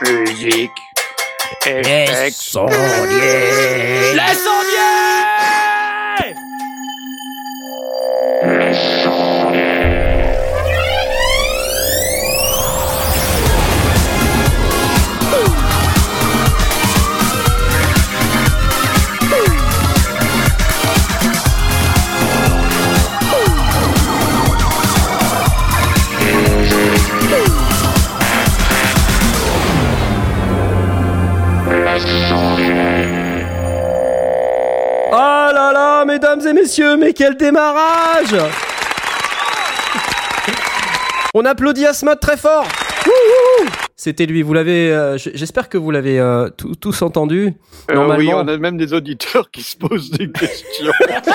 Musique. Les sondiers. Les sondiers. Ah là là, mesdames et messieurs, mais quel démarrage! On applaudit Asmat très fort. Wouhou. C'était lui, vous l'avez... j'espère que vous l'avez tous entendu. Normalement... Oui, on a même des auditeurs qui se posent des questions.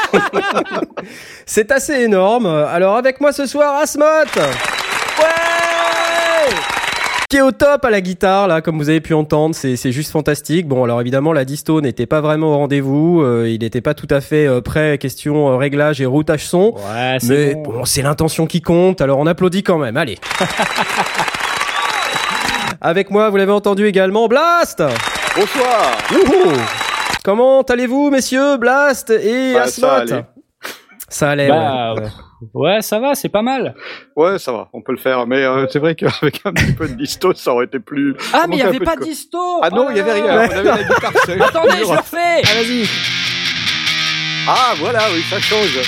C'est assez énorme. Alors avec moi ce soir, Asmat. Ouais, qui est au top à la guitare, là, comme vous avez pu entendre, c'est juste fantastique. Bon, alors évidemment, la disto n'était pas vraiment au rendez-vous, il n'était pas tout à fait prêt, question réglage et routage son. Ouais, mais bon, c'est l'intention qui compte, alors on applaudit quand même, allez. Avec moi, vous l'avez entendu également, Blast. Bonsoir. Wouhou. Comment allez-vous, messieurs, Blast et Asmat? Ça allait, ouais, ça va, c'est pas mal. Ouais, ça va, on peut le faire. Mais c'est vrai qu'avec un petit peu de disto, ça aurait été plus... Ah, mais il n'y avait pas de disto. Ah non, il n'y avait rien. Ouais. On avait la guitare seule. Attendez, je le refais. Ah, vas-y. Ah, voilà, oui, ça change.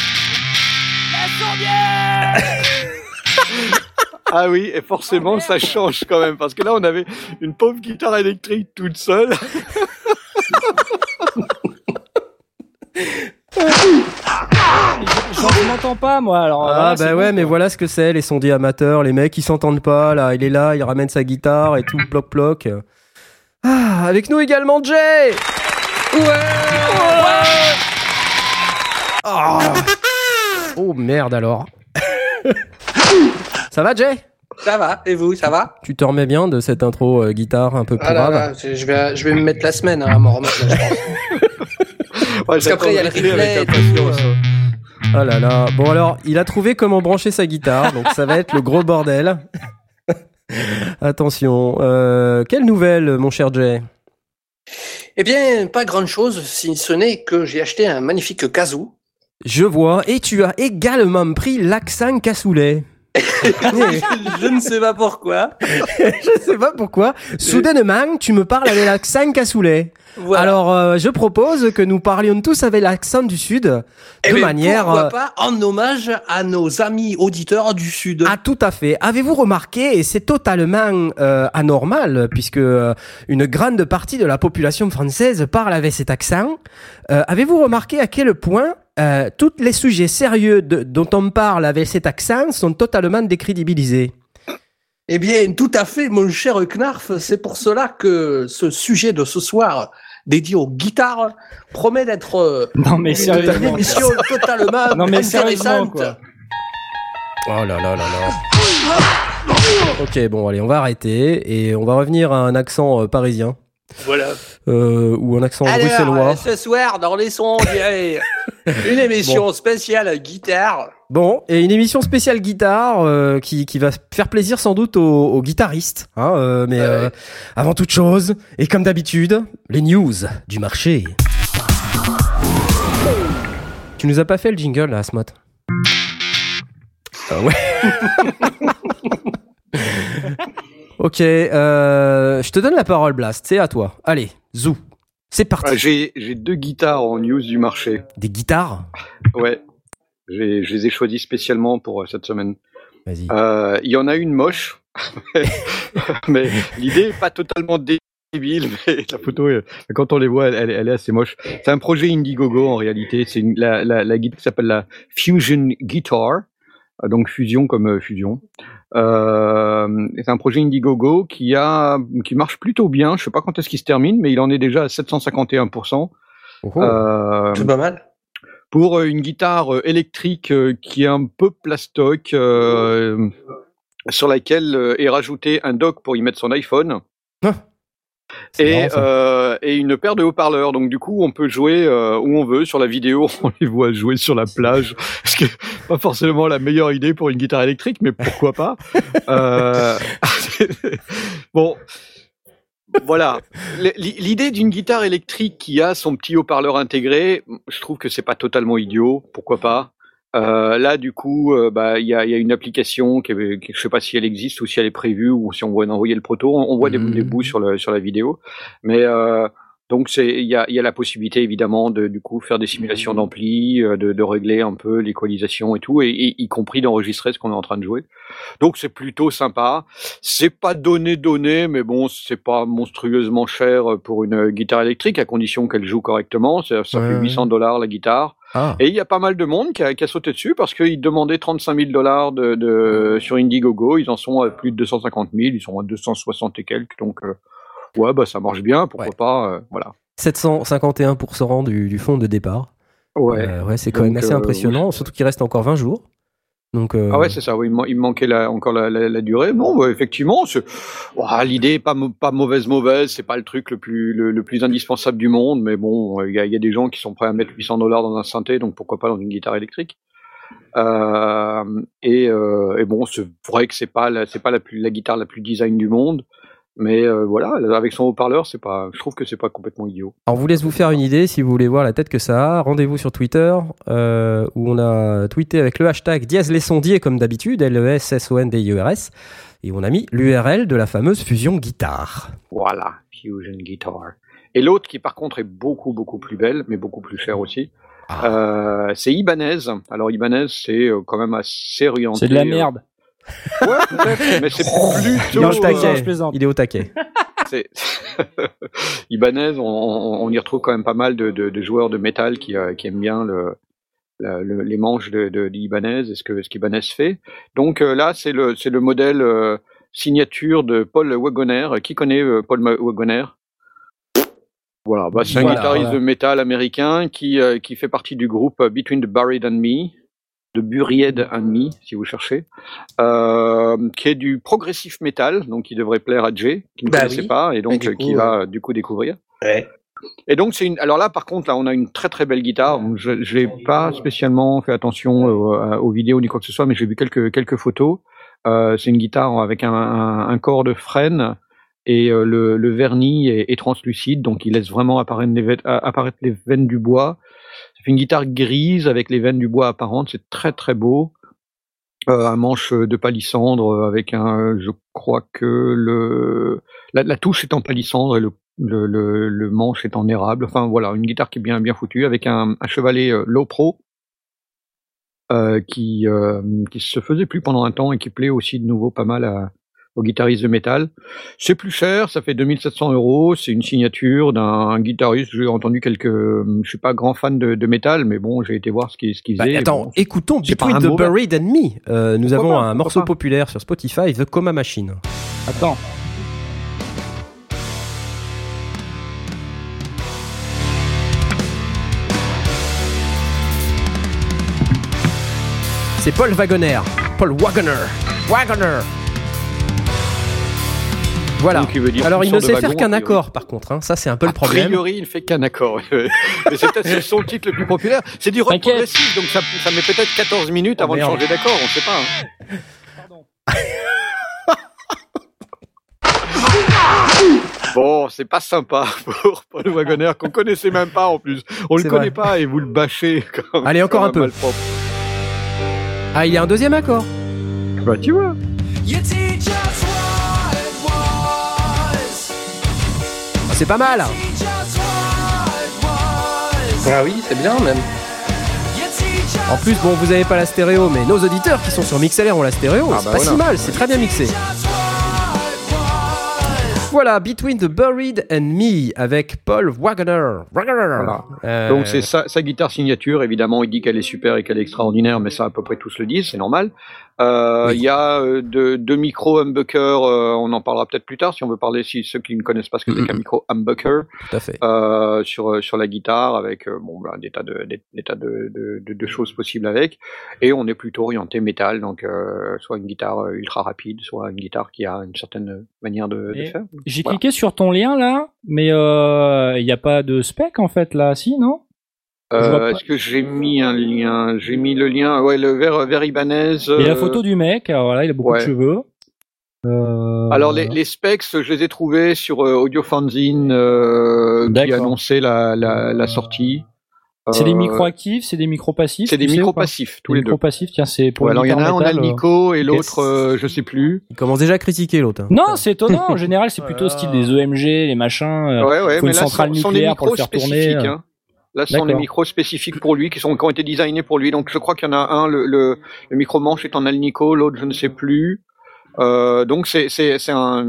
Ah oui, et forcément, ça change quand même. Parce que là, on avait une pauvre guitare électrique toute seule. Je m'entends pas, moi. Alors, Ah, voilà, bah ouais, bon, mais quoi. voilà ce que c'est, les sondiers amateurs, les mecs, ils s'entendent pas, là, il est là, il ramène sa guitare et tout, ploc. Ah, avec nous également, Jay! Oh, merde, alors. Ça va, Jay? Ça va, et vous, ça va? Tu te remets bien de cette intro guitare un peu plus Ah là grave? là, je vais me mettre la semaine à m'en remettre, là, je pense. Parce qu'après, il y a le replay et tout, Ah là là. Bon, alors, il a trouvé comment brancher sa guitare, donc ça va être le gros bordel. Attention. Quelle nouvelle, mon cher Jay? Eh bien, pas grand-chose, si ce n'est que j'ai acheté un magnifique kazoo. Je vois, et tu as également pris l'accent cassoulet. Je ne sais pas pourquoi. Je sais pas pourquoi. Soudainement, tu me parles avec l'accent cassoulet. Voilà. Alors, je propose que nous parlions tous avec l'accent du Sud, de manière... Pourquoi pas en hommage à nos amis auditeurs du Sud. Ah, tout à fait. Avez-vous remarqué, et c'est totalement anormal, puisque une grande partie de la population française parle avec cet accent, avez-vous remarqué à quel point tous les sujets sérieux dont on parle avec cet accent sont totalement décrédibilisés? Eh bien, tout à fait, mon cher Knarf. C'est pour cela que ce sujet de ce soir, dédié aux guitares, promet d'être Non, mais une sérieusement. émission totalement Non, mais sérieusement, intéressante. quoi. Oh là là là là. Ok, bon, allez, on va arrêter et on va revenir à un accent parisien. Voilà. Ou un accent bruxellois. Alors, ce soir, dans les sons, on dirait une émission spéciale guitare. Bon, et une émission spéciale guitare qui va faire plaisir sans doute aux guitaristes. Hein, mais avant toute chose, et comme d'habitude, les news du marché. Tu nous as pas fait le jingle là, Asmat? Ah ouais. Ok, je te donne la parole, Blast, c'est à toi. Allez, zou, c'est parti. J'ai deux guitares en news du marché. Des guitares? Ouais. Je les ai choisis spécialement pour cette semaine. Vas-y. Il y en a une moche, mais l'idée est pas totalement débile, mais la photo, quand on les voit, elle est assez moche. C'est un projet Indiegogo en réalité. C'est la guitare qui s'appelle la Fusion Guitar, donc fusion comme fusion. C'est un projet Indiegogo qui marche plutôt bien. Je sais pas quand est-ce qu'il se termine, mais il en est déjà à 751%. C'est pas mal. Pour une guitare électrique qui est un peu plastoc, sur laquelle est rajouté un dock pour y mettre son iPhone. Ah, Et une paire de haut-parleurs. Donc du coup, on peut jouer où on veut. Sur la vidéo, on les voit jouer sur la plage. Ce qui est pas forcément la meilleure idée pour une guitare électrique, mais pourquoi pas. Bon, Voilà. L'idée d'une guitare électrique qui a son petit haut-parleur intégré, je trouve que c'est pas totalement idiot. Pourquoi pas? Là, du coup, il y a une application je sais pas si elle existe ou si elle est prévue ou si on va envoyer le proto. On voit des bouts sur la vidéo, mais donc il y a la possibilité évidemment de du coup faire des simulations d'ampli, de régler un peu l'équalisation et tout, et y compris d'enregistrer ce qu'on est en train de jouer. Donc c'est plutôt sympa. C'est pas donné, mais bon, c'est pas monstrueusement cher pour une guitare électrique à condition qu'elle joue correctement. Ça fait $800 la guitare. Ah. Et il y a pas mal de monde qui a sauté dessus parce qu'ils demandaient $35,000 sur Indiegogo. Ils en sont à plus de 250 000. Ils sont à 260 et quelques. Donc, ouais, ça marche bien. Pourquoi pas, voilà. 751% du fonds de départ. Ouais. C'est quand même assez impressionnant. Surtout qu'il reste encore 20 jours. Donc, Ah ouais, c'est ça. Oui, il me manquait encore la durée. Non, effectivement, l'idée est pas mauvaise. C'est pas le truc le plus indispensable du monde, mais bon, il y a des gens qui sont prêts à mettre $800 dans un synthé, donc pourquoi pas dans une guitare électrique. Et bon, c'est vrai que c'est pas la guitare la plus design du monde. Mais voilà, avec son haut-parleur, je trouve que c'est pas complètement idiot. Alors, on vous laisse vous faire une idée si vous voulez voir la tête que ça a. Rendez-vous sur Twitter, où on a tweeté avec le hashtag #LesSondiers comme d'habitude, LESSONDIERS, et on a mis l'URL de la fameuse Fusion Guitar. Voilà, Fusion Guitar. Et l'autre qui par contre est beaucoup beaucoup plus belle, mais beaucoup plus chère aussi. C'est Ibanez. Alors Ibanez, c'est quand même assez orienté. C'est de la merde. Ouais, peut-être, mais c'est plutôt... Il est au taquet. Ibanez, on y retrouve quand même pas mal de joueurs de métal qui aiment bien les manches d'Ibanez et ce qu'Ibanez fait. Donc là, c'est le modèle signature de Paul Wagoner. Qui connaît Paul Wagoner? Voilà, c'est un guitariste de métal américain qui fait partie du groupe Between the Buried and Me, de Buried and Me, si vous cherchez, qui est du progressif metal, donc qui devrait plaire à Jay, qui ne connaissait pas, et donc qui va du coup découvrir. Ouais. Et donc alors là, par contre, là, on a une très très belle guitare. Je n'ai pas spécialement fait attention aux vidéos ni quoi que ce soit, mais j'ai vu quelques photos. C'est une guitare avec un corps de frêne, et le vernis est translucide, donc il laisse vraiment apparaître les veines du bois. C'est une guitare grise avec les veines du bois apparentes, c'est très très beau. Un manche de palissandre avec je crois que la touche est en palissandre et le manche est en érable. Enfin voilà, une guitare qui est bien foutue avec un chevalet low pro qui se faisait plus pendant un temps et qui plaît aussi de nouveau pas mal aux guitaristes de métal. C'est plus cher, ça fait 2700 €. C'est une signature d'un guitariste. J'ai entendu je suis pas grand fan de métal, mais bon, j'ai été voir ce qu'il faisait. Attends, bon, écoutons Between the Buried and Me. Nous avons un morceau populaire sur Spotify, The Coma Machine. Attends. C'est Paul Wagoner. Voilà. Alors il ne sait faire qu'un accord par contre, hein. Ça c'est un peu le problème. A priori il fait qu'un accord. Mais c'est son titre le plus populaire. C'est du rock progressif, donc ça met peut-être 14 minutes avant de changer d'accord, on sait pas. Bon, c'est pas sympa pour Paul Wagoner qu'on connaissait même pas en plus. On le connaît pas et vous le bâchez. Allez, encore un peu. Ah, il y a un deuxième accord. Bah tu vois. C'est pas mal. Ah oui, c'est bien même. En plus, bon, vous avez pas la stéréo, mais nos auditeurs qui sont sur MixLR ont la stéréo. C'est pas si mal, c'est très bien mixé. Voilà, Between the Buried and Me avec Paul Wagoner. Voilà. Donc c'est sa guitare signature, évidemment, il dit qu'elle est super et qu'elle est extraordinaire, mais ça à peu près tous le disent, c'est normal. Il y a deux micros humbucker, on en parlera peut-être plus tard si on veut parler, si ceux qui ne connaissent pas ce que c'est qu'un micro humbucker. Tout à fait. Sur la guitare avec des tas de choses possibles avec, et on est plutôt orienté métal, donc soit une guitare ultra rapide, soit une guitare qui a une certaine manière de faire. J'ai cliqué sur ton lien là, mais il n'y a pas de spec en fait là, si, non? Est-ce que j'ai mis un lien? J'ai mis le lien, ouais, vers Ibanez. Et la photo du mec, alors là, il a beaucoup de cheveux. Alors les specs, je les ai trouvés sur Audio Fanzine qui D'accord. annonçait la sortie. C'est des micro-actifs, c'est des micro-passifs? C'est des tu sais ou pas micro-passifs, tous les deux. Micro-passifs, tiens, c'est pour Ouais, alors il y en a un, on a guitare le métal, Nico et l'autre, je sais plus. Il commence déjà à critiquer l'autre. Hein. Non, c'est étonnant. En général, c'est plutôt style des EMG, les machins. Ouais, faut mais une là, centrale sont des nucléaire pour le micros faire tourner. spécifiques. Hein. Là, ce sont des D'accord. micros spécifiques pour lui, qui ont été designés pour lui. Donc, je crois qu'il y en a un, le micro-manche est en Alnico, l'autre, je ne sais plus. Donc, c'est un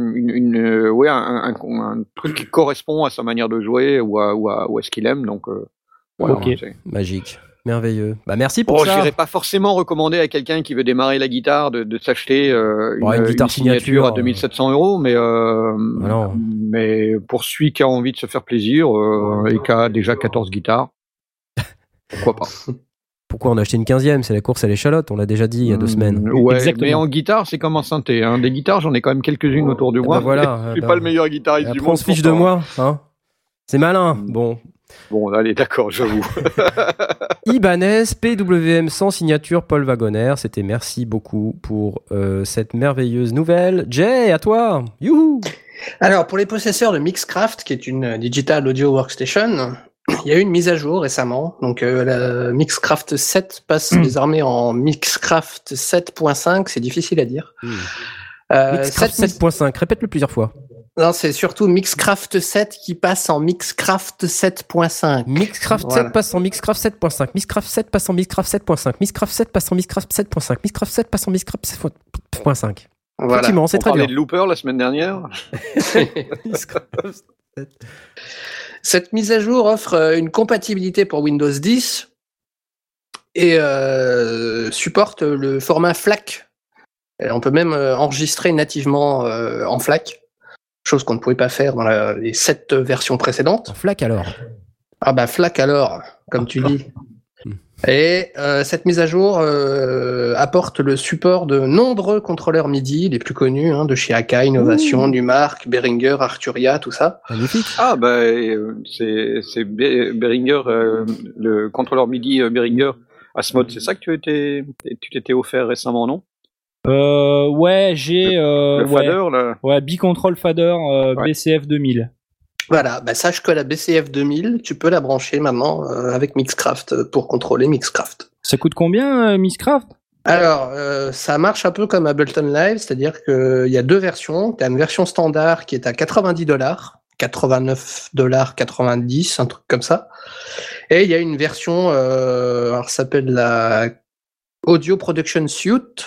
truc qui correspond à sa manière de jouer ou à ce qu'il aime. Donc, voilà. Ok. Magique. Merveilleux. Bah, merci pour Bon, ça. je n'irais pas forcément recommander à quelqu'un qui veut démarrer la guitare de s'acheter une guitare signature à 2700 €, mais non. mais pour celui qui a envie de se faire plaisir et qui a déjà 14 guitares, pourquoi pas. Pourquoi on a acheté une 15e? C'est la course à l'échalote, on l'a déjà dit il y a 2 semaines. Ouais, Exactement. mais en guitare, c'est comme en synthé. Hein. Des guitares, j'en ai quand même quelques-unes autour de moi. Bah voilà. Je suis pas le meilleur guitariste du Après, monde. on se fiche de pourtant. moi. Hein. C'est malin. Bon. Bon, allez, d'accord, j'avoue. Ibanez, PWM sans signature, Paul Wagoner. C'était merci beaucoup pour cette merveilleuse nouvelle. Jay, à toi. Youhou. Alors, pour les possesseurs de Mixcraft, qui est une digital audio workstation, il y a eu une mise à jour récemment. Donc, la Mixcraft 7 passe désormais en Mixcraft 7.5. C'est difficile à dire. Mixcraft 7.5, répète-le plusieurs fois. Non, c'est surtout Mixcraft 7 qui passe en Mixcraft 7.5. Mixcraft Voilà. 7 passe en Mixcraft 7.5. Mixcraft 7 passe en Mixcraft 7.5. Mixcraft 7 passe en Mixcraft 7.5. Mixcraft 7 passe en Mixcraft 7.5. Voilà. Effectivement, c'est On très parlait dur. de Looper la semaine dernière. Cette mise à jour offre une compatibilité pour Windows 10 et supporte le format FLAC. Et on peut même enregistrer nativement en FLAC, chose qu'on ne pouvait pas faire dans les 7 versions précédentes. En flac alors. Ah bah FLAC alors, comme tu dis. Et cette mise à jour apporte le support de nombreux contrôleurs MIDI, les plus connus, hein, de chez Akai, Innovation, Numark, Behringer, Arturia, tout ça. Magnifique. Ah, bah, c'est Behringer, le contrôleur MIDI Behringer Asmod, c'est ça que tu t'étais offert récemment, non? Ouais, j'ai Le fader, là. ouais, Bicontrol Fader Ouais. BCF 2000. Voilà, bah sache que la BCF 2000, tu peux la brancher maintenant avec Mixcraft pour contrôler Mixcraft. Ça coûte combien, Mixcraft? Alors, ça marche un peu comme Ableton Live, c'est-à-dire qu'il y a 2 versions. Tu as une version standard qui est à $90, $89,90, un truc comme ça. Et il y a une version, alors ça s'appelle la Audio Production Suite,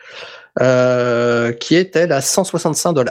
qui est, elle, à $165.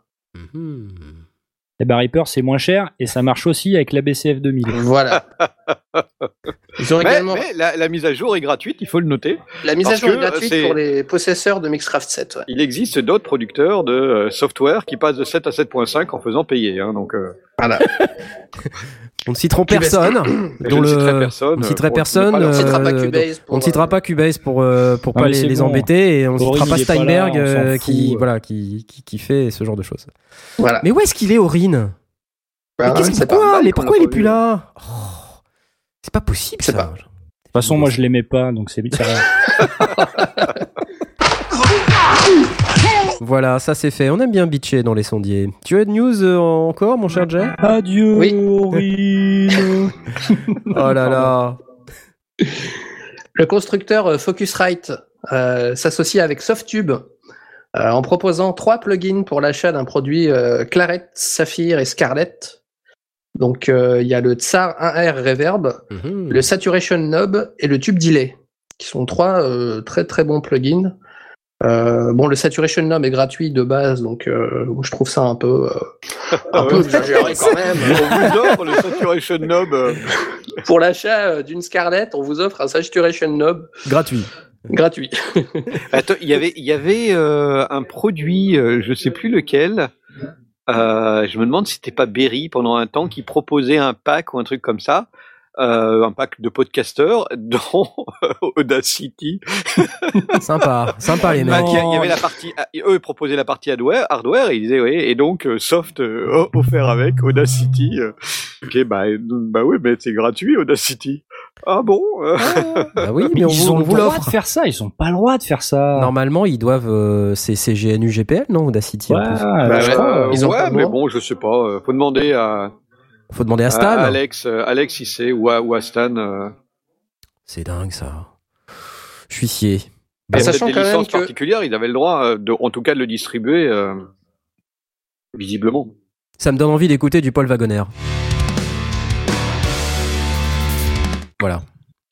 Eh ben Reaper, c'est moins cher et ça marche aussi avec la BCF 2000. Voilà. Ils ont également... Mais la mise à jour est gratuite, il faut le noter. La mise à parce jour que est gratuite c'est- pour les possesseurs de Mixcraft 7. Ouais. Il existe d'autres producteurs de software qui passent de 7 à 7.5 en faisant payer. Hein, donc, Voilà. On ne citera Cubase. personne. je dont ne le- citerai personne. On ne citera pour personne. ne pas leur- On citera pas donc, Cubase pour, on ne citera pas Cubase pour pas mais les, c'est les bon. embêter et on ne Aurine, citera pas il est pas Steinberg là, on s'en qui fout. voilà qui fait ce genre de choses. Voilà. Mais où est-ce qu'il est, Aurine? Bah, Mais qu'est-ce ouais, qu'il c'est pas- pourquoi, mal mais qu'on pourquoi l'a il est pas plus vu. là? Oh, c'est pas possible C'est ça. pas. De toute façon, moi, je l'aimais pas, donc c'est rien. Voilà, ça c'est fait. On aime bien bitcher dans les sondiers. Tu as de news encore, mon cher Jay? Adieu, Oui. Aurine. Oh là là. Le constructeur Focusrite s'associe avec Softube en proposant 3 plugins pour l'achat d'un produit Claret, Saphir et Scarlett. Donc il y a le Tsar 1R Reverb, le Saturation Knob et le Tube Delay, qui sont 3 très très bons plugins. Bon, le Saturation Knob est gratuit de base, donc je trouve ça un peu exagéré quand même. On vous offre le Saturation Knob. Pour l'achat d'une Scarlett, on vous offre un Saturation Knob Gratuit. gratuit. Attends, il y avait un produit, je sais plus lequel. Je me demande si c'était pas Berry pendant un temps qui proposait un pack ou un truc comme ça, un pack de podcasters dans Audacity. Sympa les Bah, mecs. il y avait la partie, eux proposaient la partie hardware et ils disaient oui, et donc soft offert avec Audacity. Ok, bah oui, mais c'est gratuit Audacity. Ah bon Bah oui, mais ils ont on le vous droit l'offre. de faire ça, ils ont pas le droit de faire ça. Normalement, ils doivent. C'est GNU GPL, non, Audacity. Ouais, en plus. je crois. ils ont pas le mais droit. bon, je sais pas. Faut demander à Faut demander à Stan. Alex il sait, ou à Stan. C'est dingue ça. Je suis scié. Il y a Sachant peut-être des quand même licences que- particulières, ils avaient le droit, en tout cas, de le distribuer, visiblement. Ça me donne envie d'écouter du Paul Wagoner. Voilà.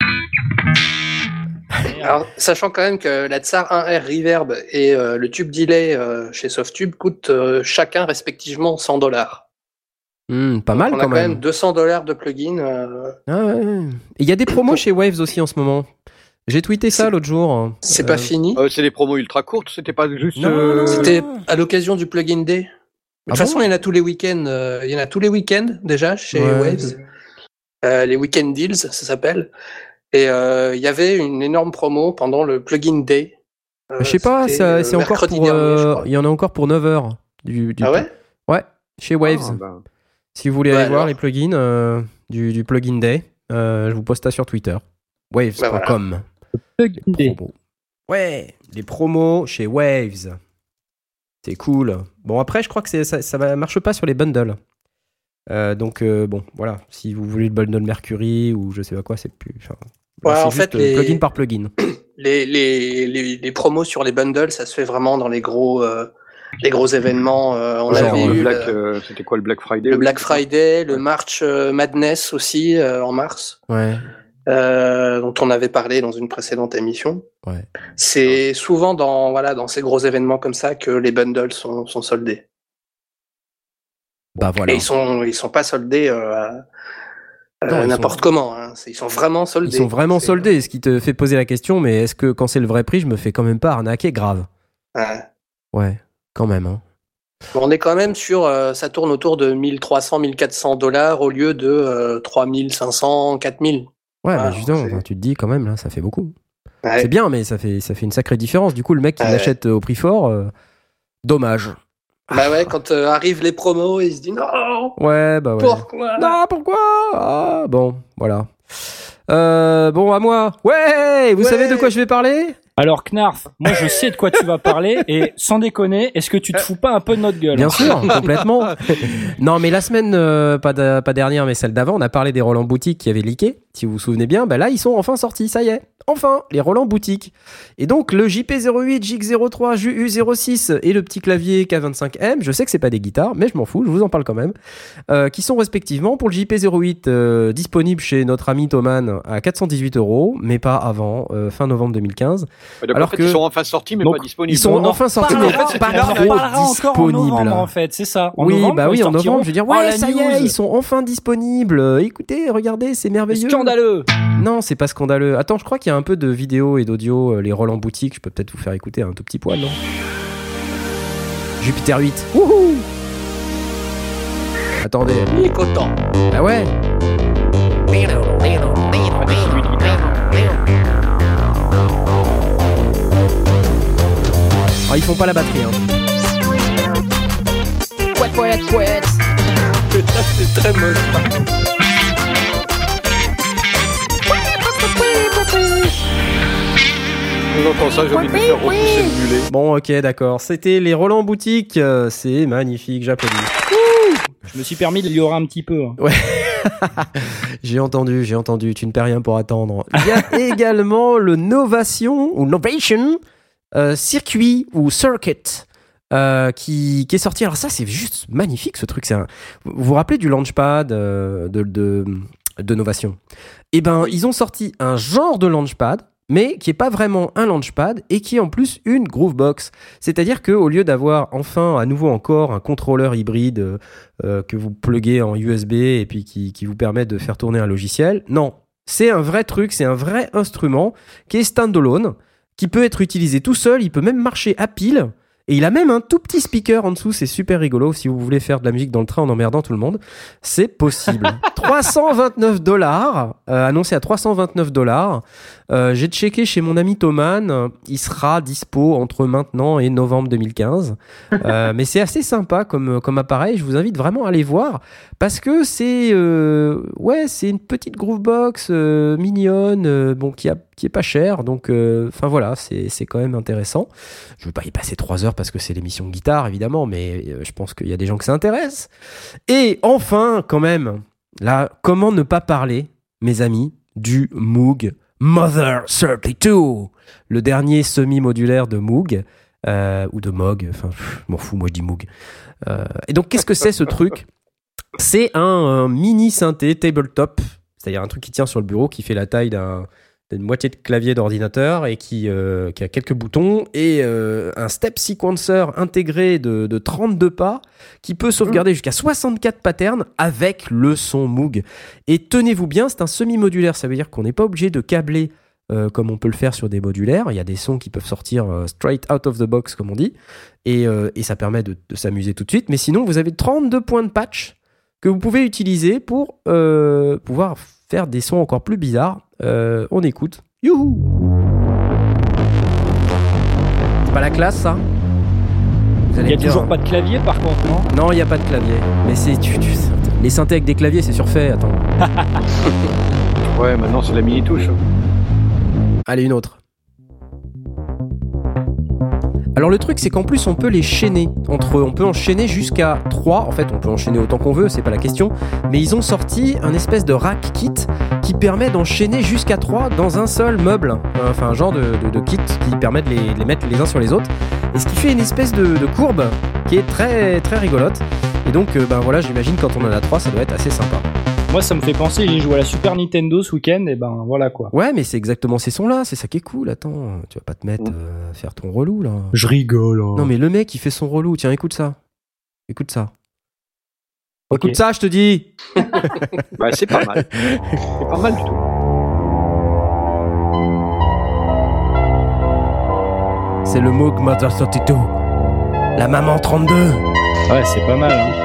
Alors, sachant quand même que la Tsar 1R Reverb et le Tube Delay chez Softube coûtent chacun respectivement $100. Pas mal On a quand même. $200 de plugins. Ah ouais. Et il y a des promos chez Waves aussi en ce moment. J'ai tweeté ça l'autre jour. C'est pas fini. C'est des promos ultra courtes, c'était pas juste. Non. C'était à l'occasion du Plugin Day. De Ah toute façon, bon il y en a tous les week-ends. Il y en a tous les week-ends déjà chez Ouais. Waves. Les Weekend Deals, ça s'appelle. Et il y avait une énorme promo pendant le Plugin Day. Je sais pas, C'était, c'est encore mercredi pour. dernier, je crois. Il y en a encore pour 9 heures. Ah ouais? Ouais, chez Waves. Ah, bah. Si vous voulez Ouais, aller voir alors. les plugins du Plugin Day, je vous poste ça sur Twitter. Waves.com. Plugin Day. Promos. Ouais, les promos chez Waves. C'est cool. Bon, après, je crois que ça marche pas sur les bundles. Donc, bon, voilà. Si vous voulez le bundle Mercury ou je sais pas quoi, c'est plus. Ouais, c'est en juste fait, les- plugin par plugin. Les promos sur les bundles, ça se fait vraiment dans les gros événements. On Genre, avait Le eu Black, c'était quoi le Black Friday? le Black Friday, le March Madness aussi en mars, Ouais. dont on avait parlé dans une précédente émission. Ouais. C'est souvent dans ces gros événements comme ça que les bundles sont soldés. Bah voilà. Et ils sont pas soldés Non, ils n'importe comment. Hein. Ils sont vraiment soldés. Ils sont vraiment C'est- soldés, ce qui te fait poser la question, mais est-ce que quand c'est le vrai prix, je me fais quand même pas arnaquer grave? Ouais. Ouais, quand même. Hein. On est quand même ça tourne autour de $1,300-$1,400 au lieu de $3,500, $4,000. Ouais, Ah, mais justement, c'est- enfin, tu te dis quand même, là, ça fait beaucoup. Ouais. C'est bien, mais ça fait une sacrée différence. Du coup, le mec qui Ouais. l'achète au prix fort, dommage. Bah ouais, quand arrivent les promos, il se dit non, Ouais, bah ouais. pourquoi? Non, pourquoi? Ah, bon, voilà. Bon, à moi. Ouais, vous Ouais. savez de quoi je vais parler? Alors Knarf, moi je sais de quoi tu vas parler et sans déconner, est-ce que tu te fous pas un peu de notre gueule? Bien sûr, complètement. Non, mais la semaine, pas dernière, mais celle d'avant, on a parlé des Roland Boutique qui avaient leaké. Si vous vous souvenez bien, bah là, ils sont enfin sortis, ça y est. Enfin, les Roland Boutique. Et donc, le JP08, JIG03, JU06 et le petit clavier K25M, je sais que c'est pas des guitares, mais je m'en fous, je vous en parle quand même, qui sont respectivement pour le JP08 disponible chez notre ami Thomann à 418 €, mais pas avant fin novembre 2015. Donc, Alors en fait, que- ils sont enfin sortis, mais Donc, pas disponibles. Ils sont On en enfin sortis, mais reparlera, en fait, pas c'est une on en trop reparlera encore en disponibles. novembre, en fait, c'est ça. En Oui, novembre, bah quand oui, ils en novembre, sortiront. je veux dire, Oh, ouais, la ça y est, news. ils sont enfin disponibles. Écoutez, regardez, c'est merveilleux. Scandaleux. Non, c'est pas scandaleux. Attends, je crois qu'il y a un peu de vidéo et d'audio, les Roland Boutique. Je peux peut-être vous faire écouter un tout petit poil, non? Jupiter 8. Wouhou! Attendez. Il est content. Ah ouais? Ah, ils font pas la batterie, hein. C'est très moche. On entend ça, j'ai envie de me faire repousser le mulet. Bon, ok, d'accord. C'était les Roland Boutique. C'est magnifique, j'applaudis. Je me suis permis de l'ignorer un petit peu. Hein. J'ai entendu, tu ne perds rien pour attendre. Il y a également le Novation, ou Novation, Circuit, ou Circuit, qui est sorti. Alors ça, c'est juste magnifique, ce truc. Vous vous rappelez du Launchpad de Novation? Eh ben, ils ont sorti un genre de Launchpad, mais qui est pas vraiment un Launchpad, et qui est en plus une Groovebox. C'est-à-dire qu'au lieu d'avoir enfin, à nouveau encore, un contrôleur hybride que vous pluguez en USB et puis qui vous permet de faire tourner un logiciel, non. C'est un vrai truc, c'est un vrai instrument qui est standalone, qui peut être utilisé tout seul, il peut même marcher à pile, et il a même un tout petit speaker en dessous, c'est super rigolo. Si vous voulez faire de la musique dans le train en emmerdant tout le monde, c'est possible. $329, annoncé à $329. J'ai checké chez mon ami Thoman, il sera dispo entre maintenant et novembre 2015. Mais c'est assez sympa comme appareil, je vous invite vraiment à aller voir parce que c'est une petite groovebox mignonne, qui est pas chère, donc voilà, c'est quand même intéressant. Je veux pas y passer 3 heures parce que c'est l'émission guitare évidemment, mais je pense qu'il y a des gens que ça intéresse. Et enfin, quand même, là, comment ne pas parler, mes amis, du Moog Mother 32, le dernier semi-modulaire de Moog, ou de Moog, enfin, je m'en fous, moi je dis Moog. Et donc, qu'est-ce que c'est ce truc ? C'est un mini synthé tabletop, c'est-à-dire un truc qui tient sur le bureau, qui fait la taille d'une moitié de clavier d'ordinateur et qui a quelques boutons et un step sequencer intégré de 32 pas qui peut sauvegarder jusqu'à 64 patterns avec le son Moog. Et tenez-vous bien, c'est un semi-modulaire, ça veut dire qu'on n'est pas obligé de câbler comme on peut le faire sur des modulaires. Il y a des sons qui peuvent sortir straight out of the box, comme on dit, et ça permet de s'amuser tout de suite. Mais sinon, vous avez 32 points de patch que vous pouvez utiliser pour pouvoir faire des sons encore plus bizarres. On écoute. Youhou! C'est pas la classe, ça? Il n'y a toujours pas de clavier, par contre, non? Non, il n'y a pas de clavier. Mais c'est... les synthés avec des claviers, c'est surfait, attends. Ouais, maintenant c'est la mini-touche. Allez, une autre. Alors le truc, c'est qu'en plus on peut les chaîner entre eux. On peut enchaîner jusqu'à 3. En fait, on peut enchaîner autant qu'on veut, c'est pas la question. Mais ils ont sorti un espèce de rack kit qui permet d'enchaîner jusqu'à 3 dans un seul meuble. Enfin, un genre de kit qui permet de les mettre les uns sur les autres. Et ce qui fait une espèce de courbe qui est très, très rigolote. Et donc, voilà, j'imagine quand on en a 3, ça doit être assez sympa. Moi, ça me fait penser, j'ai joué à la Super Nintendo ce week-end, et voilà quoi. Ouais, mais c'est exactement ces sons-là, c'est ça qui est cool. Attends, tu vas pas te mettre à faire ton relou là. Je rigole. Hein. Non, mais le mec, il fait son relou. Tiens, écoute ça. Écoute ça. Okay. Écoute ça, je te dis. Bah, c'est pas mal. C'est pas mal du tout. C'est le Moog Mother 32. La maman 32. Ouais, c'est pas mal. Hein.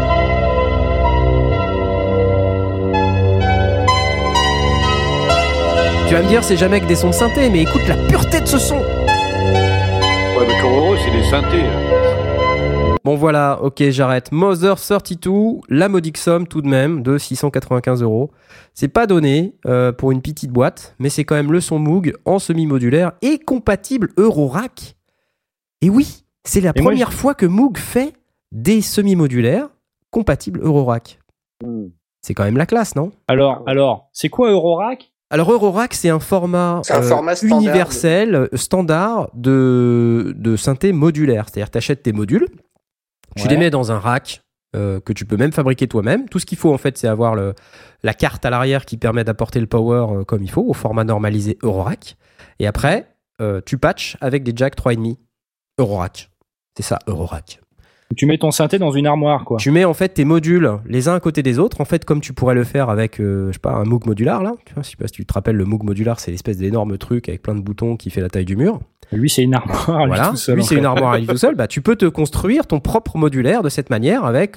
Tu vas me dire, c'est jamais que des sons de synthé, mais écoute la pureté de ce son. Ouais, mais Kororo, c'est des synthés. Bon voilà, ok, j'arrête. Mother 32, la modique somme tout de même de 695 €. C'est pas donné pour une petite boîte, mais c'est quand même le son Moog en semi-modulaire et compatible Eurorack. Et oui, c'est la première fois que Moog fait des semi-modulaires compatibles Eurorack. C'est quand même la classe, non ? Alors, c'est quoi Eurorack ? Alors Eurorack, c'est un format standard universel, standard de synthé modulaire. C'est-à-dire que tu achètes tes modules, tu les mets dans un rack que tu peux même fabriquer toi-même. Tout ce qu'il faut en fait, c'est avoir la carte à l'arrière qui permet d'apporter le power comme il faut, au format normalisé Eurorack. Et après, tu patches avec des jacks 3,5 Eurorack. C'est ça, Eurorack. Tu mets ton synthé dans une armoire, quoi. Tu mets en fait tes modules les uns à côté des autres, en fait comme tu pourrais le faire avec, je sais pas, un Moog modular là. Tu vois, je sais pas si tu te rappelles, le Moog modular, c'est l'espèce d'énorme truc avec plein de boutons qui fait la taille du mur. Lui, c'est une armoire. Voilà, tout seul, lui, c'est une armoire à lui tout seul. Bah, tu peux te construire ton propre modulaire de cette manière avec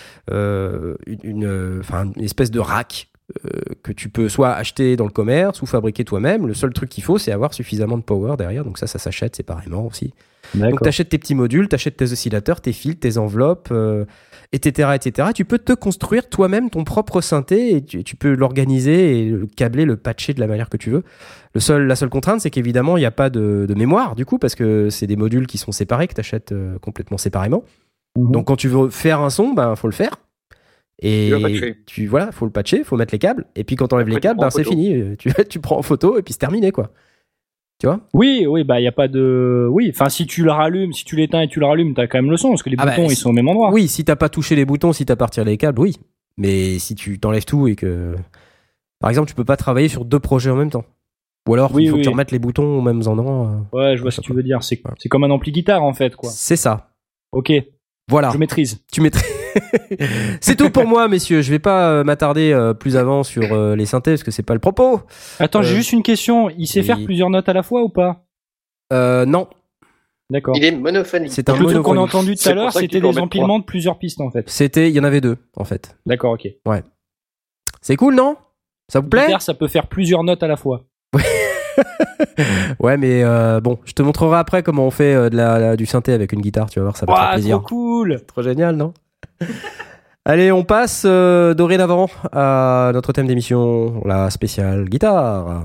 une espèce de rack que tu peux soit acheter dans le commerce ou fabriquer toi-même. Le seul truc qu'il faut, c'est avoir suffisamment de power derrière. Donc ça s'achète séparément aussi. D'accord. Donc tu achètes tes petits modules, tu achètes tes oscillateurs, tes fils, tes enveloppes, etc., etc. Tu peux te construire toi-même ton propre synthé et tu peux l'organiser et le câbler, le patcher de la manière que tu veux. La seule contrainte, c'est qu'évidemment, il n'y a pas de mémoire du coup, parce que c'est des modules qui sont séparés, que tu achètes complètement séparément. Donc quand tu veux faire un son, faut le faire. Et faut le patcher, faut mettre les câbles. Et puis quand tu enlèves les câbles, c'est fini. Tu prends en photo et puis c'est terminé, quoi. Tu vois ? Oui, il y a pas de... Oui, enfin, si tu le rallumes, si tu l'éteins et tu le rallumes, t'as quand même le son, parce que les boutons, ils sont au même endroit. Oui, si t'as pas touché les boutons, si t'as pas retiré les câbles, oui. Mais si tu t'enlèves tout et que... Par exemple, tu peux pas travailler sur 2 projets en même temps. Ou alors, il faut que tu remettes les boutons aux mêmes endroits. Ouais, je vois ce que tu veux dire. C'est comme un ampli guitare, en fait, quoi. C'est ça. Ok. Voilà. Je maîtrise. Tu maîtrises. C'est tout pour moi, messieurs. Je vais pas m'attarder plus avant sur les synthés parce que c'est pas le propos. Attends, j'ai juste une question. Il sait faire plusieurs notes à la fois ou pas ? Non. D'accord. Il est monophonique. C'est un le truc monophonique. qu'on a entendu tout à l'heure, c'était des empilements de plusieurs pistes en fait. Il y en avait 2 en fait. D'accord, ok. Ouais. C'est cool, non ? Ça vous plaît ? Ça peut faire plusieurs notes à la fois. Ouais, mais bon, je te montrerai après comment on fait du synthé avec une guitare, tu vas voir, ça va te faire plaisir. Trop cool. Trop génial, non? Allez, on passe dorénavant à notre thème d'émission, la spéciale guitare.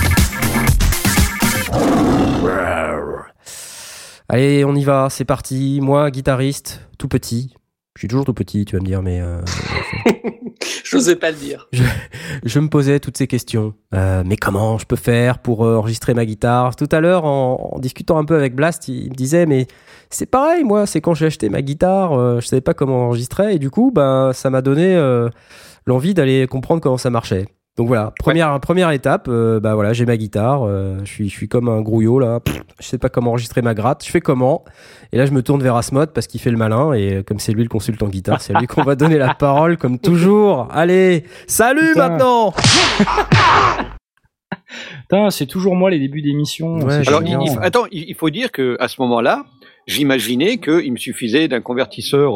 Allez, on y va, c'est parti. Moi, guitariste, tout petit. Je suis toujours tout petit, tu vas me dire, mais... J'osais pas le dire. Je me posais toutes ces questions. Mais comment je peux faire pour enregistrer ma guitare? Tout à l'heure, en discutant un peu avec Blast, il me disait, mais c'est pareil, moi, c'est quand j'ai acheté ma guitare, je savais pas comment enregistrer, et du coup, ça m'a donné l'envie d'aller comprendre comment ça marchait. Donc voilà, première étape, voilà, j'ai ma guitare, je suis comme un grouillot là, je sais pas comment enregistrer ma gratte, je fais comment? Et là je me tourne vers Asmod parce qu'il fait le malin et comme c'est lui le consultant guitare, c'est à lui qu'on va donner la parole comme toujours. Allez, salut maintenant. Putain, c'est toujours moi les débuts d'émission. Ouais, Alors, génial. il faut dire que à ce moment-là, j'imaginais qu'il me suffisait d'un convertisseur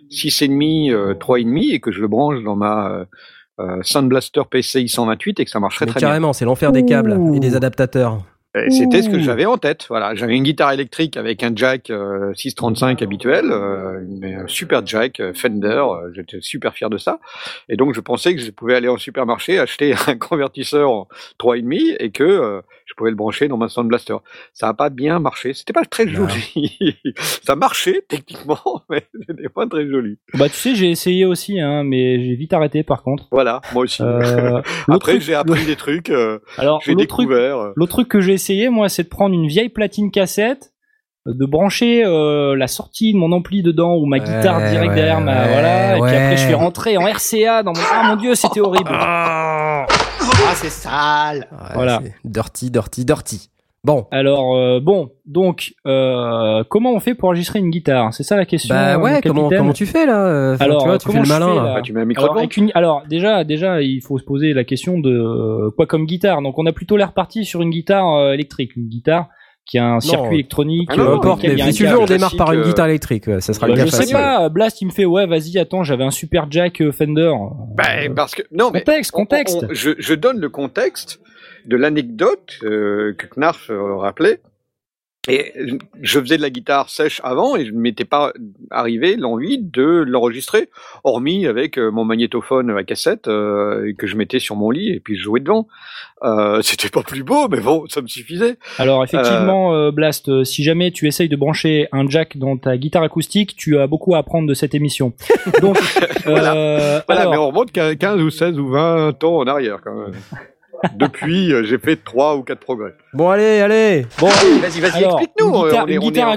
6,5, 3,5 et que je le branche dans ma Sound Blaster PCI 128 et que ça marcherait Mais très bien. carrément, c'est l'enfer des câbles et des adaptateurs. Et c'était ce que j'avais en tête. Voilà, j'avais une guitare électrique avec un jack 635 habituel, un super jack Fender. J'étais super fier de ça. Et donc je pensais que je pouvais aller en supermarché acheter un convertisseur 3,5 et que je pouvais le brancher dans ma Sound Blaster. Ça n'a pas bien marché. C'était pas très joli. Ça marchait techniquement, mais c'était pas très joli. Bah tu sais, j'ai essayé aussi, hein, mais j'ai vite arrêté par contre. Voilà, moi aussi. Après, j'ai appris des trucs. Alors, j'ai découvert. L'autre truc que j'ai essayé, moi, c'est de prendre une vieille platine cassette, de brancher la sortie de mon ampli dedans ou ma guitare direct derrière et puis après je suis rentré en RCA dans mon... Ah mon Dieu, c'était horrible. Ah, c'est sale. Ouais, voilà. C'est dirty. Bon. Alors, donc, comment on fait pour enregistrer une guitare? C'est ça la question. Bah ouais, capitaine. comment tu fais là? Alors, tu vois, tu fais le malin là. Bah, tu mets un micro devant. Alors déjà, il faut se poser la question de quoi comme guitare. Donc on a plutôt l'air parti sur une guitare électrique, une guitare qui a un circuit électronique. Peu importe, mais si tu veux, on démarre par une guitare électrique. Ça sera bien je facile. sais pas, Blast il me fait vas-y, attends, j'avais un super jack Fender. Parce que non, mais contexte. Je donne le contexte de l'anecdote que Knarf rappelait. Et je faisais de la guitare sèche avant et je ne m'étais pas arrivé l'envie de l'enregistrer, hormis avec mon magnétophone à cassette que je mettais sur mon lit et puis je jouais devant. C'était pas plus beau, mais bon, ça me suffisait. Alors effectivement, Blast, si jamais tu essayes de brancher un jack dans ta guitare acoustique, tu as beaucoup à apprendre de cette émission. Donc, voilà, alors, mais on remonte 15 ou 16 ou 20 ans en arrière quand même. Depuis, j'ai fait 3 ou 4 progrès. Bon, allez. Bon, vas-y, alors, explique-nous. Une guitare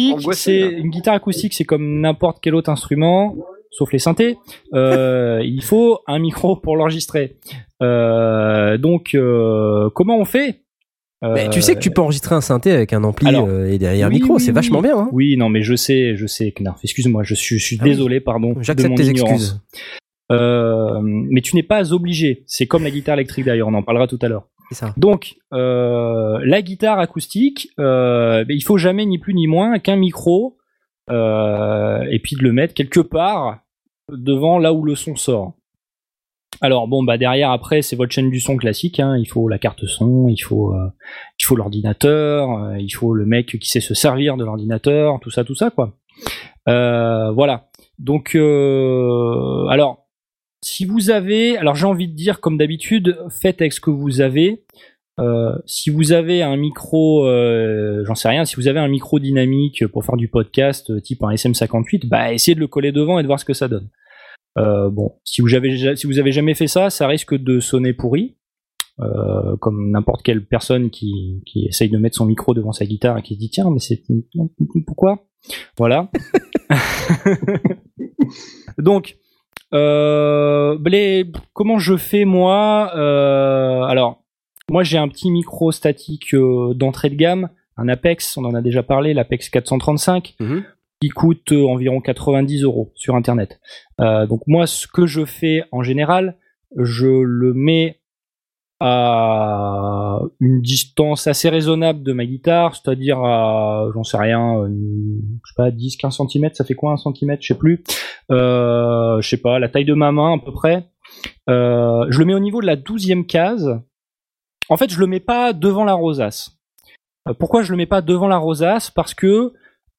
acoustique, c'est comme n'importe quel autre instrument, sauf les synthés. Il faut un micro pour l'enregistrer. Donc, comment on fait? Mais tu sais que tu peux enregistrer un synthé avec un ampli et derrière un micro, c'est vachement bien. Hein. Oui, non, mais je sais, Knarf. Excuse-moi, je suis désolé, pardon. J'accepte tes excuses. Mais tu n'es pas obligé. C'est comme la guitare électrique d'ailleurs, on en parlera tout à l'heure. C'est ça. Donc, la guitare acoustique, il faut jamais ni plus ni moins qu'un micro et puis de le mettre quelque part devant là où le son sort. Alors derrière après c'est votre chaîne du son classique, hein. Il faut la carte son, il faut l'ordinateur, il faut le mec qui sait se servir de l'ordinateur, tout ça quoi. Voilà. Donc alors si vous avez, alors j'ai envie de dire comme d'habitude, faites avec ce que vous avez. Si vous avez un micro, j'en sais rien, si vous avez un micro dynamique pour faire du podcast type un SM58, essayez de le coller devant et de voir ce que ça donne. Si vous avez jamais fait ça, ça risque de sonner pourri, comme n'importe quelle personne qui essaye de mettre son micro devant sa guitare et qui se dit tiens mais c'est pourquoi, voilà. Donc comment je fais moi? Alors moi j'ai un petit micro statique d'entrée de gamme, un Apex, on en a déjà parlé, l'Apex 435, qui coûte environ 90 € sur internet. Donc moi ce que je fais en général, je le mets à une distance assez raisonnable de ma guitare, c'est-à-dire à, j'en sais rien, 10-15 cm, ça fait quoi 1 cm, je sais plus, je sais pas, la taille de ma main à peu près. Je le mets au niveau de la 12e case, en fait, je le mets pas devant la rosace. Pourquoi je le mets pas devant la rosace? Parce que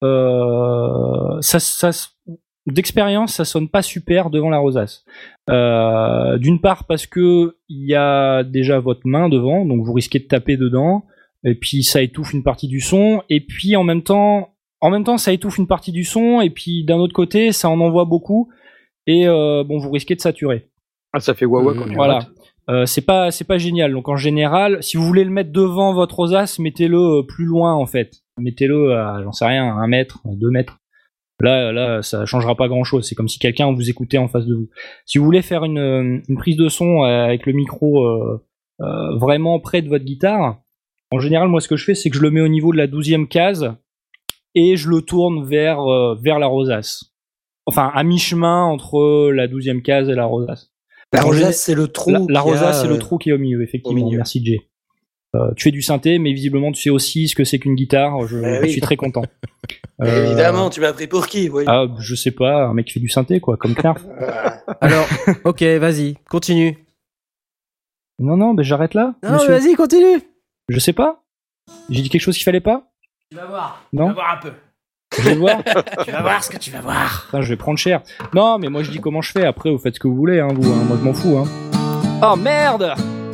d'expérience, ça sonne pas super devant la rosace. D'une part parce que il y a déjà votre main devant, donc vous risquez de taper dedans, et puis ça étouffe une partie du son, et puis en même temps ça étouffe une partie du son, et puis d'un autre côté ça en envoie beaucoup, et bon, vous risquez de saturer. Ah, ça fait wah-wah quand tu Voilà. rates. C'est pas génial. Donc en général, si vous voulez le mettre devant votre rosace, mettez-le plus loin en fait. Mettez-le à, j'en sais rien, 1 mètre, 2 mètres. Là, ça changera pas grand-chose. C'est comme si quelqu'un vous écoutait en face de vous. Si vous voulez faire une prise de son avec le micro vraiment près de votre guitare, en général, moi, ce que je fais, c'est que je le mets au niveau de la 12e case et je le tourne vers la rosace. Enfin, à mi-chemin entre la 12e case et la rosace. La rosace, c'est le trou. La rosace, c'est le trou qui est au milieu, effectivement. au milieu. Merci, Jay. Tu fais du synthé, mais visiblement, tu sais aussi ce que c'est qu'une guitare. Je suis très content. Évidemment, tu m'as pris pour qui, oui. Ah, je sais pas, un mec qui fait du synthé, quoi, comme Knarf. Alors, ok, vas-y, continue. Non, mais j'arrête là. Non, monsieur. vas-y, continue. Je sais pas. J'ai dit quelque chose qu'il fallait pas. Tu vas voir. Non. Tu vas voir un peu. Je vais voir. Tu vas voir ce que tu vas voir. Putain, je vais prendre cher. Non, mais moi je dis comment je fais. Après, vous faites ce que vous voulez, hein, vous. Hein. Moi, je m'en fous. Hein. Oh merde.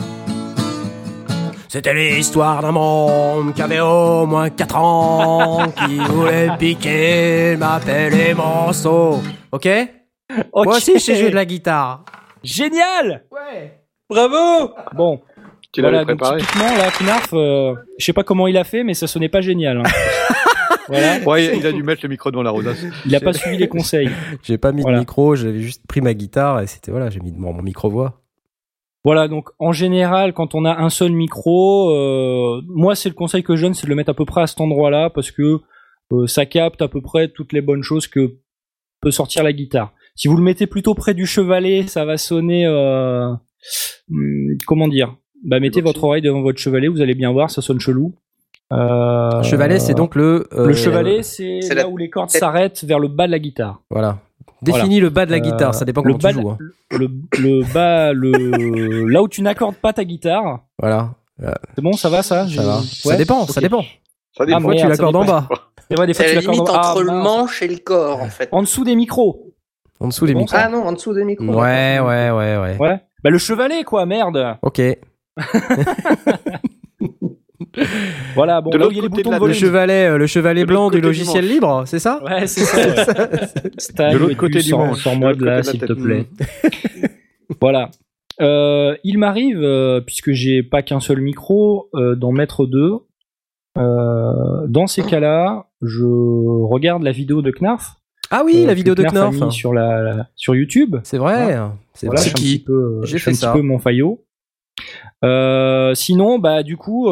C'était l'histoire d'un monde qui avait au moins 4 ans, qui voulait piquer ma pelle et mon seau. Ok? Ok. Moi aussi, je sais jouer de la guitare. Génial. Ouais. Bravo! Bon. Tu l'avais Voilà, donc préparé. typiquement là, Knarf, je sais pas comment il a fait, mais ça sonnait pas génial. Hein. Voilà. Ouais, il a dû mettre le micro devant la rosace. Il a pas suivi les conseils. J'ai pas mis Voilà. de micro, j'avais juste pris ma guitare et c'était voilà, j'ai mis mon micro-voix. Voilà, donc en général, quand on a un seul micro, moi c'est le conseil que je donne, c'est de le mettre à peu près à cet endroit-là parce que ça capte à peu près toutes les bonnes choses que peut sortir la guitare. Si vous le mettez plutôt près du chevalet, ça va sonner, comment dire? Bah mettez votre oreille devant votre chevalet, vous allez bien voir, ça sonne chelou. Chevalet, c'est donc le chevalet, c'est c'est là la où les cordes tête. s'arrêtent vers le bas de la guitare. Voilà. Définis le bas de la guitare, ça dépend le comment bas tu joues. Hein. le bas, là où tu n'accordes pas ta guitare. Voilà. C'est bon, ça va ça? Ça va. Ouais, Ça dépend, ça ok. dépend. Ça Ah, dépend. Des fois, tu merde, l'accordes ça en dépend. bas. C'est vrai, des fois C'est tu la l'accordes limite en- entre Ah, le mince. manche et le corps, en fait. En dessous des micros. En dessous des Bon, micros. Ah non, en dessous des micros. Ouais. Ouais. Bah le chevalet quoi, merde. Ok. Voilà, bon, De là où l'autre il y a les côté boutons de de la- volume. Le chevalet De blanc l'autre du côté du logiciel manche. libre, c'est ça? Ouais, c'est ça. Ouais. Stan, De l'autre côté du sors- manche. Sors-moi De de l'autre là, côté s'il de te la tête. plaît. Voilà. Il m'arrive, puisque j'ai pas qu'un seul micro, d'en mettre 2. Dans ces cas-là, je regarde la vidéo de Knarf. Ah oui, la que vidéo de a Knarf. mis sur YouTube. C'est vrai. C'est Voilà, vrai. je fais un petit peu, J'ai je fais fait un petit ça. peu mon faillot. Sinon, bah du coup,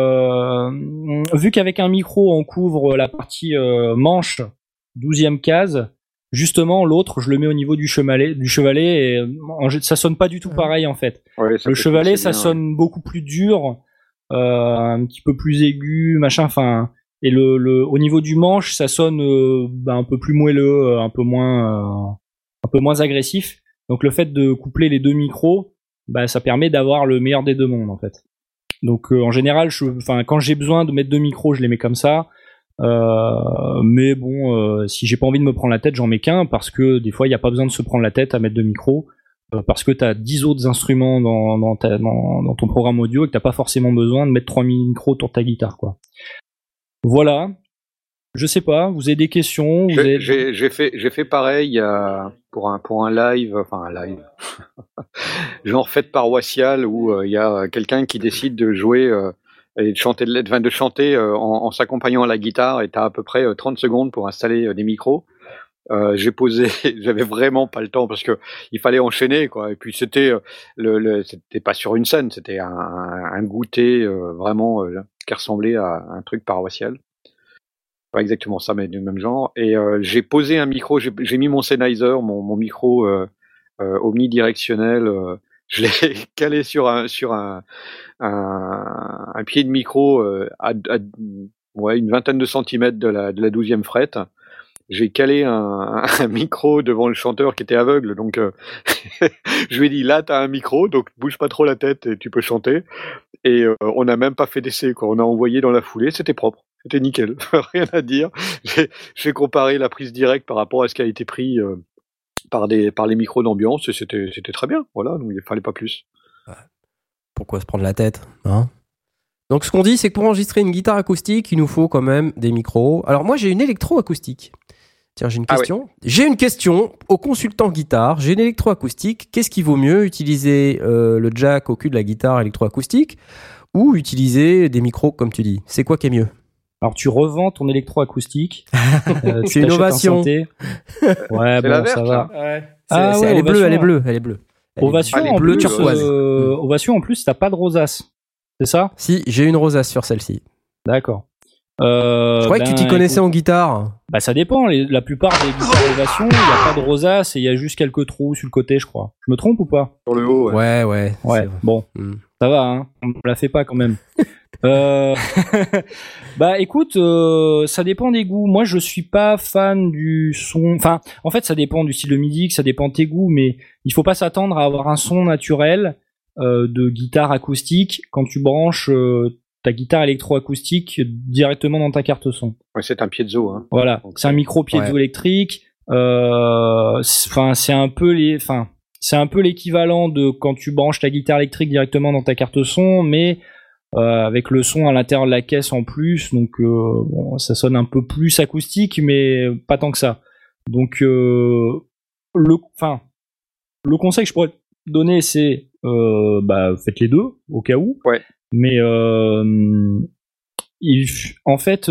vu qu'avec un micro on couvre la partie manche, 12e case, justement l'autre je le mets au niveau du chevalet et ça sonne pas du tout pareil en fait. Ouais, ça Le peut chevalet être ça bien, sonne beaucoup plus dur, un petit peu plus aigu, machin, enfin. Et au niveau du manche, ça sonne un peu plus moelleux, un peu moins agressif. Donc le fait de coupler les deux micros, bah ça permet d'avoir le meilleur des deux mondes en fait. Donc en général, quand j'ai besoin de mettre deux micros, je les mets comme ça. Mais bon, si j'ai pas envie de me prendre la tête, j'en mets qu'un parce que des fois il n'y a pas besoin de se prendre la tête à mettre deux micros parce que t'as 10 autres instruments dans ton programme audio et que t'as pas forcément besoin de mettre 3 micros autour de ta guitare quoi. Voilà. Je sais pas, vous avez des questions? J'ai fait pareil pour un live, enfin un live, genre fête paroissiale où il y a quelqu'un qui décide de jouer et de chanter en s'accompagnant à la guitare et t'as à peu près 30 secondes pour installer des micros. J'ai posé, j'avais vraiment pas le temps parce que il fallait enchaîner quoi. Et puis c'était c'était pas sur une scène, c'était un goûter vraiment qui ressemblait à un truc paroissial. Pas exactement ça, mais du même genre. Et j'ai posé un micro, j'ai mis mon Sennheiser, mon micro omnidirectionnel. Je l'ai calé sur un pied de micro à une vingtaine de centimètres de la 12e frette. j'ai calé un micro devant le chanteur qui était aveugle, donc je lui ai dit là t'as un micro, donc bouge pas trop la tête et tu peux chanter. Et on n'a même pas fait d'essai, quoi. On a envoyé dans la foulée, c'était propre, c'était nickel, rien à dire. J'ai comparé la prise directe par rapport à ce qui a été pris par les micros d'ambiance et c'était très bien. Voilà, donc il fallait pas plus. Pourquoi se prendre la tête, hein? Donc ce qu'on dit, c'est que pour enregistrer une guitare acoustique, il nous faut quand même des micros. Alors moi, j'ai une électroacoustique. Tiens, j'ai une question. Ouais. J'ai une question au consultant guitare. J'ai une électroacoustique. Qu'est-ce qui vaut mieux, utiliser le jack au cul de la guitare électroacoustique ou utiliser des micros, comme tu dis? C'est quoi qui est mieux? Alors tu revends ton électroacoustique. C'est une ovation. Ouais, bon, ça va. Ouais. Elle est bleue, elle est bleue, elle est bleue. Ovation, en bleu turquoise. Ovation, en plus, t'as pas de rosace. C'est ça? Si, j'ai une rosace sur celle-ci. D'accord. Je croyais que tu t'y connaissais en guitare. Bah ça dépend. La plupart des guitares Ovation, il n'y a pas de rosace et il y a juste quelques trous sur le côté, je crois. Je me trompe ou pas? Sur le haut, ouais. Ouais, bon. Ça va, hein. On me la fait pas quand même. Bah écoute, ça dépend des goûts. Moi, je suis pas fan du son. Enfin, en fait, ça dépend du style de musique, ça dépend de tes goûts, mais il faut pas s'attendre à avoir un son naturel de guitare acoustique quand tu branches ta guitare électroacoustique directement dans ta carte son. Ouais, c'est un piezo, hein. Voilà, donc, c'est un micro piezo électrique. Enfin, c'est un peu l'équivalent de quand tu branches ta guitare électrique directement dans ta carte son, mais avec le son à l'intérieur de la caisse en plus, donc bon, ça sonne un peu plus acoustique, mais pas tant que ça. Donc le conseil que je pourrais te donner, c'est faites les deux au cas où. Ouais. Mais en fait,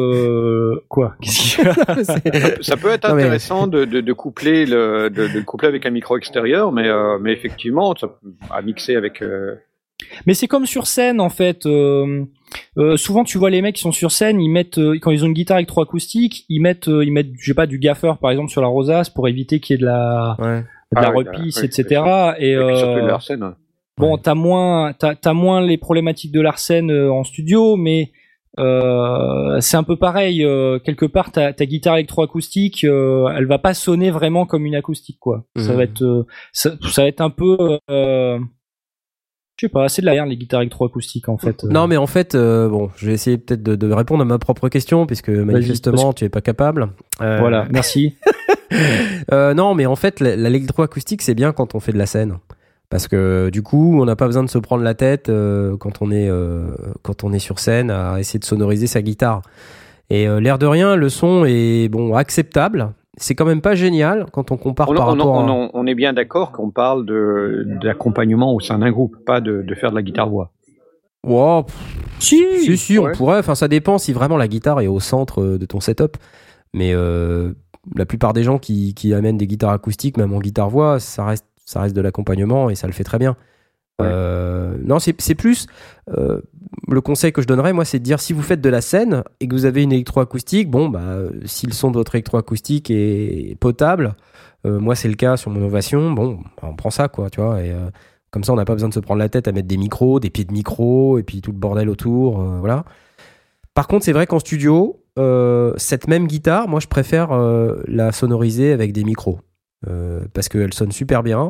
quoi? Qu'est-ce qu'il y a? Ça peut être intéressant de coupler de coupler avec un micro extérieur, mais effectivement, à mixer avec. Mais c'est comme sur scène en fait. Souvent, tu vois les mecs qui sont sur scène, ils mettent quand ils ont une guitare électroacoustique, ils mettent, je sais pas, du gaffer par exemple sur la rosace pour éviter qu'il y ait de la repisse, etc. Et puis surtout de l'arsène. Bon, t'as moins les problématiques de l'arsène en studio, mais c'est un peu pareil. Quelque part, ta guitare électroacoustique, elle va pas sonner vraiment comme une acoustique, quoi. Ça va être, ça va être un peu, je sais pas, c'est de la merde les guitares électroacoustiques en fait. Non, mais en fait, bon, je vais essayer peut-être de répondre à ma propre question puisque manifestement tu es pas capable. Voilà, merci. Non, mais en fait, l'électroacoustique c'est bien quand on fait de la scène. Parce que du coup, on n'a pas besoin de se prendre la tête quand on est sur scène à essayer de sonoriser sa guitare. Et l'air de rien, le son est bon acceptable. C'est quand même pas génial quand on compare par rapport à... On est bien d'accord qu'on parle d'accompagnement au sein d'un groupe, pas de faire de la guitare-voix. Wow, si, ouais. On pourrait. Enfin, ça dépend si vraiment la guitare est au centre de ton setup. Mais la plupart des gens qui amènent des guitares acoustiques, même en guitare-voix, ça reste de l'accompagnement et ça le fait très bien. Ouais. Non, c'est plus le conseil que je donnerais, moi, c'est de dire si vous faites de la scène et que vous avez une électroacoustique, bon, si le son de votre électroacoustique est potable, moi c'est le cas sur mon Ovation, bon, on prend ça, quoi, tu vois, et comme ça on n'a pas besoin de se prendre la tête à mettre des micros, des pieds de micro et puis tout le bordel autour, voilà. Par contre, c'est vrai qu'en studio, cette même guitare, moi je préfère la sonoriser avec des micros parce qu'elle sonne super bien.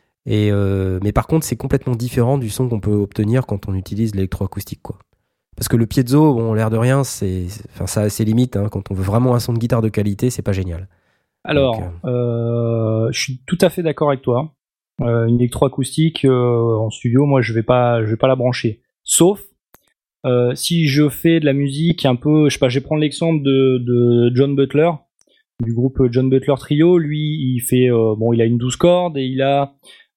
Mais par contre, c'est complètement différent du son qu'on peut obtenir quand on utilise l'électroacoustique, quoi. Parce que le piezo, bon, l'air de rien, ça a ses limites, hein. Quand on veut vraiment un son de guitare de qualité, c'est pas génial. Alors, je suis tout à fait d'accord avec toi. Une électroacoustique en studio, moi, je vais pas la brancher. Sauf si je fais de la musique un peu, je sais pas, je vais prendre l'exemple de John Butler, du groupe John Butler Trio. Lui, il fait, il a une 12 cordes et il a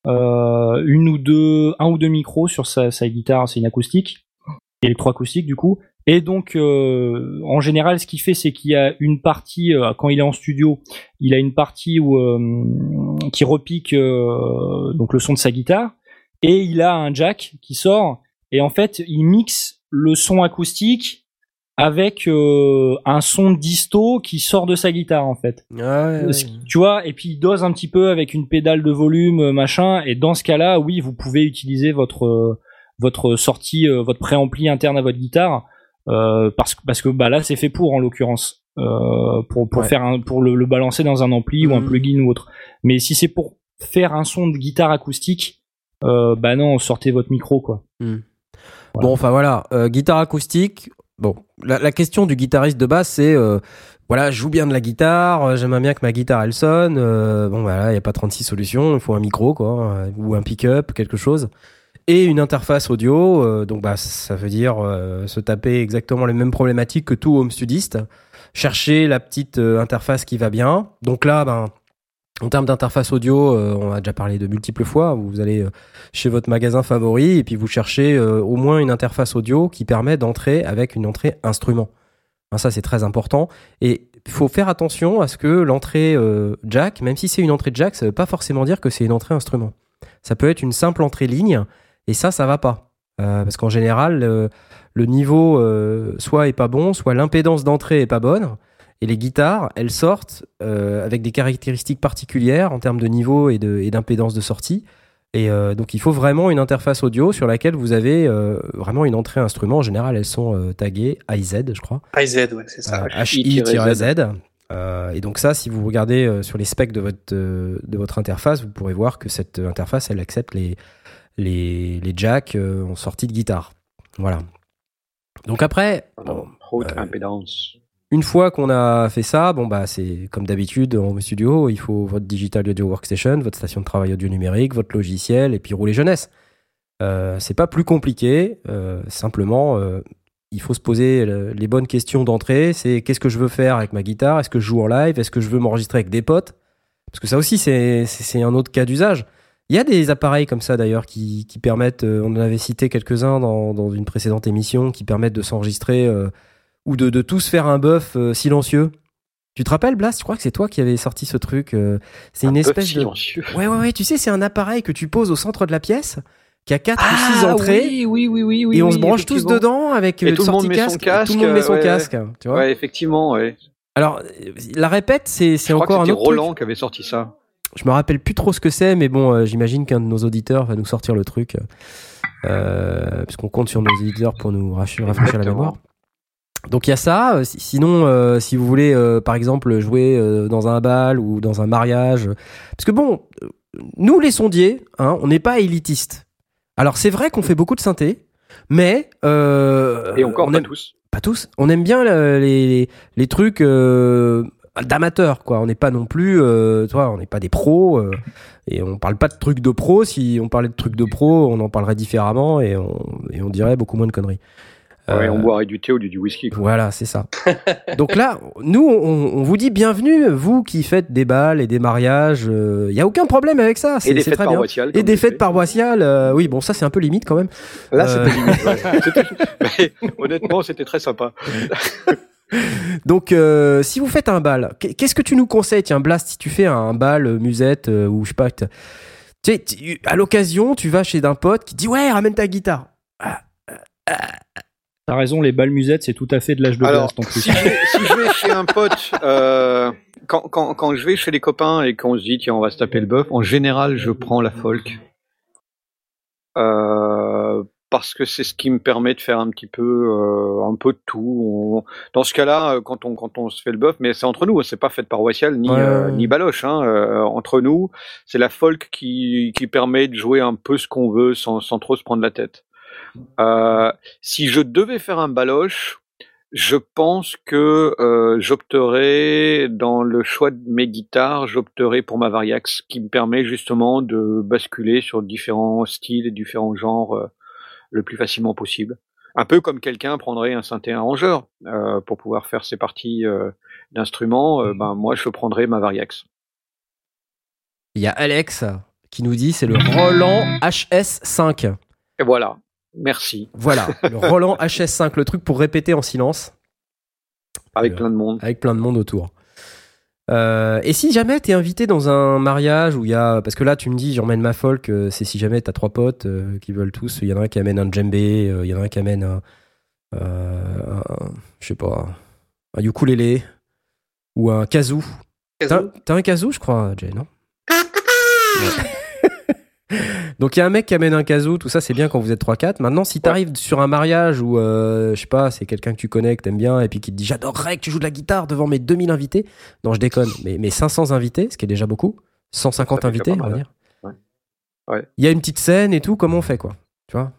un ou deux micros sur sa guitare, c'est une acoustique, électroacoustique du coup. Et donc, en général, ce qu'il fait, c'est qu'il y a une partie, quand il est en studio, il a une partie qui repique donc le son de sa guitare, et il a un jack qui sort, et en fait, il mixe le son acoustique avec un son disto qui sort de sa guitare en fait. Ouais. Tu vois, et puis il dose un petit peu avec une pédale de volume machin, et dans ce cas-là, oui, vous pouvez utiliser votre sortie, votre préampli interne à votre guitare, parce que là c'est fait pour en l'occurrence. pour faire pour le balancer dans un ampli ou un plugin ou autre. Mais si c'est pour faire un son de guitare acoustique, bah non, sortez votre micro quoi. Voilà. Bon, enfin voilà, guitare acoustique. Bon, la question du guitariste de base, c'est voilà, je joue bien de la guitare, j'aimerais bien que ma guitare elle sonne. Bon, voilà, il y a pas 36 solutions, il faut un micro quoi, ou un pick-up, quelque chose. Et une interface audio, donc bah ça veut dire se taper exactement les mêmes problématiques que tout home studiste, chercher la petite interface qui va bien. Donc là, ben en termes d'interface audio, on a déjà parlé de multiples fois. Vous allez chez votre magasin favori et puis vous cherchez au moins une interface audio qui permet d'entrer avec une entrée instrument. Hein, ça c'est très important et il faut faire attention à ce que l'entrée jack, même si c'est une entrée jack, ça veut pas forcément dire que c'est une entrée instrument. Ça peut être une simple entrée ligne. Et ça va pas. Parce qu'en général, le niveau soit est pas bon, soit l'impédance d'entrée est pas bonne. Et les guitares, elles sortent avec des caractéristiques particulières en termes de niveau et d'impédance de sortie. Et donc, il faut vraiment une interface audio sur laquelle vous avez vraiment une entrée instrument. En général, elles sont taguées IZ, je crois. IZ, ouais, c'est ça. HI-Z. Et donc ça, si vous regardez sur les specs de votre interface, vous pourrez voir que cette interface, elle accepte les jacks en sortie de guitare. Voilà. Donc après, haute impédance. Une fois qu'on a fait ça, bon bah c'est comme d'habitude en home studio, il faut votre digital audio workstation, votre station de travail audio numérique, votre logiciel et puis rouler jeunesse. C'est pas plus compliqué. Simplement, il faut se poser les bonnes questions d'entrée. C'est qu'est-ce que je veux faire avec ma guitare ? Est-ce que je joue en live ? Est-ce que je veux m'enregistrer avec des potes ? Parce que ça aussi c'est un autre cas d'usage. Il y a des appareils comme ça d'ailleurs qui permettent, on en avait cité quelques-uns dans une précédente émission, qui permettent de s'enregistrer ou de tous faire un buff silencieux. Tu te rappelles, Blast ? Je crois que c'est toi qui avais sorti ce truc. C'est une espèce de... silencieux. Ouais, tu sais, c'est un appareil que tu poses au centre de la pièce, qui a 4 ou 6 entrées. Oui, et on se branche tous dedans avec et tout le monde met casque. son casque. Tout le monde met son casque. Tu vois ? Ouais, effectivement, ouais. Alors, la répète, c'est encore un autre Roland truc. qui avait sorti ça. Je me rappelle plus trop ce que c'est, mais bon, j'imagine qu'un de nos auditeurs va nous sortir le truc, puisqu'on compte sur nos auditeurs pour nous rafraîchir la mémoire. Donc il y a ça. Sinon, si vous voulez, par exemple, jouer dans un bal ou dans un mariage, parce que bon, nous les sondiers, hein, on n'est pas élitistes. Alors c'est vrai qu'on fait beaucoup de synthé, mais et encore pas tous. Pas tous. On aime bien les trucs d'amateurs, quoi. On n'est pas non plus, on n'est pas des pros, et on parle pas de trucs de pros. Si on parlait de trucs de pros, on en parlerait différemment et on dirait beaucoup moins de conneries. Ouais, on boirait du thé ou du whisky, quoi. Voilà, c'est ça. Donc là, nous, on vous dit bienvenue, vous qui faites des bals et des mariages. Il y a aucun problème avec ça. Et des c'est fêtes très bien. paroissiales. Et des fêtes paroissiales. Oui, bon, ça c'est un peu limite quand même. Là, c'était limite. Ouais. Mais, honnêtement, c'était très sympa. Donc, si vous faites un bal, qu'est-ce que tu nous conseilles ? Tiens, Blast, si tu fais un bal musette ou je sais pas, à l'occasion, tu vas chez un pote qui dit ouais, ramène ta guitare. T'as raison, les balles musettes, c'est tout à fait de l'âge de Blast en plus. Si je vais chez un pote, quand je vais chez les copains et qu'on se dit tiens on va se taper le bœuf, en général je prends la folk. Parce que c'est ce qui me permet de faire un petit peu de tout. Dans ce cas-là, quand on se fait le bœuf, mais c'est entre nous, c'est pas fête paroissiale ni baloche. Entre nous, c'est la folk qui permet de jouer un peu ce qu'on veut sans trop se prendre la tête. Si je devais faire un baloche, je pense que j'opterais, dans le choix de mes guitares, j'opterais pour ma Variax, qui me permet justement de basculer sur différents styles et différents genres le plus facilement possible. Un peu comme quelqu'un prendrait un synthé arrangeur pour pouvoir faire ses parties d'instruments, moi je prendrais ma Variax. Il y a Alex qui nous dit c'est le Roland HS5. Et voilà. Merci. Voilà, le Roland HS5, le truc pour répéter en silence. Avec plein de monde. Avec plein de monde autour. Et si jamais t'es invité dans un mariage où il y a... Parce que là, tu me dis, j'emmène ma folk, c'est si jamais t'as 3 potes qui veulent tous... Il y en a un qui amène un djembé, il y en a un qui amène je sais pas, un ukulélé ou un kazoo. T'as un kazoo, je crois, Jay, non? Donc il y a un mec qui amène un kazoo, tout ça c'est bien quand vous êtes 3-4. Maintenant, si t'arrives sur un mariage où, je sais pas, c'est quelqu'un que tu connais, que t'aimes bien, et puis qui te dit j'adorerais que tu joues de la guitare devant mes 2000 invités. Non, je déconne, mais mes 500 invités, ce qui est déjà beaucoup. 150 invités, on va dire. Ouais. Il y a une petite scène et tout, comment on fait quoi? Tu vois?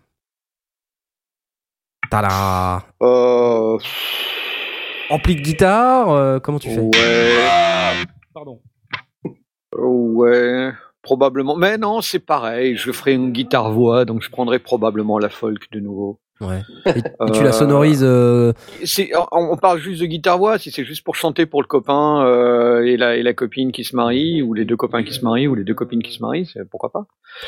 Tada! Ampli de guitare, comment tu fais? Ouais. Pardon. Ouais. Probablement. Mais non, c'est pareil. Je ferai une guitare-voix, donc je prendrai probablement la folk de nouveau. Ouais. Et tu la sonorises. On parle juste de guitare-voix. Si c'est juste pour chanter pour le copain et la copine qui se marie, ou les deux copains qui se marient, ou les deux copines qui se marient, pourquoi pas.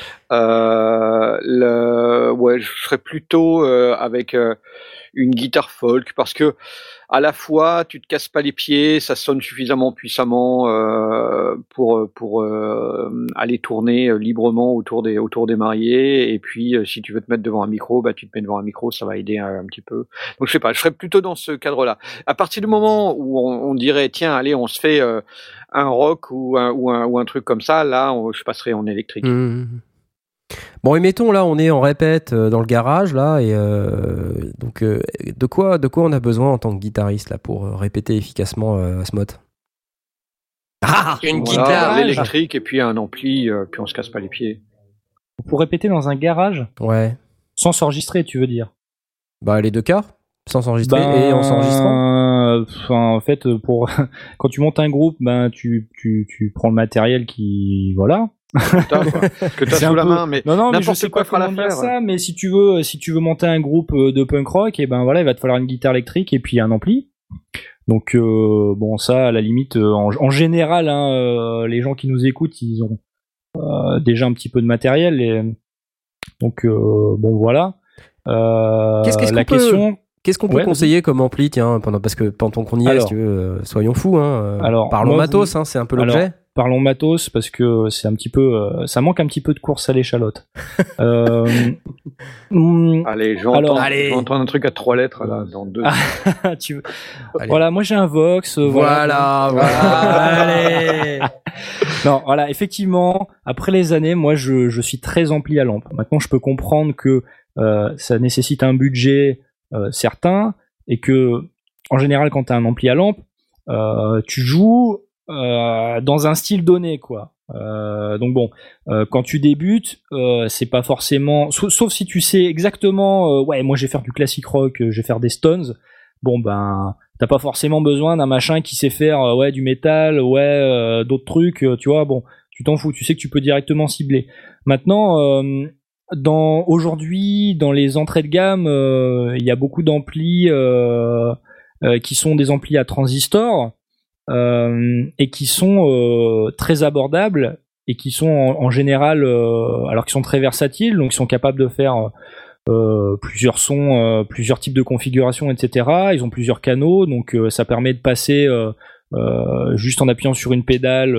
Ouais, je serais plutôt avec une guitare folk, parce que à la fois tu te casses pas les pieds, ça sonne suffisamment puissamment pour aller tourner librement autour des mariés, et puis si tu veux te mettre devant un micro, bah tu te mets devant un micro, ça va aider un petit peu. Donc je sais pas, je serais plutôt dans ce cadre-là. À partir du moment où on dirait tiens allez on se fait un rock ou un truc comme ça, là je passerai en électrique. Bon, et mettons là, on est en répète dans le garage là, et donc de quoi on a besoin en tant que guitariste là pour répéter efficacement Smot? Une Voilà, guitare. l'électrique et puis un ampli, puis on se casse pas les pieds. Pour répéter dans un garage, Ouais. sans s'enregistrer, tu veux dire? Bah les deux cas, sans s'enregistrer et en s'enregistrant. En fait, quand tu montes un groupe, ben tu prends le matériel qui, voilà. Que t'as C'est sous un la peu- main, mais Non, mais je n'importe sais quoi pas fera comment dire l'affaire. ça, mais si tu veux monter un groupe de punk rock, et ben voilà, il va te falloir une guitare électrique et puis un ampli. Donc bon, ça à la limite, en général, hein, les gens qui nous écoutent, ils ont déjà un petit peu de matériel, et donc bon voilà. Qu'est-ce qu'on peut Ouais, conseiller comme ampli, tiens, parce que pendant qu'on y est, si tu veux, soyons fous, hein. Alors, Parlons moi, matos, hein, c'est un peu l'objet. Parlons matos, parce que c'est un petit peu, ça manque un petit peu de course à l'échalote. Allez, j'entends un truc à 3 lettres là dans 2. Voilà, moi j'ai un Vox. Voilà. Allez. Non, voilà, effectivement, après les années, moi je suis très ampli à lampe. Maintenant, je peux comprendre que ça nécessite un budget certain, et que en général, quand tu as un ampli à lampe, tu joues dans un style donné, quoi. Donc bon, quand tu débutes, c'est pas forcément, sauf si tu sais exactement, ouais, moi je vais faire du classic rock, je vais faire des Stones. Bon ben, t'as pas forcément besoin d'un machin qui sait faire ouais du métal, ouais d'autres trucs, tu vois. Bon, tu t'en fous, tu sais que tu peux directement cibler. Maintenant, aujourd'hui, dans les entrées de gamme, il y a beaucoup d'amplis qui sont des amplis à transistor. Et qui sont très abordables, et qui sont en général, alors qu'ils sont très versatiles, donc ils sont capables de faire plusieurs sons, plusieurs types de configurations, etc. Ils ont plusieurs canaux, donc ça permet de passer juste en appuyant sur une pédale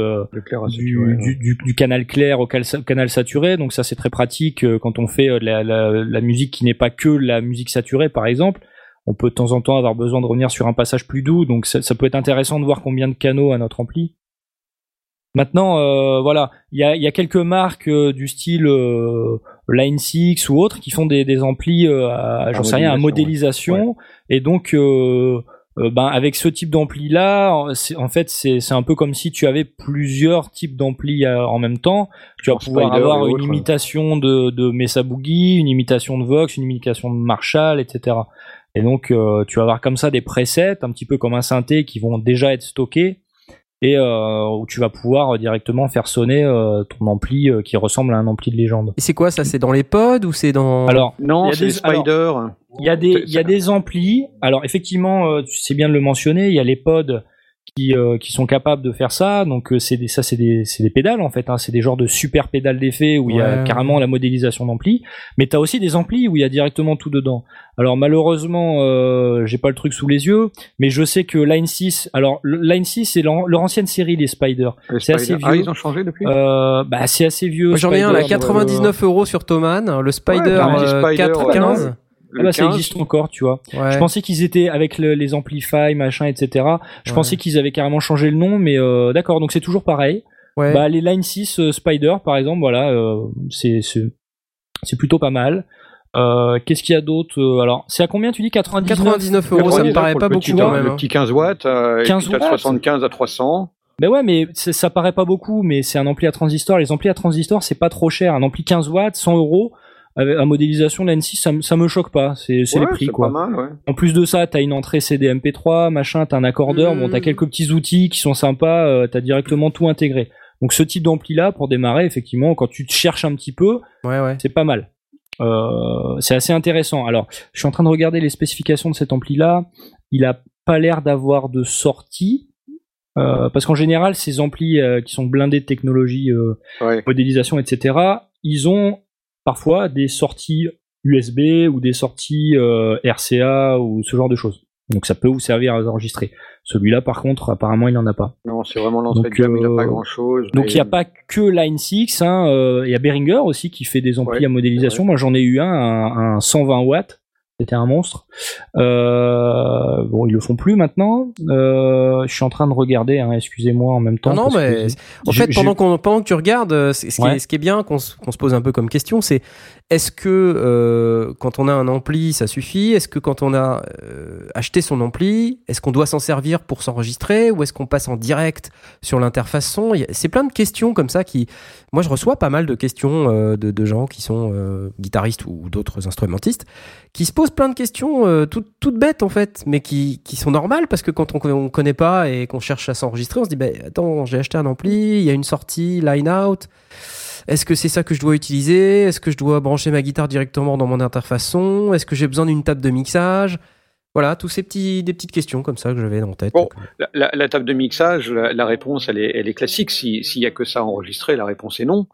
du canal clair au canal saturé. Donc ça c'est très pratique quand on fait la musique qui n'est pas que la musique saturée, par exemple. On peut de temps en temps avoir besoin de revenir sur un passage plus doux, donc ça peut être intéressant de voir combien de canaux a notre ampli. Maintenant, voilà, il y a quelques marques du style Line 6 ou autres qui font des amplis, j'en sais rien, à modélisation, ouais. Et donc ben avec ce type d'ampli là, en fait c'est un peu comme si tu avais plusieurs types d'amplis en même temps. Tu vas pouvoir avoir une imitation de Mesa Boogie, une imitation de Vox, une imitation de Marshall, etc. Et donc tu vas avoir comme ça des presets, un petit peu comme un synthé, qui vont déjà être stockés, et où tu vas pouvoir directement faire sonner ton ampli qui ressemble à un ampli de légende. Et c'est quoi ça? C'est dans les pods ou c'est dans... Alors non, c'est des Spider. Il y a des amplis. Alors effectivement, c'est bien de le mentionner. Il y a les pods qui sont capables de faire ça. Donc c'est des pédales en fait. Hein. C'est des genres de super pédales d'effet où il y a carrément la modélisation d'ampli. Mais t'as aussi des amplis où il y a directement tout dedans. Alors malheureusement, j'ai pas le truc sous les yeux, mais je sais que Line 6. Alors Line 6 c'est leur ancienne série, les Spider. C'est assez vieux. Ah, ils ont changé depuis. Bah c'est assez vieux. Moi, j'en ai un là, 99 € sur Thomann, le Spider 415. Ah bah, ça existe encore, tu vois. Ouais. Je pensais qu'ils étaient avec les Amplify, machin, etc. Je pensais qu'ils avaient carrément changé le nom, mais d'accord, donc c'est toujours pareil. Ouais. Bah, les Line 6 Spider, par exemple, voilà, c'est C'est plutôt pas mal. Qu'est-ce qu'il y a d'autre? Alors, c'est à combien tu dis? 99 €, ça me paraît pas beaucoup quand même. Le petit 15 watts, 15 watts, 75 à 300. Ben ouais, mais ça paraît pas beaucoup, mais c'est un ampli à transistor. Les amplis à transistor, c'est pas trop cher. Un ampli 15 watts, 100 €, à modélisation de l'N6, ça me choque pas. C'est les prix, quoi. Pas mal, ouais. En plus de ça, t'as une entrée CD MP3, machin, t'as un accordeur, bon, t'as quelques petits outils qui sont sympas, t'as directement tout intégré. Donc ce type d'ampli-là, pour démarrer, effectivement, quand tu te cherches un petit peu, c'est pas mal. C'est assez intéressant. Alors, je suis en train de regarder les spécifications de cet ampli-là. Il a pas l'air d'avoir de sortie. Parce qu'en général, ces amplis qui sont blindés de technologie, modélisation, etc., ils ont parfois des sorties USB ou des sorties RCA ou ce genre de choses. Donc ça peut vous servir à enregistrer. Celui-là, par contre, apparemment, il n'en a pas. Non, c'est vraiment l'entrée de gamme, il n'a pas grand-chose. Donc il n'y a pas que Line 6, il y a Behringer aussi qui fait des amplis à modélisation. Moi, j'en ai eu un 120 watts. C'était un monstre. Bon, ils le font plus maintenant. Je suis en train de regarder, hein, excusez-moi en même temps. Non, mais en fait, pendant que tu regardes, ce qui est bien qu'on se pose un peu comme question, c'est est-ce que quand on a un ampli, ça suffit? Est-ce que quand on a acheté son ampli, est-ce qu'on doit s'en servir pour s'enregistrer ou est-ce qu'on passe en direct sur l'interface son? C'est plein de questions comme ça qui... Moi, je reçois pas mal de questions de gens qui sont guitaristes ou d'autres instrumentistes qui se posent plein de questions toutes bêtes en fait, mais qui sont normales parce que quand on connaît pas et qu'on cherche à s'enregistrer, on se dit attends, j'ai acheté un ampli, il y a une sortie line out, est-ce que c'est ça que je dois utiliser, est-ce que je dois brancher ma guitare directement dans mon interface son, est-ce que j'ai besoin d'une table de mixage? Voilà, tous des petites questions comme ça que j'avais en tête. Bon, la table de mixage, la réponse elle est classique. S'il y a que ça enregistré, la réponse est non.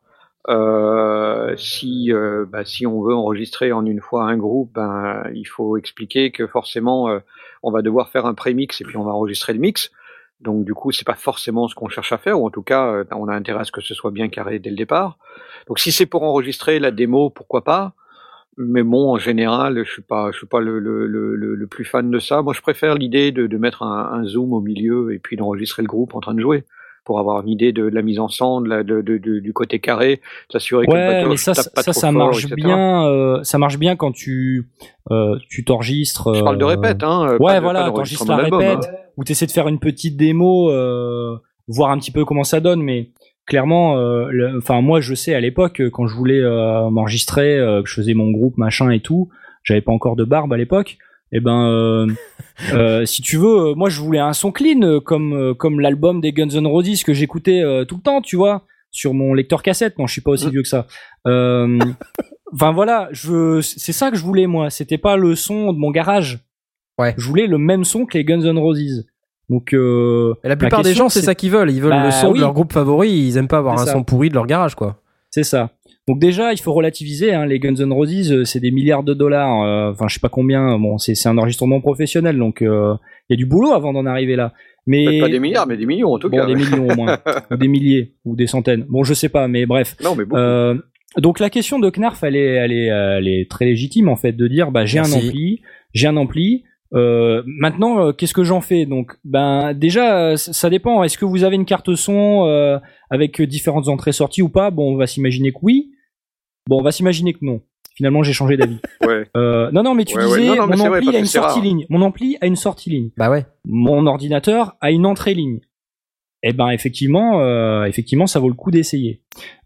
Si on veut enregistrer en une fois un groupe, il faut expliquer que forcément on va devoir faire un pré-mix et puis on va enregistrer le mix. Donc du coup c'est pas forcément ce qu'on cherche à faire, ou en tout cas on a intérêt à ce que ce soit bien carré dès le départ. Donc si c'est pour enregistrer la démo, pourquoi pas. Mais bon, en général, je suis pas le plus fan de ça. Moi, je préfère l'idée de mettre un zoom au milieu et puis d'enregistrer le groupe en train de jouer, pour avoir une idée de la mise en son, du côté carré, s'assurer que le mais ça marche etc. bien. Ça marche bien quand tu t'enregistres. Je parle de répète, hein. Voilà, t'enregistres la répète, ou t'essaies de faire une petite démo, voir un petit peu comment ça donne, mais clairement, moi je sais à l'époque quand je voulais m'enregistrer, que je faisais mon groupe machin et tout, j'avais pas encore de barbe à l'époque. Et si tu veux, moi je voulais un son clean comme l'album des Guns N' Roses que j'écoutais tout le temps, tu vois, sur mon lecteur cassette. Non, je suis pas aussi vieux que ça. Voilà, c'est ça que je voulais moi. C'était pas le son de mon garage. Ouais. Je voulais le même son que les Guns N' Roses. Donc et la plupart des gens, c'est ça qu'ils veulent. Ils veulent le son de leur groupe favori. Ils aiment pas avoir un son pourri de leur garage, quoi. C'est ça. Donc déjà, il faut relativiser. Hein, les Guns N' Roses, c'est des milliards de dollars. Je sais pas combien. Bon, c'est un enregistrement professionnel, donc il y a du boulot avant d'en arriver là. Mais peut-être pas des milliards, mais des millions en tout cas. Des millions au moins, ou des milliers, ou des centaines. Bon, je sais pas, mais bref. Non, mais beaucoup. Donc la question de Knarf, elle est très légitime en fait, de dire j'ai un ampli. Maintenant, qu'est-ce que j'en fais? Donc, déjà, ça dépend. Est-ce que vous avez une carte son avec différentes entrées-sorties ou pas? Bon, on va s'imaginer que oui. Bon, on va s'imaginer que non. Finalement, j'ai changé d'avis. Ouais. Non, mais tu disais, mon ampli a une sortie ligne. Mon ampli a une sortie ligne. Bah ouais. Mon ordinateur a une entrée ligne. Eh effectivement, ça vaut le coup d'essayer.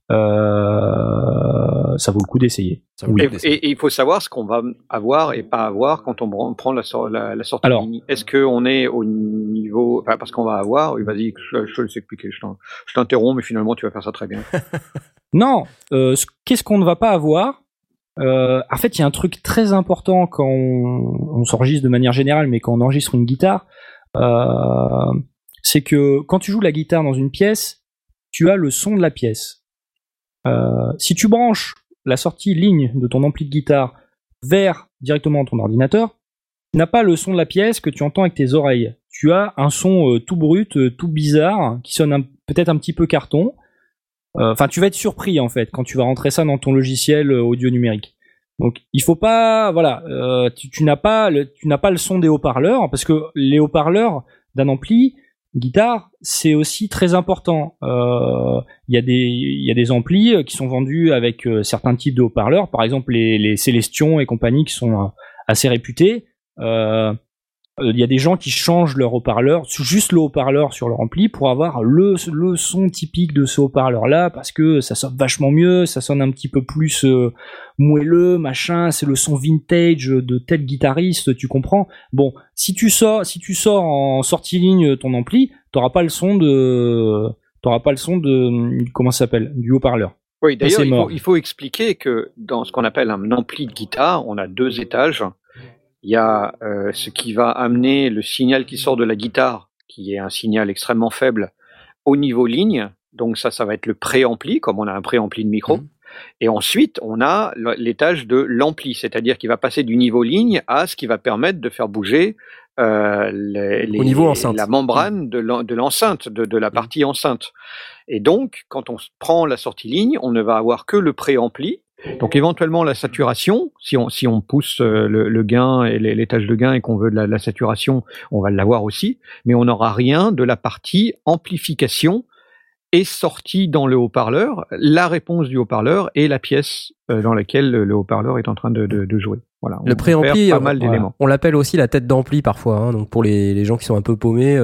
Ça vaut le coup d'essayer. Et il faut savoir ce qu'on va avoir et pas avoir quand on prend la sortie ligne. Est-ce qu'on est au niveau... parce qu'on va avoir... Vas-y, je te laisse expliquer. Je t'interromps, mais finalement, tu vas faire ça très bien. Non. Qu'est-ce qu'on ne va pas avoir? En fait, il y a un truc très important quand on s'enregistre de manière générale, mais quand on enregistre une guitare, c'est que quand tu joues la guitare dans une pièce, tu as le son de la pièce. Si tu branches la sortie ligne de ton ampli de guitare vers directement ton ordinateur, tu n'as pas le son de la pièce que tu entends avec tes oreilles. Tu as un son tout brut, tout bizarre, qui sonne peut-être un petit peu carton. Tu vas être surpris en fait quand tu vas rentrer ça dans ton logiciel audio numérique. Donc il faut pas, tu n'as pas le son des haut-parleurs, parce que les haut-parleurs d'un ampli, guitare, c'est aussi très important. Il y a des amplis qui sont vendus avec certains types de haut-parleurs, par exemple les Celestion et compagnie qui sont assez réputés. Il y a des gens qui changent leur haut-parleur, juste le haut-parleur sur leur ampli pour avoir le son typique de ce haut-parleur-là, parce que ça sonne vachement mieux, ça sonne un petit peu plus moelleux, machin, c'est le son vintage de tel guitariste, tu comprends? Bon, si tu sors en sortie ligne ton ampli, t'auras pas le son de comment ça s'appelle? Du haut-parleur. Oui, d'ailleurs, il faut expliquer que dans ce qu'on appelle un ampli de guitare, on a 2 étages. Il y a ce qui va amener le signal qui sort de la guitare, qui est un signal extrêmement faible, au niveau ligne. Donc ça va être le préampli, comme on a un préampli de micro. Et ensuite, on a l'étage de l'ampli, c'est-à-dire qu'il va passer du niveau ligne à ce qui va permettre de faire bouger au niveau enceinte. La membrane de l'enceinte, de la partie enceinte. Et donc, quand on prend la sortie ligne, on ne va avoir que le préampli. Donc éventuellement la saturation, si on pousse le gain et l'étage de gain et qu'on veut de la saturation, on va l'avoir aussi, mais on n'aura rien de la partie amplification et sortie dans le haut-parleur, la réponse du haut-parleur et la pièce dans laquelle le haut-parleur est en train de jouer. Voilà, le préampli, pas mal d'éléments. On l'appelle aussi la tête d'ampli parfois, hein, donc pour les gens qui sont un peu paumés,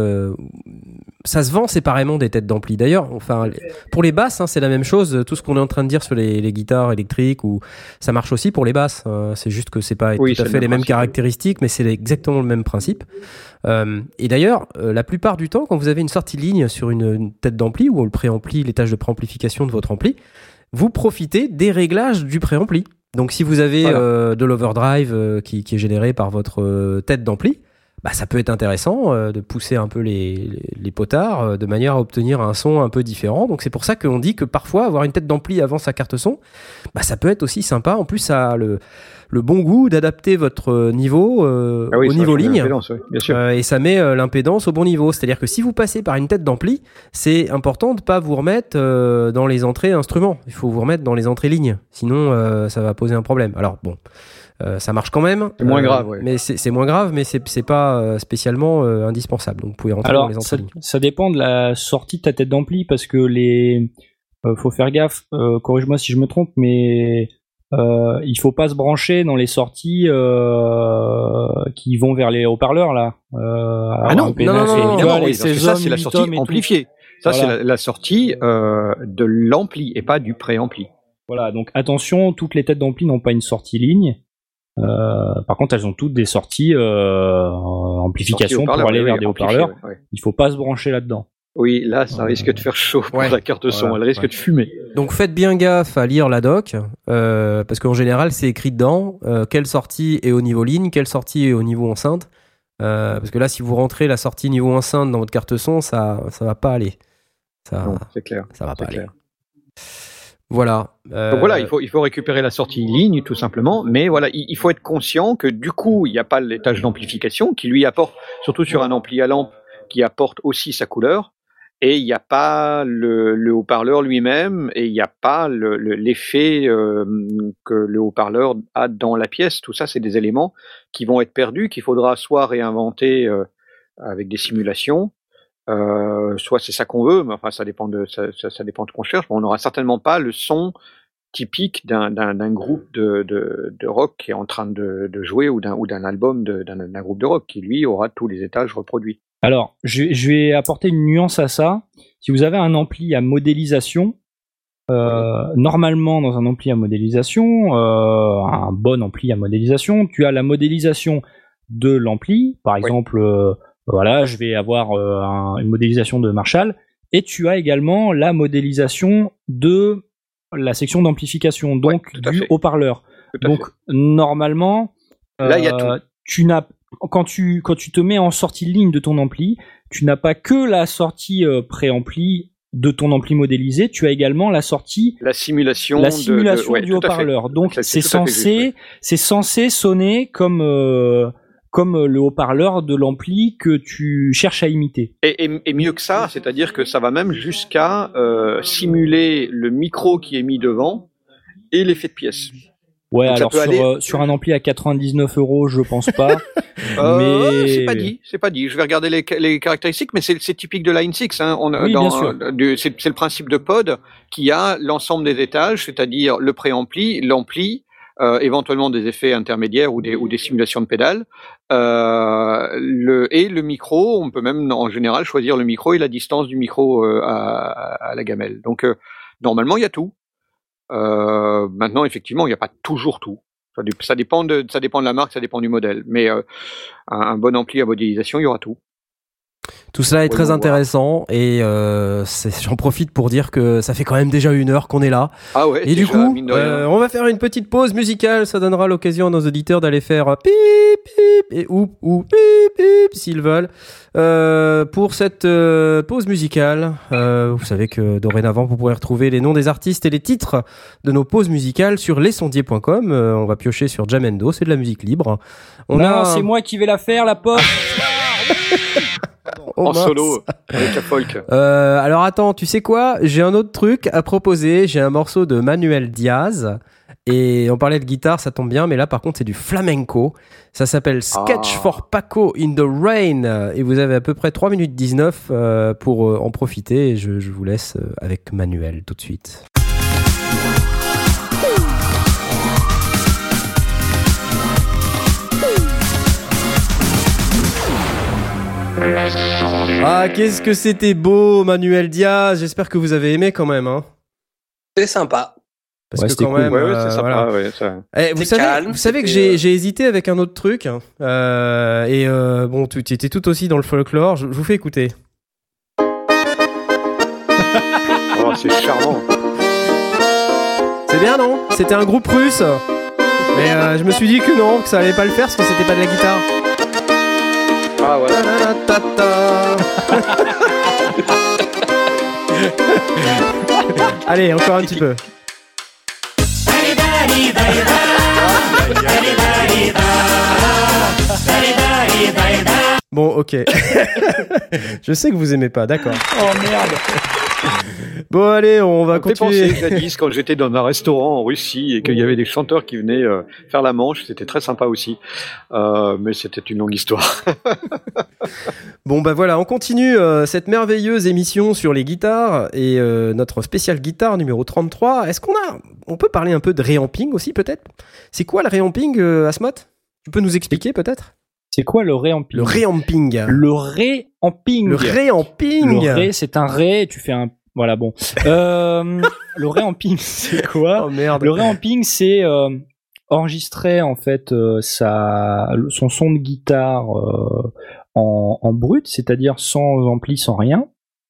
ça se vend séparément des têtes d'ampli. D'ailleurs, enfin, pour les basses, hein, c'est la même chose. Tout ce qu'on est en train de dire sur les guitares électriques, ou ça marche aussi pour les basses. C'est juste que c'est pas tout à fait les mêmes caractéristiques, mais c'est exactement le même principe. Et d'ailleurs, la plupart du temps, quand vous avez une sortie ligne sur une tête d'ampli ou le préampli, l'étage de préamplification de votre ampli, vous profitez des réglages du préampli. Donc, si vous avez de l'overdrive qui est généré par votre tête d'ampli, bah, ça peut être intéressant de pousser un peu les potards de manière à obtenir un son un peu différent. Donc c'est pour ça qu'on dit que parfois avoir une tête d'ampli avant sa carte son, bah, ça peut être aussi sympa. En plus, ça a le bon goût d'adapter votre niveau au niveau ligne, bien sûr. Et ça met l'impédance au bon niveau. C'est-à-dire que si vous passez par une tête d'ampli, c'est important de pas vous remettre dans les entrées instruments. Il faut vous remettre dans les entrées lignes, sinon ça va poser un problème. Alors bon. Ça marche quand même. C'est moins grave, mais c'est moins grave, mais c'est pas spécialement indispensable. Donc vous pouvez rentrer dans les entrées lignes. Ça dépend de la sortie de ta tête d'ampli, parce que faut faire gaffe. Corrige-moi si je me trompe, mais il faut pas se brancher dans les sorties qui vont vers les haut-parleurs là. Non, ça c'est la sortie amplifiée. Ça c'est la sortie de l'ampli et pas du préampli. Voilà, donc attention, toutes les têtes d'ampli n'ont pas une sortie ligne. Par contre, elles ont toutes des sorties amplification pour aller vers des haut-parleurs. Il faut pas se brancher là-dedans. Oui, là, ça risque de faire chaud pour la carte son. Elle risque de fumer. Donc, faites bien gaffe à lire la doc, parce qu'en général, c'est écrit dedans quelle sortie est au niveau ligne, quelle sortie est au niveau enceinte. Parce que là, si vous rentrez la sortie niveau enceinte dans votre carte son, ça va pas aller. Non, c'est clair. Ça va pas aller. Voilà. Donc voilà, il faut récupérer la sortie ligne tout simplement, mais voilà, il faut être conscient que du coup, il n'y a pas l'étage d'amplification qui lui apporte, surtout sur un ampli à lampe, qui apporte aussi sa couleur, et il n'y a pas le haut-parleur lui-même, et il n'y a pas l'effet que le haut-parleur a dans la pièce. Tout ça, c'est des éléments qui vont être perdus, qu'il faudra soit réinventer avec des simulations, soit c'est ça qu'on veut, mais enfin ça dépend de ça dépend de ce qu'on cherche. On n'aura certainement pas le son typique d'un groupe de rock qui est en train de jouer, ou d'un album d'un groupe de rock qui lui aura tous les étages reproduits. Alors je vais apporter une nuance à ça. Si vous avez un ampli à modélisation, normalement dans un ampli à modélisation, un bon ampli à modélisation, tu as la modélisation de l'ampli, par exemple. Voilà, je vais avoir une modélisation de Marshall, et tu as également la modélisation de la section d'amplification, donc du haut-parleur. Donc normalement, là il y a tout. Quand tu te mets en sortie ligne de ton ampli, tu n'as pas que la sortie préampli de ton ampli modélisé, tu as également la simulation du haut-parleur. Donc c'est censé sonner comme le haut-parleur de l'ampli que tu cherches à imiter. Et mieux que ça, c'est-à-dire que ça va même jusqu'à simuler le micro qui est mis devant et l'effet de pièce. Ouais, Donc, ça alors peut aller- sur un ampli à 99 €, je pense pas. Mais mais c'est pas dit. Je vais regarder les caractéristiques, mais c'est typique de Line 6. Hein. Oui, bien sûr. C'est le principe de pod qui a l'ensemble des étages, c'est-à-dire le préampli, l'ampli, éventuellement des effets intermédiaires ou des simulations de pédales, et le micro. On peut même en général choisir le micro et la distance du micro à la gamelle. Donc normalement il y a tout. Maintenant effectivement il n'y a pas toujours tout. Ça dépend de la marque, ça dépend du modèle. Mais un bon ampli à modélisation, il y aura tout. Tout cela est Voyons très voir. intéressant et j'en profite pour dire que ça fait quand même déjà 1 heure qu'on est là. Ah ouais. Et du déjà, coup, mine de rien. on va faire une petite pause musicale. Ça donnera l'occasion à nos auditeurs d'aller faire pip pip et ou pip pip s'ils veulent. Pour cette pause musicale, vous savez que dorénavant vous pourrez retrouver les noms des artistes et les titres de nos pauses musicales sur lesondiers.com. On va piocher sur Jamendo, c'est de la musique libre. non, c'est moi qui vais la faire, la pop. Oh, En mince. solo avec la folk. Alors attends, tu sais quoi? J'ai un autre truc à proposer. J'ai un morceau de Manuel Diaz. Et on parlait de guitare, ça tombe bien, mais là par contre c'est du flamenco. Ça s'appelle Sketch for Paco in the Rain. Et vous avez à peu près 3 minutes 19 pour en profiter. Et je vous laisse avec Manuel tout de suite. Ah, qu'est-ce que c'était beau, Manuel Diaz. J'espère que vous avez aimé quand même, hein. C'est sympa. Parce Ouais, que c'était quand cool. même, Ouais, c'est sympa. voilà. Ouais, ça. Eh, vous C'est calme, savez que c'était, j'ai hésité avec un autre truc. Hein. Bon, tu étais tout aussi dans le folklore. Je vous fais écouter. Oh, c'est charmant. C'est bien, non? C'était un groupe russe. Mais je me suis dit que non, que ça allait pas le faire parce que c'était pas de la guitare. Ah voilà. Allez, encore un petit peu. Bon, ok. Je sais que vous aimez pas, d'accord. Oh merde. Bon, allez, on va Ça me fait continuer. penser jadis quand j'étais dans un restaurant en Russie et qu'il y avait des chanteurs qui venaient faire la manche, c'était très sympa aussi. Mais c'était une longue histoire. Bon, bah voilà, on continue cette merveilleuse émission sur les guitares et notre spécial guitare numéro 33. On peut parler un peu de réamping aussi, peut-être? C'est quoi le réamping, Asmot? Tu peux nous expliquer, peut-être? C'est quoi le réamping? Le réamping. Le réamping. Le réamping. Le ré, c'est un ré, tu fais un... Voilà, bon. Le réamping, c'est quoi? Oh merde. Le réamping, c'est enregistrer en fait son son de guitare en brut, c'est-à-dire sans ampli, sans rien,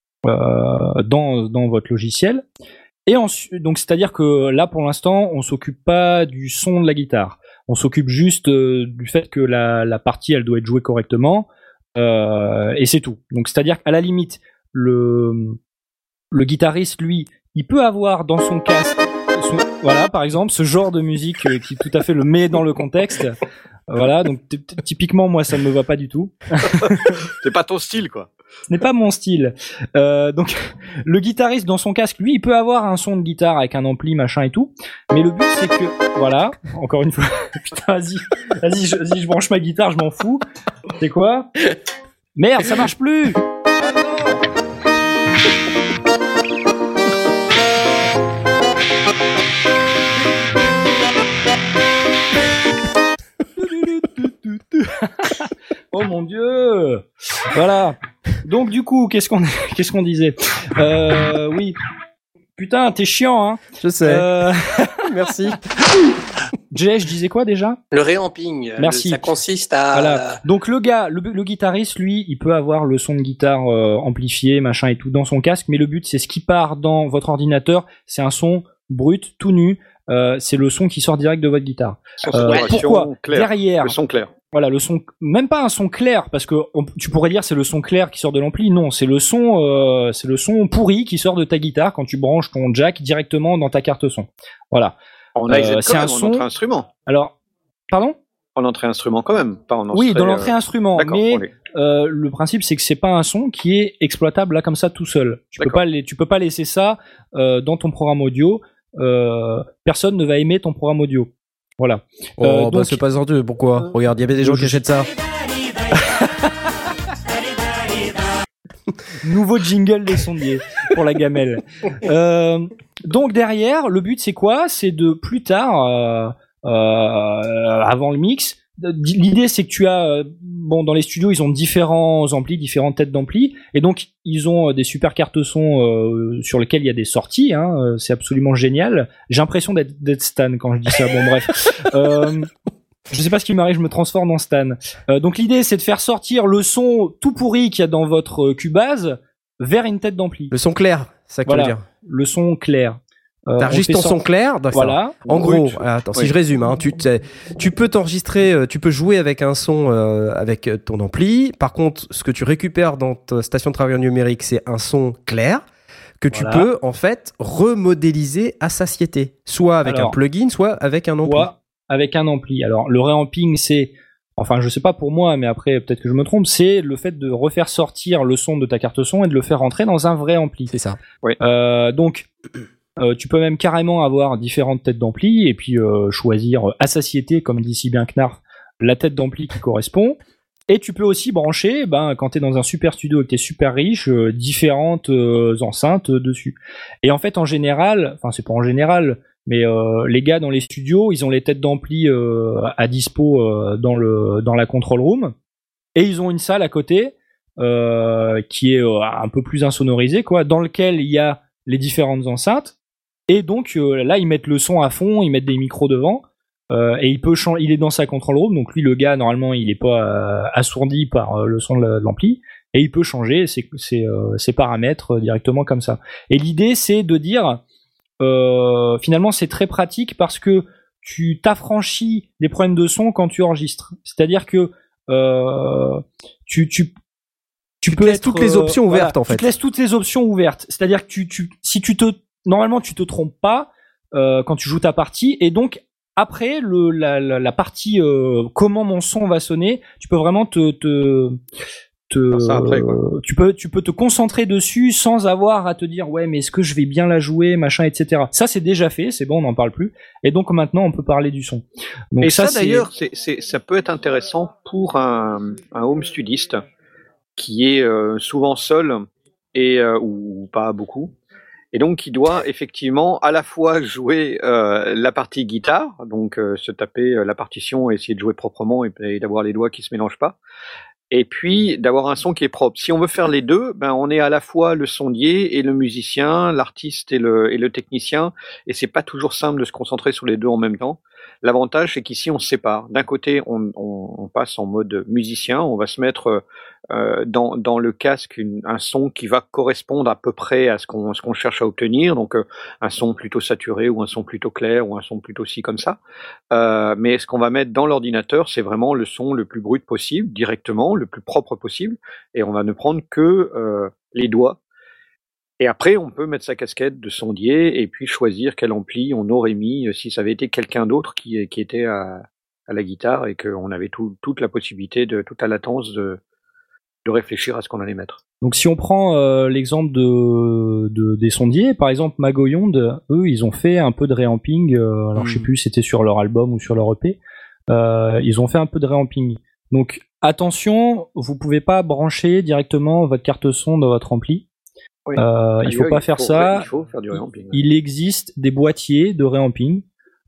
dans votre logiciel. Et ensuite, donc c'est-à-dire que là, pour l'instant, on s'occupe pas du son de la guitare. On s'occupe juste du fait que la partie, elle doit être jouée correctement, et c'est tout. Donc c'est-à-dire qu'à la limite, le guitariste, lui, il peut avoir dans son casque, voilà, par exemple, ce genre de musique qui tout à fait le met dans le contexte. Voilà, donc typiquement, moi, ça ne me va pas du tout. C'est pas ton style, quoi. Ce n'est pas mon style. Donc, le guitariste dans son casque, lui, il peut avoir un son de guitare avec un ampli, machin et tout. Mais le but, c'est que, voilà, encore une fois, putain, vas-y, je branche ma guitare, je m'en fous. C'est quoi? Merde, ça marche plus! Ah non! Oh mon Dieu! Voilà. Donc du coup, qu'est-ce qu'on disait? Oui. Putain, t'es chiant, hein? Je sais. Merci. Jay, je disais quoi déjà? Le réamping. Merci. Ça consiste à... Voilà. Donc le gars, le guitariste, lui, il peut avoir le son de guitare amplifié, machin et tout dans son casque, mais le but, c'est ce qui part dans votre ordinateur, c'est un son brut, tout nu. C'est le son qui sort direct de votre guitare. Pourquoi? Clair. Derrière. Le son clair. Voilà, le son, même pas un son clair, parce que tu pourrais dire c'est le son clair qui sort de l'ampli. Non, c'est le son pourri qui sort de ta guitare quand tu branches ton jack directement dans ta carte son. Voilà. En AZ c'est quand un même, son- en entrée instrument. Alors, pardon? En entrée instrument quand même, pas en entrée. Oui, dans l'entrée instrument, D'accord, mais allez. le principe c'est que c'est pas un son qui est exploitable là comme ça tout seul. Tu peux pas laisser ça dans ton programme audio. Personne ne va aimer ton programme audio. Voilà. Donc, c'est pas honteux. Pourquoi? Regarde, il y a des gens qui achètent ça. Nouveau jingle des sondiers pour la gamelle. Donc derrière, le but c'est quoi? C'est de plus tard, avant le mix. L'idée c'est que tu as, dans les studios ils ont différents amplis, différentes têtes d'ampli, et donc ils ont des super cartes son sur lesquelles il y a des sorties. C'est absolument génial. J'ai l'impression d'être Stan quand je dis ça. Bon bref. Je sais pas ce qui m'arrive, je me transforme en Stan. Donc l'idée c'est de faire sortir le son tout pourri qu'il y a dans votre Cubase vers une tête d'ampli. Le son clair, c'est ça que tu veux dire. Le son clair. T'enregistres ton son clair, voilà. En gros, attends, si je résume, tu peux t'enregistrer, tu peux jouer avec un son avec ton ampli. Par contre, ce que tu récupères dans ta station de travail numérique, c'est un son clair que tu peux en fait remodéliser à satiété, soit avec un plugin, soit avec un ampli. Avec un ampli. Alors le réamping, c'est, enfin je sais pas pour moi, mais après peut-être que je me trompe, c'est le fait de refaire sortir le son de ta carte son et de le faire rentrer dans un vrai ampli. C'est ça. Oui. Donc tu peux même carrément avoir différentes têtes d'ampli et puis choisir à satiété, comme dit si bien Knarf, la tête d'ampli qui correspond. Et tu peux aussi brancher, quand t'es dans un super studio et que t'es super riche, différentes enceintes dessus. Et en fait, en général, enfin c'est pas en général, mais les gars dans les studios, ils ont les têtes d'ampli à dispo dans la control room, et ils ont une salle à côté qui est un peu plus insonorisée, quoi, dans lequel il y a les différentes enceintes, et donc là ils mettent le son à fond, ils mettent des micros devant, et il est dans sa control room, donc lui le gars normalement il est pas assourdi par le son de l'ampli, et il peut changer ses paramètres directement comme ça. Et l'idée c'est de dire finalement c'est très pratique parce que tu t'affranchis des problèmes de son quand tu enregistres. C'est-à-dire que tu peux laisses toutes les options ouvertes en fait. Tu te laisses toutes les options ouvertes. C'est-à-dire que si normalement tu te trompes pas quand tu joues ta partie, et donc après la partie comment mon son va sonner, tu peux vraiment après, quoi. tu peux te concentrer dessus sans avoir à te dire ouais mais est-ce que je vais bien la jouer, machin, etc. Ça c'est déjà fait, c'est bon, on n'en parle plus, et donc maintenant on peut parler du son. Donc et ça d'ailleurs ça peut être intéressant pour un home studiste qui est souvent seul et ou pas beaucoup, et donc qui doit effectivement à la fois jouer la partie guitare, donc se taper la partition et essayer de jouer proprement et d'avoir les doigts qui se mélangent pas, et puis d'avoir un son qui est propre. Si on veut faire les deux, on est à la fois le sondier et le musicien, l'artiste et le technicien, et c'est pas toujours simple de se concentrer sur les deux en même temps. L'avantage, c'est qu'ici on se sépare. D'un côté, on passe en mode musicien, on va se mettre dans le casque un son qui va correspondre à peu près à ce qu'on cherche à obtenir, donc un son plutôt saturé ou un son plutôt clair ou un son plutôt ci comme ça. Mais ce qu'on va mettre dans l'ordinateur, c'est vraiment le son le plus brut possible, directement, le plus propre possible, et on va ne prendre que les doigts. Et après, on peut mettre sa casquette de sondier et puis choisir quel ampli on aurait mis si ça avait été quelqu'un d'autre qui était à la guitare et qu'on avait toute la possibilité, toute la latence de réfléchir à ce qu'on allait mettre. Donc si on prend l'exemple des sondiers, par exemple Magoyonde, eux ils ont fait un peu de réamping, alors je sais plus si c'était sur leur album ou sur leur EP, ils ont fait un peu de réamping. Donc attention, vous pouvez pas brancher directement votre carte son dans votre ampli. Oui. Il faut pas faire ça. Il faut faire du réamping. Il existe des boîtiers de réamping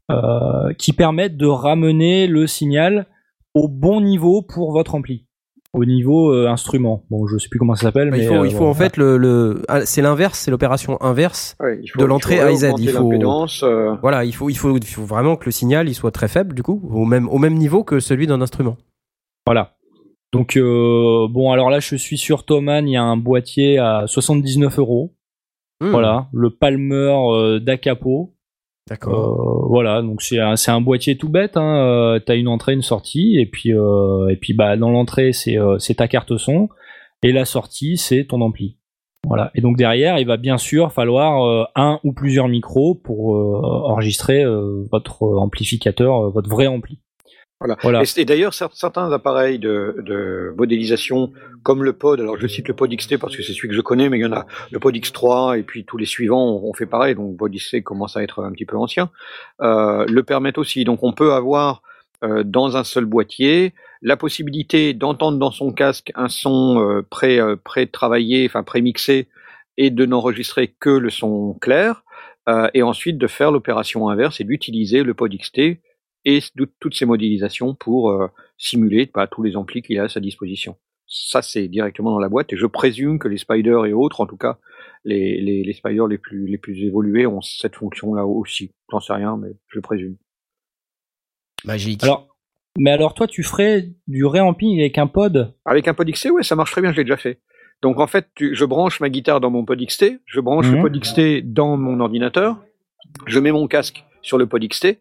qui permettent de ramener le signal au bon niveau pour votre ampli, au niveau instrument. Bon, je sais plus comment ça s'appelle, mais il faut en fait c'est l'inverse, c'est l'opération inverse de l'entrée A et Z. Il faut voilà, il faut vraiment que le signal il soit très faible du coup, au même niveau que celui d'un instrument. Voilà. Donc bon, alors là je suis sur Thomann, il y a un boîtier à 79 €. Voilà, le Palmer d'Acapo. D'accord. Voilà, donc c'est un boîtier tout bête, hein. T'as une entrée, une sortie, et puis dans l'entrée c'est ta carte son, et la sortie c'est ton ampli. Voilà. Et donc derrière il va bien sûr falloir un ou plusieurs micros pour enregistrer votre amplificateur, votre vrai ampli. Voilà. Et d'ailleurs, certains appareils de modélisation, comme le Pod, alors je cite le Pod XT parce que c'est celui que je connais, mais il y en a le Pod X3 et puis tous les suivants ont fait pareil, donc Pod XT commence à être un petit peu ancien, le permettent aussi. Donc on peut avoir dans un seul boîtier la possibilité d'entendre dans son casque un son pré-travaillé, enfin pré-mixé, et de n'enregistrer que le son clair, et ensuite de faire l'opération inverse et d'utiliser le Pod XT et toutes ces modélisations pour simuler tous les amplis qu'il a à sa disposition. Ça, c'est directement dans la boîte, et je présume que les Spider et autres, en tout cas les Spider les plus évolués, ont cette fonction-là aussi. J'en sais rien, mais je présume. Magique. Alors toi, tu ferais du réamping avec un Pod? Avec un Pod XT, ouais, ça marche très bien, je l'ai déjà fait. Donc en fait, je branche ma guitare dans mon Pod XT, je branche le Pod XT dans mon ordinateur, je mets mon casque sur le Pod XT,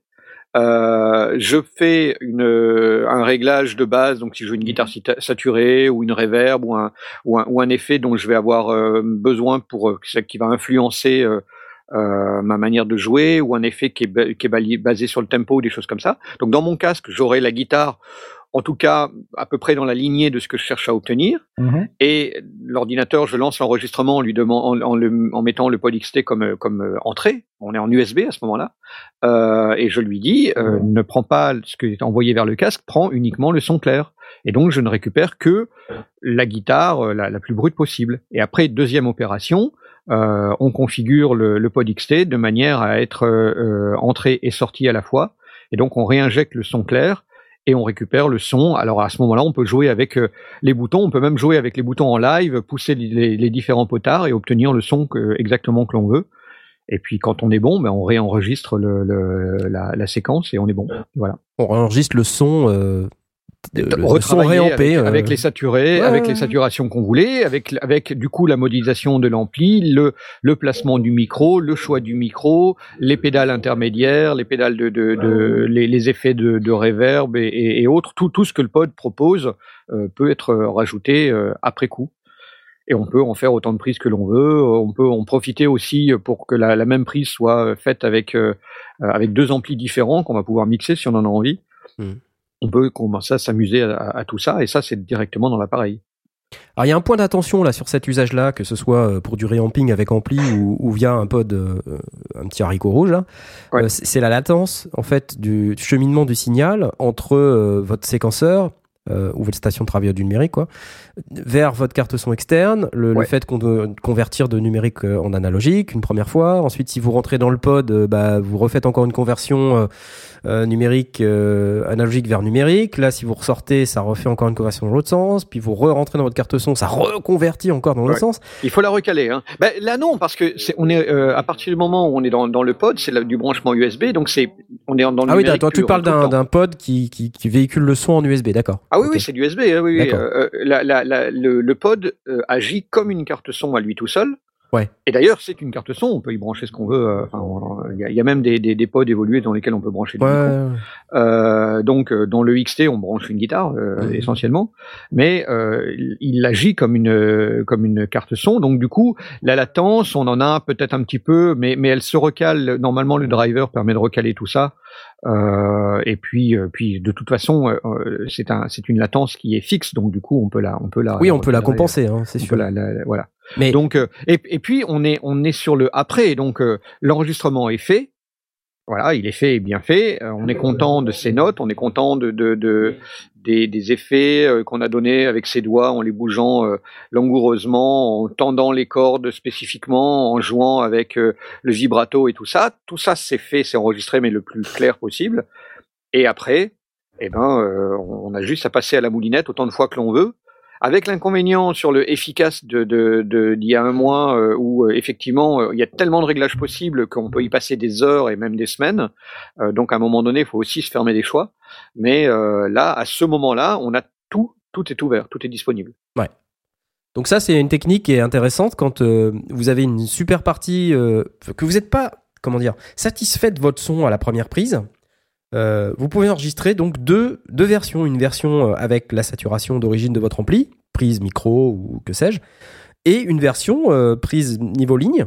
je fais un réglage de base, donc si je veux une guitare saturée ou une reverb ou un effet dont je vais avoir besoin qui va influencer ma manière de jouer, ou un effet qui est basé sur le tempo ou des choses comme ça. Donc dans mon casque, j'aurai la guitare, en tout cas à peu près dans la lignée de ce que je cherche à obtenir, et l'ordinateur, je lance l'enregistrement en mettant le Pod XT comme entrée. On est en USB à ce moment-là, et je lui dis ne prends pas ce qui est envoyé vers le casque, prends uniquement le son clair. Et donc je ne récupère que la guitare la plus brute possible. Et après, deuxième opération, on configure le Pod XT de manière à être entrée et sortie à la fois, et donc on réinjecte le son clair et on récupère le son. Alors à ce moment-là, on peut jouer avec les boutons, on peut même jouer avec les boutons en live, pousser les différents potards et obtenir le son exactement que l'on veut. Et puis quand on est bon, on réenregistre la séquence et on est bon. Voilà. On réenregistre le son son réampé avec les saturés, avec les saturations qu'on voulait, avec du coup la modélisation de l'ampli, le placement du micro, le choix du micro, les pédales intermédiaires, les pédales les effets de reverb et autres, tout ce que le Pod propose peut être rajouté après coup. Et on peut en faire autant de prises que l'on veut. On peut en profiter aussi pour que la même prise soit faite avec deux amplis différents qu'on va pouvoir mixer si on en a envie. On peut commencer à s'amuser à tout ça, et ça, c'est directement dans l'appareil. Alors, il y a un point d'attention là sur cet usage-là, que ce soit pour du réamping avec ampli ou via un Pod, un petit haricot rouge, là. Ouais. C'est la latence, en fait, du cheminement du signal entre votre séquenceur ou votre station de travail du numérique, quoi, vers votre carte son externe, le fait de convertir de numérique en analogique une première fois. Ensuite, si vous rentrez dans le Pod, vous refaites encore une conversion numérique analogique vers numérique. Là, si vous ressortez, ça refait encore une conversion dans l'autre sens. Puis vous rentrez dans votre carte son, ça reconvertit encore dans l'autre sens. Il faut la recaler. Hein. Là, non, parce que on est à partir du moment où on est dans le Pod, c'est du branchement USB, donc on est dans le numérique. Toi, tu parles d'un Pod qui véhicule le son en USB, d'accord. Ah oui, c'est du USB. Oui. Le Pod agit comme une carte son à lui tout seul. Ouais. Et d'ailleurs, c'est une carte son, on peut y brancher ce qu'on veut. Il y a même des pods évolués dans lesquels on peut brancher du micro. Donc, dans le XT, on branche une guitare essentiellement, mais il agit comme une carte son. Donc, du coup, la latence, on en a peut-être un petit peu, mais elle se recale. Normalement, le driver permet de recaler tout ça. Et puis de toute façon, c'est une latence qui est fixe, donc du coup, on peut la compenser, hein, c'est sûr. Voilà. Mais donc et puis on est sur le après, donc l'enregistrement est fait. Voilà, il est fait et bien fait. On est content de ses notes, on est content des effets qu'on a donnés avec ses doigts, en les bougeant langoureusement, en tendant les cordes spécifiquement, en jouant avec le vibrato et tout ça. Tout ça, c'est fait, c'est enregistré, mais le plus clair possible. Et après, on a juste à passer à la moulinette autant de fois que l'on veut. Avec l'inconvénient sur le efficace d'il y a un mois où effectivement il y a tellement de réglages possibles qu'on peut y passer des heures et même des semaines. Donc à un moment donné, il faut aussi se fermer des choix. Mais là, à ce moment-là, on a tout est ouvert, tout est disponible. Ouais. Donc ça, c'est une technique qui est intéressante quand vous avez une super partie que vous n'êtes pas, satisfait de votre son à la première prise. Vous pouvez enregistrer donc deux versions, une version avec la saturation d'origine de votre ampli, prise micro ou que sais-je, et une version prise niveau ligne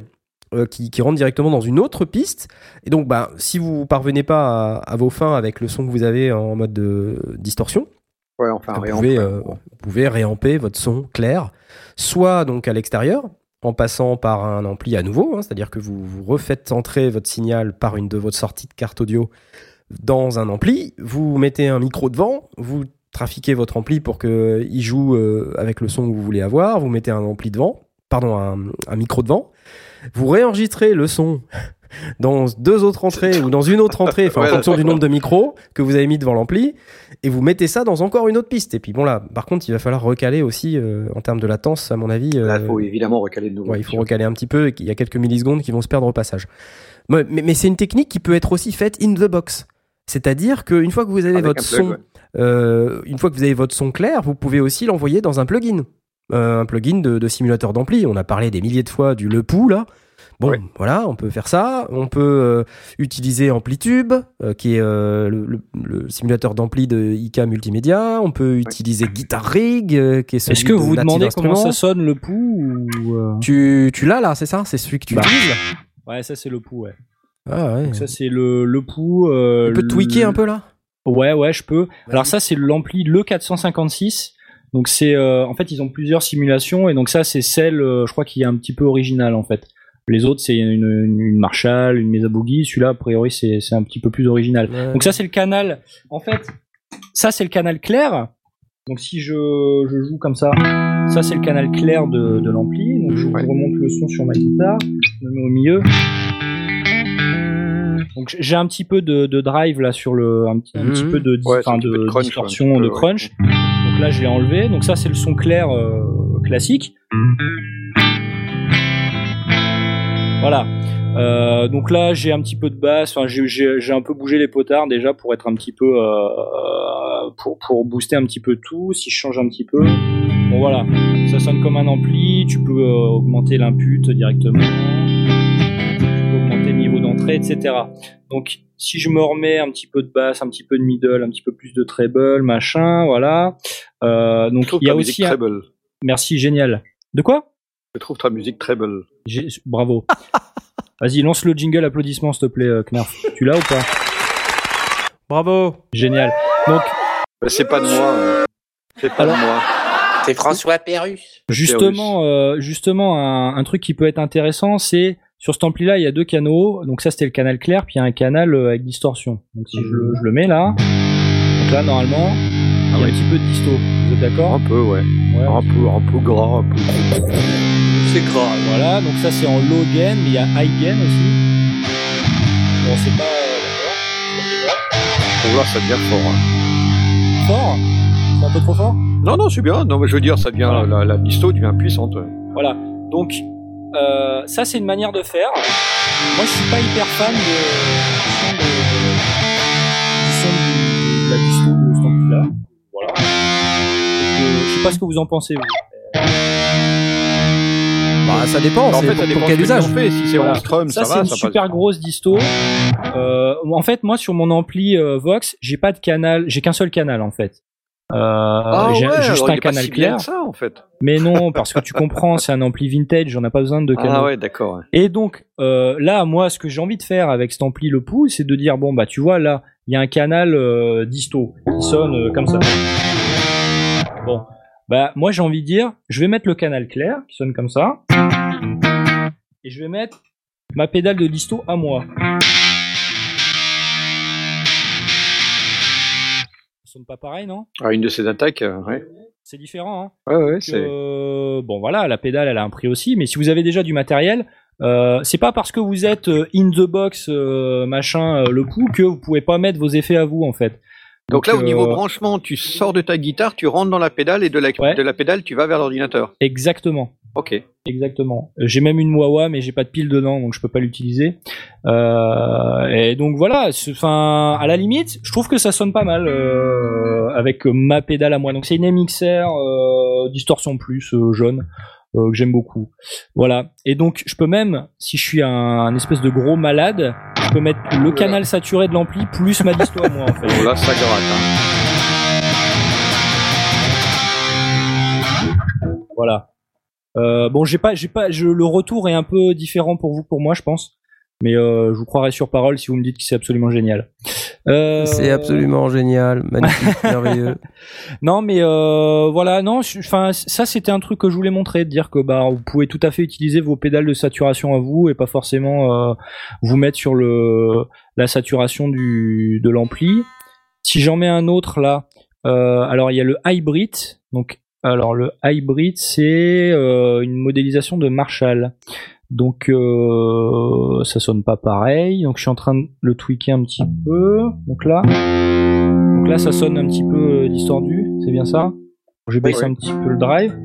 qui rentre directement dans une autre piste. Et donc, si vous parvenez pas à vos fins avec le son que vous avez en mode de distorsion, ouais, enfin, vous pouvez réamper votre son clair, soit donc à l'extérieur, en passant par un ampli à nouveau, c'est-à-dire que vous refaites entrer votre signal par une de votre sortie de carte audio dans un ampli, vous mettez un micro devant, vous trafiquez votre ampli pour qu'il joue avec le son que vous voulez avoir, vous mettez un micro devant, vous réenregistrez le son dans 2 autres entrées ou dans une autre entrée, en fonction du nombre de micros que vous avez mis devant l'ampli, et vous mettez ça dans encore une autre piste. Et puis bon là, par contre, il va falloir recaler aussi en termes de latence, à mon avis. Là, il faut évidemment recaler de nouveau. Ouais, il faut recaler un petit peu, il y a quelques millisecondes qui vont se perdre au passage. Mais c'est une technique qui peut être aussi faite in the box. C'est-à-dire qu'une fois que vous avez votre son, une fois que vous avez votre son clair, vous pouvez aussi l'envoyer dans un plugin. Un plugin de simulateur d'ampli. On a parlé des milliers de fois du LePou, là. Bon, voilà, on peut faire ça. On peut utiliser Amplitube, qui est le simulateur d'ampli de IK Multimédia. On peut utiliser Guitar Rig, qui est celui Est-ce que vous vous demandez comment ça Instruments. sonne LePou ou Tu l'as là, c'est ça? C'est celui que tu utilises? Ouais, ça c'est LePou, ouais. Ah ouais. Donc ça c'est le LePou. Tu peux tweaker un peu là? Ouais, je peux. Alors ça c'est l'ampli l'E456. Donc c'est en fait ils ont plusieurs simulations et donc ça c'est celle je crois qui est un petit peu originale en fait. Les autres c'est une Marshall, une Mesa Boogie, celui-là a priori c'est un petit peu plus original. Ouais. Donc ça c'est le canal en fait ça c'est le canal clair. Donc si je joue comme ça c'est le canal clair de l'ampli. Donc je remonte le son sur ma guitare, je le mets au milieu. Donc j'ai un petit peu de drive là sur un petit peu de distorsion, de crunch. Donc là je l'ai enlevé. Donc ça c'est le son clair classique. Voilà. Donc là j'ai un petit peu de basse. Enfin j'ai un peu bougé les potards déjà pour être un petit peu pour booster un petit peu tout. Si je change un petit peu, bon voilà, ça sonne comme un ampli. Tu peux augmenter l'input directement. Augmenter le niveau d'entrée, etc. Donc, si je me remets un petit peu de basse, un petit peu de middle, un petit peu plus de treble, machin, voilà. Donc, il y a aussi treble. Merci, génial. De quoi? Je trouve ta musique treble. Bravo. Vas-y, lance le jingle applaudissements, s'il te plaît, Knarf. Tu l'as ou pas? Bravo. Génial. Donc, c'est pas de moi. C'est pas de moi. C'est François Pérusse. Justement, un truc qui peut être intéressant, c'est sur cet ampli-là, il y a 2 canaux. Donc ça, c'était le canal clair, puis il y a un canal avec distorsion. Donc si je le mets là, donc là, normalement, il y a un petit peu de disto. Vous êtes d'accord? Un peu, ouais. Un peu gras, un peu. C'est gras. Voilà, donc ça, c'est en low gain, mais il y a high gain aussi. Bon, c'est pas... Pour voir, ça devient fort. Fort? C'est un peu trop fort? Non, c'est bien. Non, mais je veux dire, ça devient la disto devient puissante. Voilà. Donc, ça, c'est une manière de faire. Moi, je suis pas hyper fan du son de la disto de cet ampli-là. Voilà. Donc, je sais pas ce que vous en pensez, vous. Ça dépend. En fait, ça dépend quel usage. Si c'est en strum, ça va. C'est une super grosse disto. En fait, moi, sur mon ampli Vox, j'ai pas de canal, j'ai qu'un seul canal, en fait. J'ai juste un canal clair. Ça, en fait. Mais non, parce que tu comprends, c'est un ampli vintage, j'en ai pas besoin de canal. Ah ouais, d'accord. Et donc, là, moi, ce que j'ai envie de faire avec cet ampli LePou, c'est de dire, bon, tu vois, là, il y a un canal disto qui sonne comme ça. Bon. Moi, j'ai envie de dire, je vais mettre le canal clair, qui sonne comme ça. Et je vais mettre ma pédale de disto à moi. Ça sonne pas pareil, non? Une de ces attaques, ouais. C'est différent, hein. Ouais, c'est... bon, voilà, la pédale, elle a un prix aussi, mais si vous avez déjà du matériel, c'est pas parce que vous êtes in the box, LePou, que vous pouvez pas mettre vos effets à vous, en fait. Donc là, au niveau branchement, tu sors de ta guitare, tu rentres dans la pédale, et de la pédale, tu vas vers l'ordinateur. Exactement. Ok. Exactement. J'ai même une wah-wah, mais j'ai pas de pile dedans, donc je peux pas l'utiliser. Et donc voilà, à la limite, je trouve que ça sonne pas mal avec ma pédale à moi. Donc c'est une MXR distorsion plus jaune que j'aime beaucoup. Voilà. Et donc je peux même, si je suis un espèce de gros malade, je peux mettre le canal saturé de l'ampli plus ma disto à moi en fait. Là, ça gratte. Voilà. Bon, le retour est un peu différent pour vous, pour moi, je pense. Mais je vous croirai sur parole si vous me dites que c'est absolument génial. C'est absolument génial, magnifique, merveilleux. Non, mais voilà, non, enfin ça c'était un truc que je voulais montrer, de dire que vous pouvez tout à fait utiliser vos pédales de saturation à vous et pas forcément vous mettre sur la saturation de l'ampli. Si j'en mets un autre là, alors il y a le hybrid. Donc alors le hybrid c'est une modélisation de Marshall. Donc ça sonne pas pareil. Donc je suis en train de le tweaker un petit peu. Donc là ça sonne un petit peu distordu, c'est bien ça. J'ai baissé un petit peu le drive.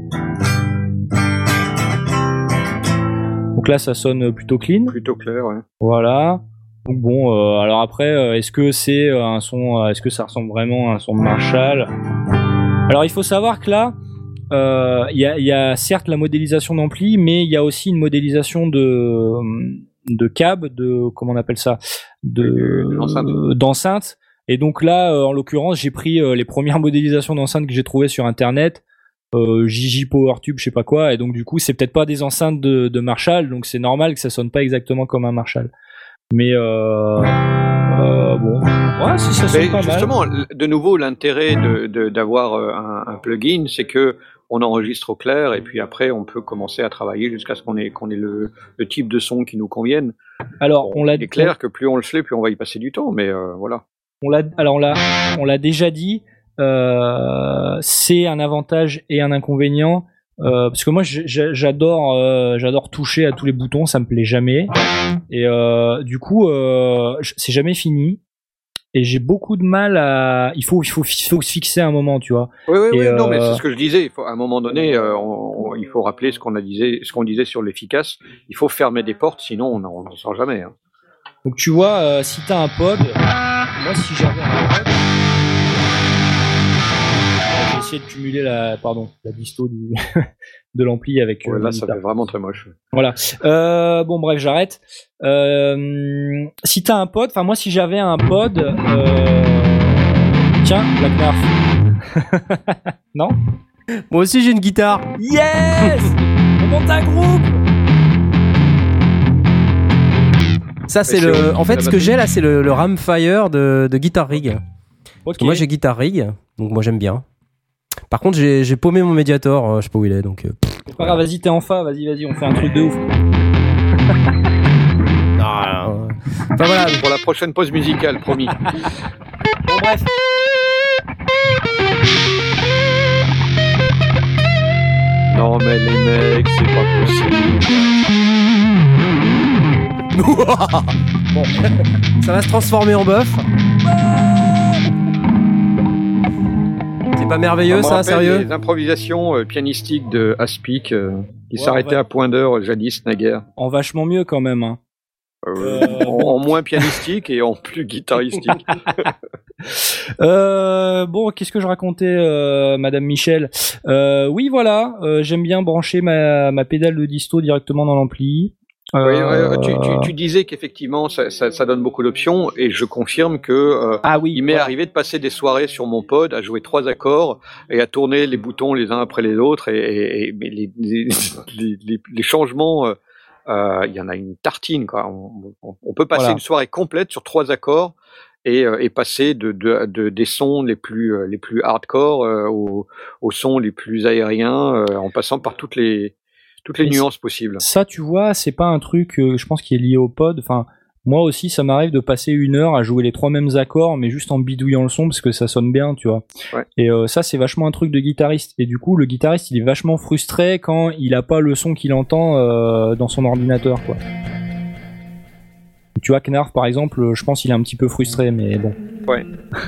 Donc là ça sonne plutôt clean. Plutôt clair, ouais. Voilà. Donc bon, alors après, est-ce que c'est un son, est-ce que ça ressemble vraiment à un son de Marshall? Alors il faut savoir que là, il y a certes la modélisation d'ampli, mais il y a aussi une modélisation de cab, comment on appelle ça, d'enceinte. Et donc là, en l'occurrence, j'ai pris les premières modélisations d'enceintes que j'ai trouvées sur internet, JJ PowerTube, je sais pas quoi, et donc du coup, c'est peut-être pas des enceintes de Marshall, donc c'est normal que ça sonne pas exactement comme un Marshall. Mais bon, ouais, si ça sonne pas justement, mal. de nouveau, l'intérêt d'avoir un plugin, c'est que on enregistre au clair et puis après on peut commencer à travailler jusqu'à ce qu'on ait le type de son qui nous convienne. Alors, il est clair que plus on le fait, plus on va y passer du temps, mais voilà. On l'a déjà dit, c'est un avantage et un inconvénient. Parce que moi j'adore toucher à tous les boutons, ça me plaît jamais. Et du coup c'est jamais fini. Et j'ai beaucoup de mal à. Il faut se fixer à un moment, tu vois. Oui, non, mais c'est ce que je disais. À un moment donné, il faut rappeler ce qu'on disait sur l'efficace. Il faut fermer des portes, sinon on n'en sort jamais. Hein. Donc tu vois, si t'as un pod, moi si j'avais un pod, je vais essayer de cumuler la disto de l'ampli avec. Là, ça fait vraiment très moche. Voilà. Bon, bref, j'arrête. Si t'as un pod, enfin moi si j'avais un pod, tiens, Black Nerf. Non? Moi aussi j'ai une guitare. Yes! On monte un groupe. Ça c'est en fait ce que j'ai là c'est le Ramfire de Guitar Rig. Okay. Moi j'ai Guitar Rig, donc moi j'aime bien. Par contre j'ai paumé mon Mediator, je sais pas où il est donc. C'est pas grave, vas-y t'es en fa, vas-y on fait un truc de ouf. Enfin voilà, pour la prochaine pause musicale, promis. Bon bref. Non mais les mecs, c'est pas possible. Bon, ça va se transformer en bœuf. C'est pas merveilleux ça, sérieux? Les improvisations pianistiques de Aspic qui s'arrêtaient à point d'heure jadis, naguère. En vachement mieux quand même. Hein. En moins pianistique et en plus guitaristique. Bon, qu'est-ce que je racontais, Madame Michel? Oui, voilà, j'aime bien brancher ma pédale de disto directement dans l'ampli. Oui, tu disais qu'effectivement ça donne beaucoup d'options et je confirme que il m'est arrivé de passer des soirées sur mon pod à jouer 3 accords et à tourner les boutons les uns après les autres et les changements, il y en a une tartine quoi. On peut passer une soirée complète sur 3 accords et passer des sons les plus hardcore aux sons les plus aériens en passant par toutes les nuances possibles. Ça, tu vois, c'est pas un truc, je pense, qui est lié au pod. Enfin, moi aussi, ça m'arrive de passer 1 heure à jouer les 3 mêmes accords, mais juste en bidouillant le son parce que ça sonne bien, tu vois. Ouais. Et ça, c'est vachement un truc de guitariste. Et du coup, le guitariste, il est vachement frustré quand il a pas le son qu'il entend dans son ordinateur, quoi. Tu vois, Knarf, par exemple, je pense qu'il est un petit peu frustré, mais bon. Ouais.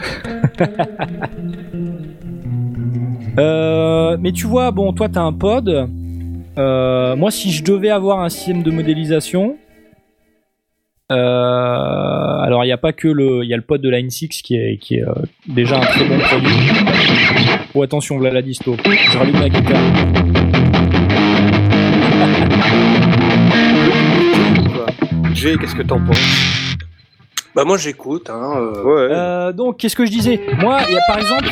Mais tu vois, bon, toi, t'as un pod. Moi, si je devais avoir un système de modélisation, alors il n'y a pas que il y a le pod de Line 6 qui est déjà un très bon produit. Oh attention, voilà la disto. Je rallume la guitare. G, qu'est-ce que t'en penses? Bah moi j'écoute. Donc qu'est-ce que je disais? Moi, par exemple,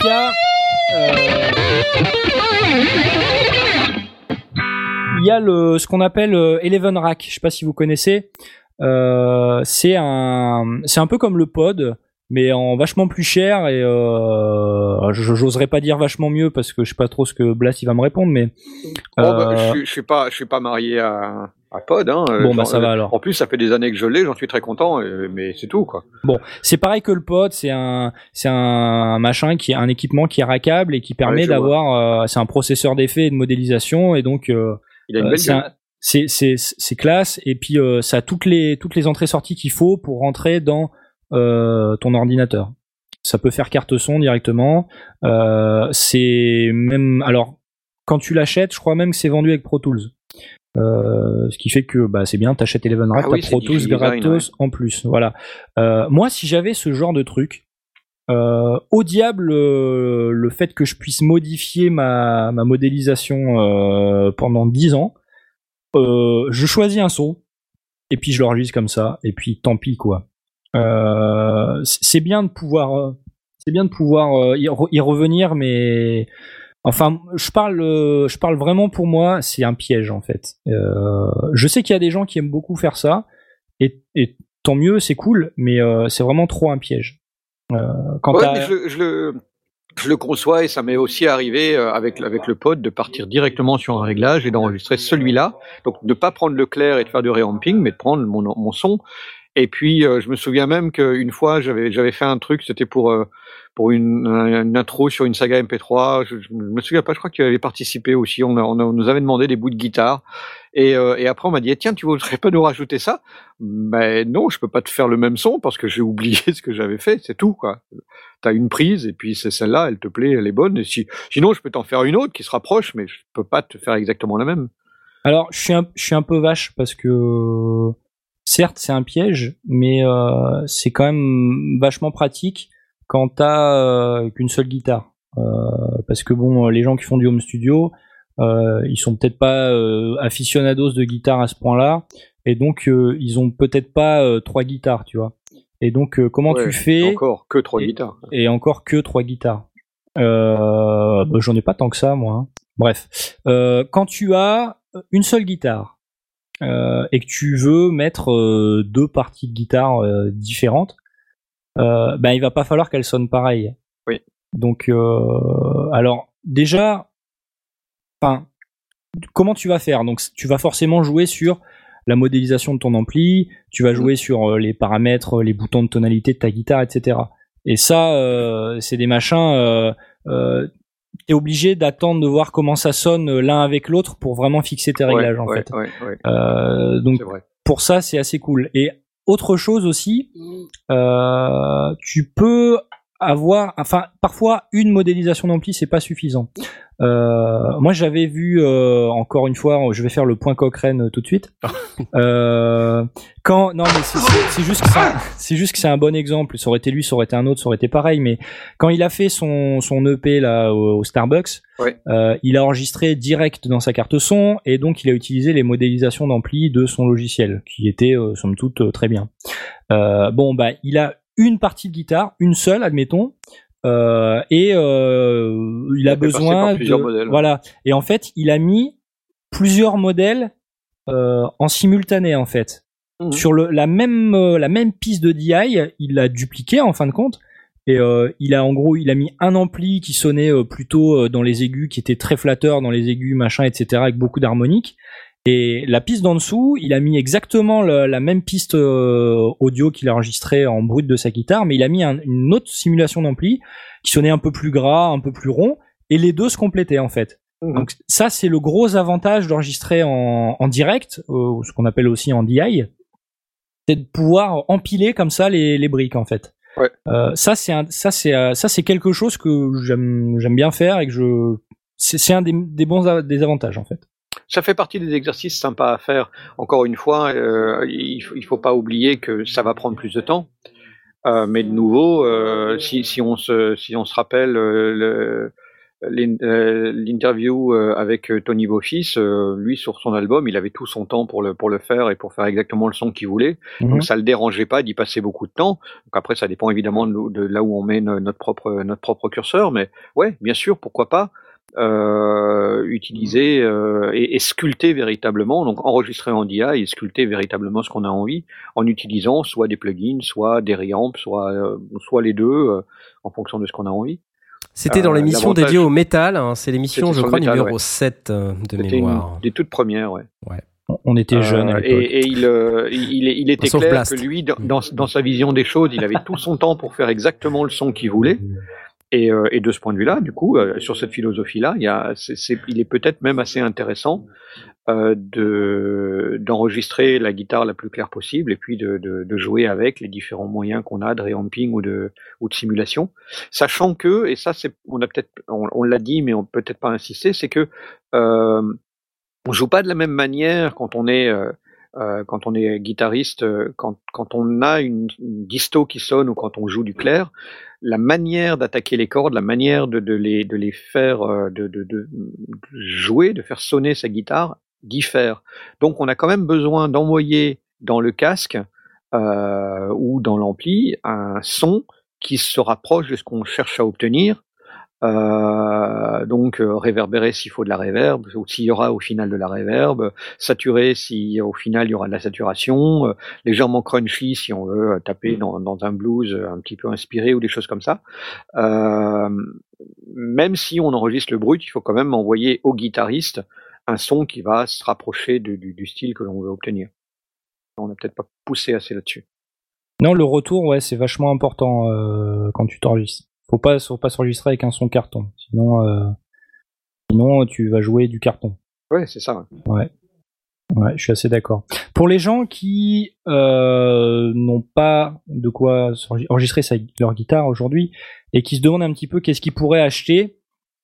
il y a ce qu'on appelle Eleven Rack. Je sais pas si vous connaissez. C'est un peu comme le pod, mais en vachement plus cher et j'oserais pas dire vachement mieux parce que je sais pas trop ce que Blas il va me répondre, mais je suis pas marié à Pod. Hein, bon bah ça va alors. En plus, ça fait des années que je l'ai, j'en suis très content, mais c'est tout quoi. Bon, c'est pareil que le pod, c'est un machin qui est un équipement qui est rackable et qui permet d'avoir, c'est un processeur d'effet et de modélisation et donc il a une belle gueule. C'est classe et puis ça a toutes les entrées-sorties qu'il faut pour rentrer dans ton ordinateur. Ça peut faire carte son directement. C'est même alors quand tu l'achètes, je crois même que c'est vendu avec Pro Tools. Ce qui fait que c'est bien, t'achètes Eleven Rack, t'as Pro Tools gratos en plus. Voilà. Moi, si j'avais ce genre de truc, au diable le fait que je puisse modifier ma modélisation pendant 10 ans. Je choisis un son et puis je l'enregistre comme ça et puis tant pis quoi. C'est bien de pouvoir y revenir, mais enfin je parle vraiment pour moi, c'est un piège en fait. Je sais qu'il y a des gens qui aiment beaucoup faire ça et tant mieux, c'est cool, mais c'est vraiment trop un piège. Je le conçois et ça m'est aussi arrivé avec le pod de partir directement sur un réglage et d'enregistrer celui-là. Donc de pas prendre le clair et de faire du reamping, mais de prendre mon son. Et puis je me souviens même qu'une fois j'avais fait un truc, c'était pour une intro sur une saga MP3. Je me souviens pas, je crois que tu avais participé aussi. On nous avait demandé des bouts de guitare. Et après on m'a dit tiens, tu voudrais pas nous rajouter ça? Ben non, je peux pas te faire le même son parce que j'ai oublié ce que j'avais fait, c'est tout quoi. T'as une prise et puis c'est celle-là, elle te plaît, elle est bonne. Et sinon je peux t'en faire une autre qui se rapproche, mais je peux pas te faire exactement la même. Alors je suis un peu vache parce que certes c'est un piège, mais c'est quand même vachement pratique quand t'as qu'une seule guitare. Parce que bon, les gens qui font du home studio, ils sont peut-être pas aficionados de guitare à ce point-là, et donc ils ont peut-être pas 3 guitares, tu vois. Et donc comment tu fais? Encore que 3 guitares. Et encore que 3 guitares. J'en ai pas tant que ça, moi. Hein. Bref, quand tu as une seule guitare et que tu veux mettre 2 parties de guitare différentes, il va pas falloir qu'elles sonnent pareilles. Oui. Donc, alors déjà, comment tu vas faire? Donc, tu vas forcément jouer sur la modélisation de ton ampli, tu vas jouer sur les paramètres, les boutons de tonalité de ta guitare, etc. Et ça, c'est des machins. T'es obligé d'attendre de voir comment ça sonne l'un avec l'autre pour vraiment fixer tes réglages en fait. Donc pour ça, c'est assez cool. Et autre chose aussi, tu peux avoir, parfois une modélisation d'ampli c'est pas suffisant. Moi j'avais vu encore une fois, je vais faire le point Cochrane tout de suite. Non mais c'est juste que c'est un bon exemple. Ça aurait été lui, ça aurait été un autre, ça aurait été pareil. Mais quand il a fait son EP là au Starbucks, il a enregistré direct dans sa carte son et donc il a utilisé les modélisations d'ampli de son logiciel qui étaient somme toute très bien. Il a une partie de guitare, une seule, admettons, et il a besoin de modèles. Voilà. Et en fait, il a mis plusieurs modèles en simultané en fait. Sur la même piste de DI, il l'a dupliqué en fin de compte. Et il a mis un ampli qui sonnait plutôt dans les aigus, qui était très flatteur dans les aigus, machin, etc., avec beaucoup d'harmoniques. Et la piste d'en dessous, il a mis exactement la même piste audio qu'il a enregistrée en brut de sa guitare, mais il a mis une autre simulation d'ampli qui sonnait un peu plus gras, un peu plus rond, et les deux se complétaient en fait. Donc ça, c'est le gros avantage d'enregistrer en direct, ce qu'on appelle aussi en DI, c'est de pouvoir empiler comme ça les briques en fait. Ouais. Ça c'est quelque chose que j'aime bien faire et que c'est un des avantages en fait. Ça fait partie des exercices sympas à faire. Encore une fois, il faut pas oublier que ça va prendre plus de temps. Mais de nouveau, si on se rappelle l'interview avec Tony Beaufils, lui sur son album, il avait tout son temps pour le faire et pour faire exactement le son qu'il voulait. Donc ça le dérangeait pas d'y passer beaucoup de temps. Donc après, ça dépend évidemment de là où on met notre propre curseur. Mais ouais, bien sûr, pourquoi pas. utiliser et sculpter véritablement, donc enregistrer en DI et sculpter véritablement ce qu'on a envie en utilisant soit des plugins, soit des reamps, soit les deux en fonction de ce qu'on a envie. C'était dans l'émission l'avantage- dédiée au métal, hein, c'est l'émission, C'était je sur le crois, métal, numéro ouais. 7 de C'était mémoire. une des toutes premières, ouais. On était jeunes à l'époque. Et il était Sauf clair Blast. que lui, dans sa vision des choses, il avait tout son temps pour faire exactement le son qu'il voulait. Et de ce point de vue-là, du coup, sur cette philosophie-là, il est peut-être même assez intéressant d'enregistrer la guitare la plus claire possible et puis de jouer avec les différents moyens qu'on a de reamping ou de simulation, sachant que, et ça on l'a dit mais on peut peut-être pas insister, c'est que on joue pas de la même manière quand on est guitariste, quand on a une disto qui sonne ou quand on joue du clair, la manière d'attaquer les cordes, la manière de les faire de jouer, de faire sonner sa guitare diffère. Donc on a quand même besoin d'envoyer dans le casque ou dans l'ampli un son qui se rapproche de ce qu'on cherche à obtenir. Donc réverbérer s'il faut de la réverb, ou s'il y aura au final de la réverb, saturer si au final il y aura de la saturation, légèrement crunchy si on veut taper dans un blues un petit peu inspiré ou des choses comme ça. Même si on enregistre le brut, il faut quand même envoyer au guitariste un son qui va se rapprocher du style que l'on veut obtenir. On n'a peut-être pas poussé assez là-dessus. Non, le retour, ouais, c'est vachement important quand tu t'enregistres. Faut pas s'enregistrer avec un son carton. Sinon, tu vas jouer du carton. Ouais, c'est ça. Ouais, je suis assez d'accord. Pour les gens qui n'ont pas de quoi enregistrer leur guitare aujourd'hui et qui se demandent un petit peu qu'est-ce qu'ils pourraient acheter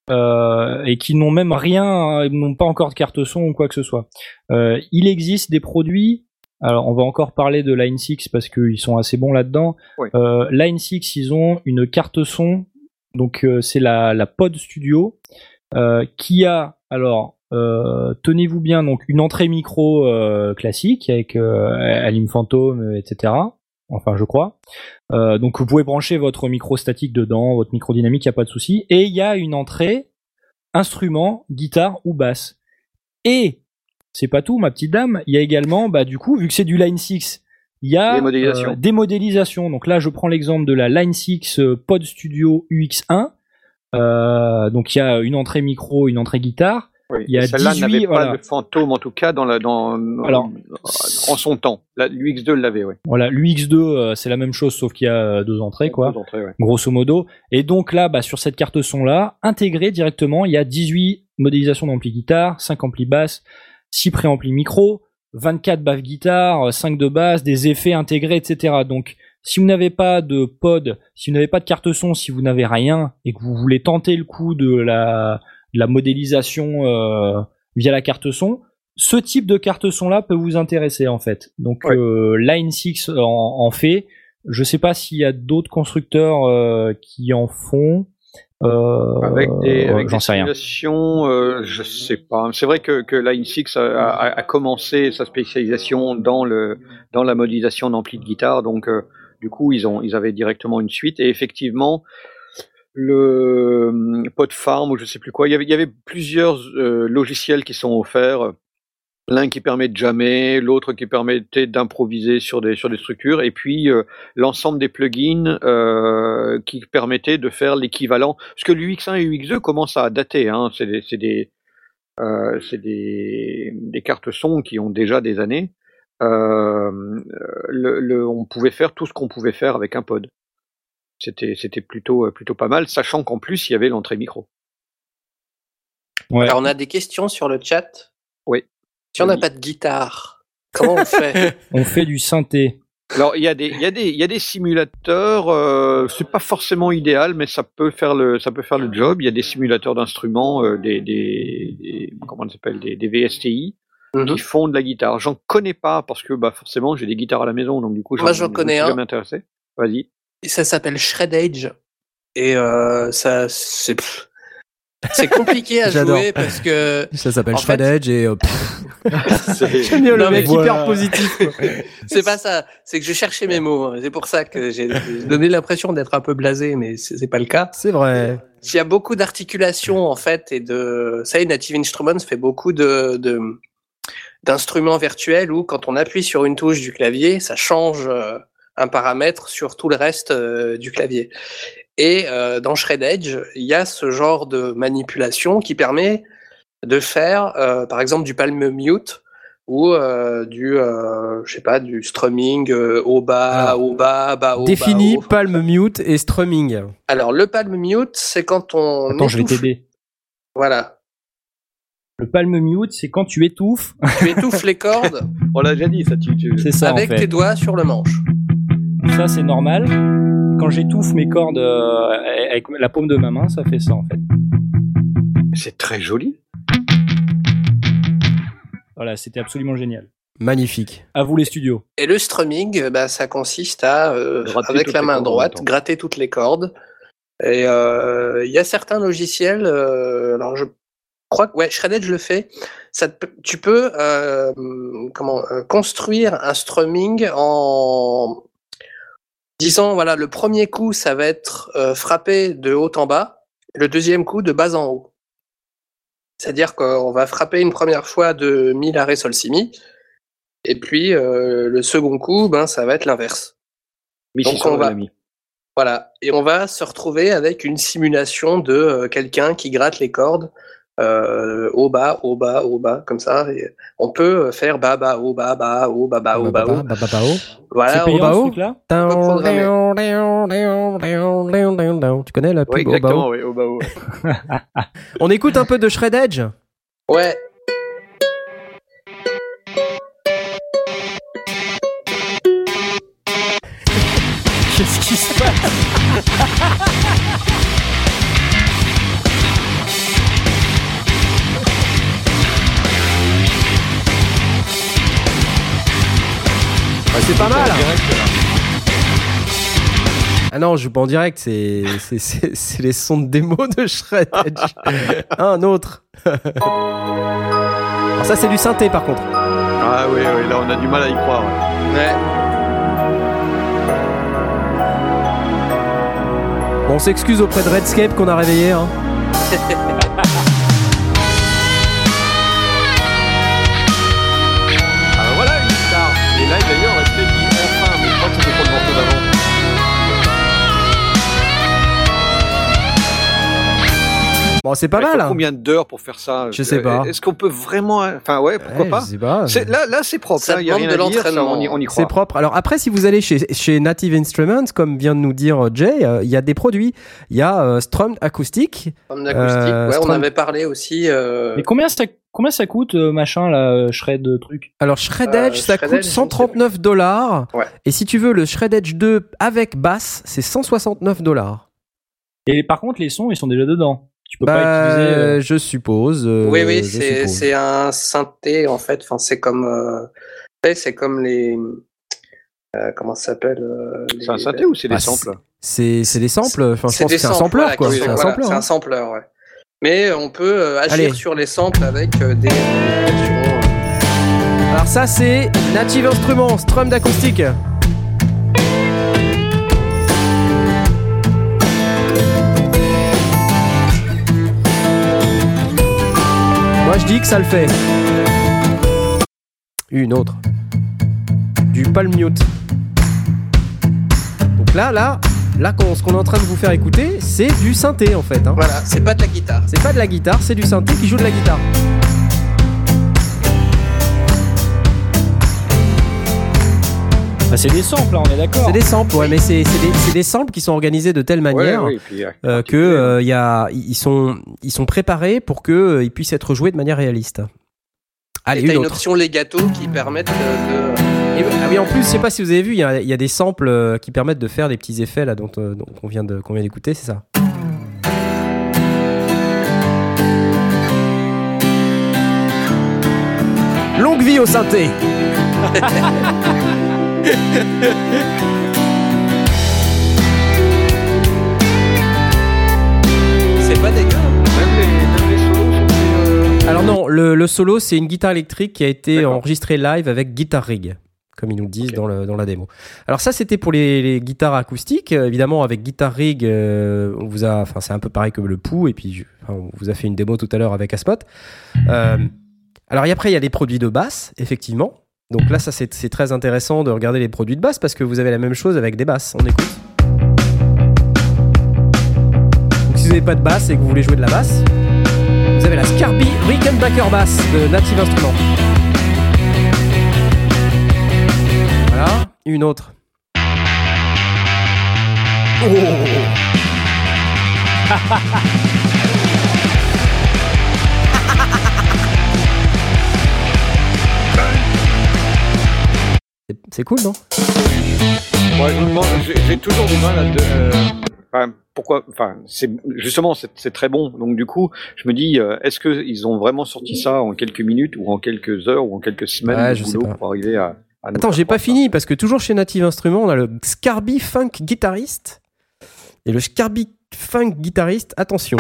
et qui n'ont même rien, n'ont pas encore de carte son ou quoi que ce soit. Il existe des produits. Alors, on va encore parler de Line 6 parce qu'ils sont assez bons là-dedans. Oui. Line 6, ils ont une carte son, donc c'est la Pod Studio, qui a, alors, tenez-vous bien, donc une entrée micro classique avec Alim Phantom, etc. Enfin, je crois. Donc, vous pouvez brancher votre micro statique dedans, votre micro dynamique, il n'y a pas de souci. Et il y a une entrée instrument, guitare ou basse. Et c'est pas tout, ma petite dame. Il y a également, du coup, vu que c'est du Line 6, il y a des modélisations. Donc là, je prends l'exemple de la Line 6 Pod Studio UX1. Donc il y a une entrée micro, une entrée guitare. Oui. Il y a celle-là 18, n'avait voilà. pas de fantôme, en tout cas, en son temps. L'UX2 l'avait, oui. Voilà, l'UX2, c'est la même chose, sauf qu'il y a deux entrées, quoi. Deux entrées, ouais. Grosso modo. Et donc là, sur cette carte son-là, intégrée directement, il y a 18 modélisations d'ampli guitare, 5 amplis basse, 6 préamplis micro, 24 baffes guitare, 5 de basse, des effets intégrés, etc. Donc, si vous n'avez pas de pod, si vous n'avez pas de carte son, si vous n'avez rien, et que vous voulez tenter le coup de la modélisation via la carte son, ce type de carte son-là peut vous intéresser, en fait. Donc, ouais. Line 6 en fait. Je sais pas s'il y a d'autres constructeurs qui en font. Avec des simulations, je sais pas. C'est vrai que Line 6 a commencé sa spécialisation dans la modélisation d'ampli de guitare, donc du coup ils avaient directement une suite et effectivement le Pod Farm ou je sais plus quoi, il y avait plusieurs logiciels qui sont offerts. L'un qui permet de jammer, l'autre qui permettait d'improviser sur des structures, et puis l'ensemble des plugins qui permettaient de faire l'équivalent. Parce que l'UX1 et l'UX2 commencent à dater, hein. C'est des cartes son qui ont déjà des années. On pouvait faire tout ce qu'on pouvait faire avec un pod. C'était plutôt pas mal, sachant qu'en plus il y avait l'entrée micro. Ouais. Alors on a des questions sur le chat. Oui. Si on n'a pas de guitare, comment on fait? On fait du synthé. Alors il y a des simulateurs, c'est pas forcément idéal, mais ça peut faire le job. Il y a des simulateurs d'instruments, comment on s'appelle, des VSTI qui font de la guitare. J'en connais pas parce que forcément j'ai des guitares à la maison, donc du coup j'en connais un. Jamais intéressé. Vas-y. Ça s'appelle Shred Age et ça c'est C'est compliqué à J'adore. jouer parce que Ça s'appelle En Shred fait- Edge et C'est- j'aime bien le Non, mais mec voilà. hyper positif. quoi. c'est pas ça. C'est que je cherchais mes mots. C'est pour ça que j'ai donné l'impression d'être un peu blasé, mais c'est pas le cas. C'est vrai. Il y a beaucoup d'articulations en fait et de ça. Native Instruments fait beaucoup d'instruments virtuels où quand on appuie sur une touche du clavier, ça change un paramètre sur tout le reste du clavier. Et dans Shred Edge, il y a ce genre de manipulation qui permet de faire, par exemple, du palm mute ou du strumming haut bas, Alors, haut bas, bas haut. Défini bas, haut. palm mute et strumming. Alors le palm mute, c'est quand on Attends, je vais étouffe. t'aider. Voilà, Le palm mute, c'est quand tu étouffes. tu étouffes les cordes On l'a déjà dit, ça. C'est ça, avec en fait. tes doigts sur le manche. Ça, c'est normal. Quand j'étouffe mes cordes avec la paume de ma main, ça fait ça, en fait. C'est très joli. Voilà, c'était absolument génial. Magnifique. À vous, les studios. Et le strumming, bah, ça consiste à, Gratter avec toutes la les main cordes en même droite, temps. gratter toutes les cordes. Et il y a certains logiciels, alors je crois que ouais, Shred Edge le fait. Tu peux construire un strumming en disant voilà, le premier coup ça va être frappé de haut en bas, le deuxième coup de bas en haut. C'est-à-dire qu'on va frapper une première fois de mi la ré sol si mi, et puis le second coup ben ça va être l'inverse. Donc, on va- l'ami. Voilà, et on va se retrouver avec une simulation de quelqu'un qui gratte les cordes au bas, au bas, au bas, comme ça. Et on peut faire bas, bas, haut, bas, bas, haut, bas, bas, haut, bas, haut. C'est Voilà, payant, bas, ce haut. truc-là Tu connais la Oui, pub au bas exactement, haut oui, au bas haut. On écoute un peu de Shred Edge. ouais. Qu'est-ce qui se passe? C'est pas mal. Ah non, je joue pas en direct, c'est les sons de démo de Shred Edge. Un autre. Alors ça c'est du synthé par contre. Ah oui, oui, là on a du mal à y croire. Ouais. Ouais. Bon, on s'excuse auprès de Redscape qu'on a réveillé. Hein. Ah voilà une guitare. Et là d'ailleurs, Resté dit enfin, mais je crois que c'était pour le morceau d'avant. Bon, c'est pas Il faut mal. Hein. combien d'heures pour faire ça? Je sais pas. Est-ce qu'on peut vraiment... Enfin ouais, pourquoi Ouais, pas. je sais pas. Là c'est propre, Ça il y a demande rien de à dire, ça, l'entraînement. on y croit. C'est propre. Alors après, si vous allez chez Native Instruments, comme vient de nous dire Jay, il y a des produits. Il y a Strummed Acoustic. Comme d'acoustique, ouais, on Strum- avait parlé aussi. Mais combien ça coûte, machin, là, shred truc? Alors Shred Edge, ça Shred coûte Edge, je ne sais $139. Ouais. Et si tu veux le Shred Edge 2 avec basse, c'est $169. Et par contre, les sons, ils sont déjà dedans. Tu peux pas utiliser. Je suppose. Oui, oui, je suppose. c'est un synthé en fait. Enfin, c'est comme les comment ça s'appelle C'est un synthé ou c'est des Ah, samples? C'est des samples. Enfin, je pense des que c'est un samples, sampler, voilà, quoi. qui C'est sont- un voilà, sampler. c'est hein. un sampler, ouais. Mais on peut agir Allez. sur les samples avec des versions. Alors ça, c'est Native Instruments, Strummed Acoustic. Moi, je dis que ça le fait. Une autre. Du palm mute. Donc là, ce qu'on est en train de vous faire écouter, c'est du synthé en fait. Hein. Voilà, c'est pas de la guitare. C'est pas de la guitare, c'est du synthé qui joue de la guitare. Bah, c'est des samples, là, on est d'accord. C'est des samples, ouais, mais c'est des samples qui sont organisés de telle manière Ouais, oui, puis, que ils sont préparés pour que ils puissent être joués de manière réaliste. Allez, Et t'as une une autre. option legato qui permettent de Ah oui, en plus, je sais pas si vous avez vu, il y a des samples qui permettent de faire des petits effets là dont qu'on vient d'écouter, c'est ça. Longue vie au synthé. C'est pas dégueu. Même Non, le solo, c'est une guitare électrique qui a été D'accord. enregistrée live avec Guitar Rig, comme ils nous le disent dans la démo. Alors ça, c'était pour les guitares acoustiques. Évidemment, avec Guitar Rig, c'est un peu pareil que le Pou, et puis on vous a fait une démo tout à l'heure avec Aspot. Alors après, il y a les produits de basse, effectivement. Donc là, ça c'est très intéressant de regarder les produits de basse parce que vous avez la même chose avec des basses. On écoute. Donc si vous n'avez pas de basse et que vous voulez jouer de la basse, vous avez la Scarby Rickenbacker Bass de Native Instruments. Voilà, une autre. Oh. C'est cool, non? Moi, je me demande, j'ai toujours du mal à pourquoi, c'est très bon. Donc du coup, je me dis, est-ce que ils ont vraiment sorti ça en quelques minutes ou en quelques heures ou en quelques semaines de boulot pour arriver à nous Attends, faire j'ai pas croire fini parce que toujours chez Native Instruments, on a le Scarby Funk Guitarist et le Scarby Funk Guitarist. Attention.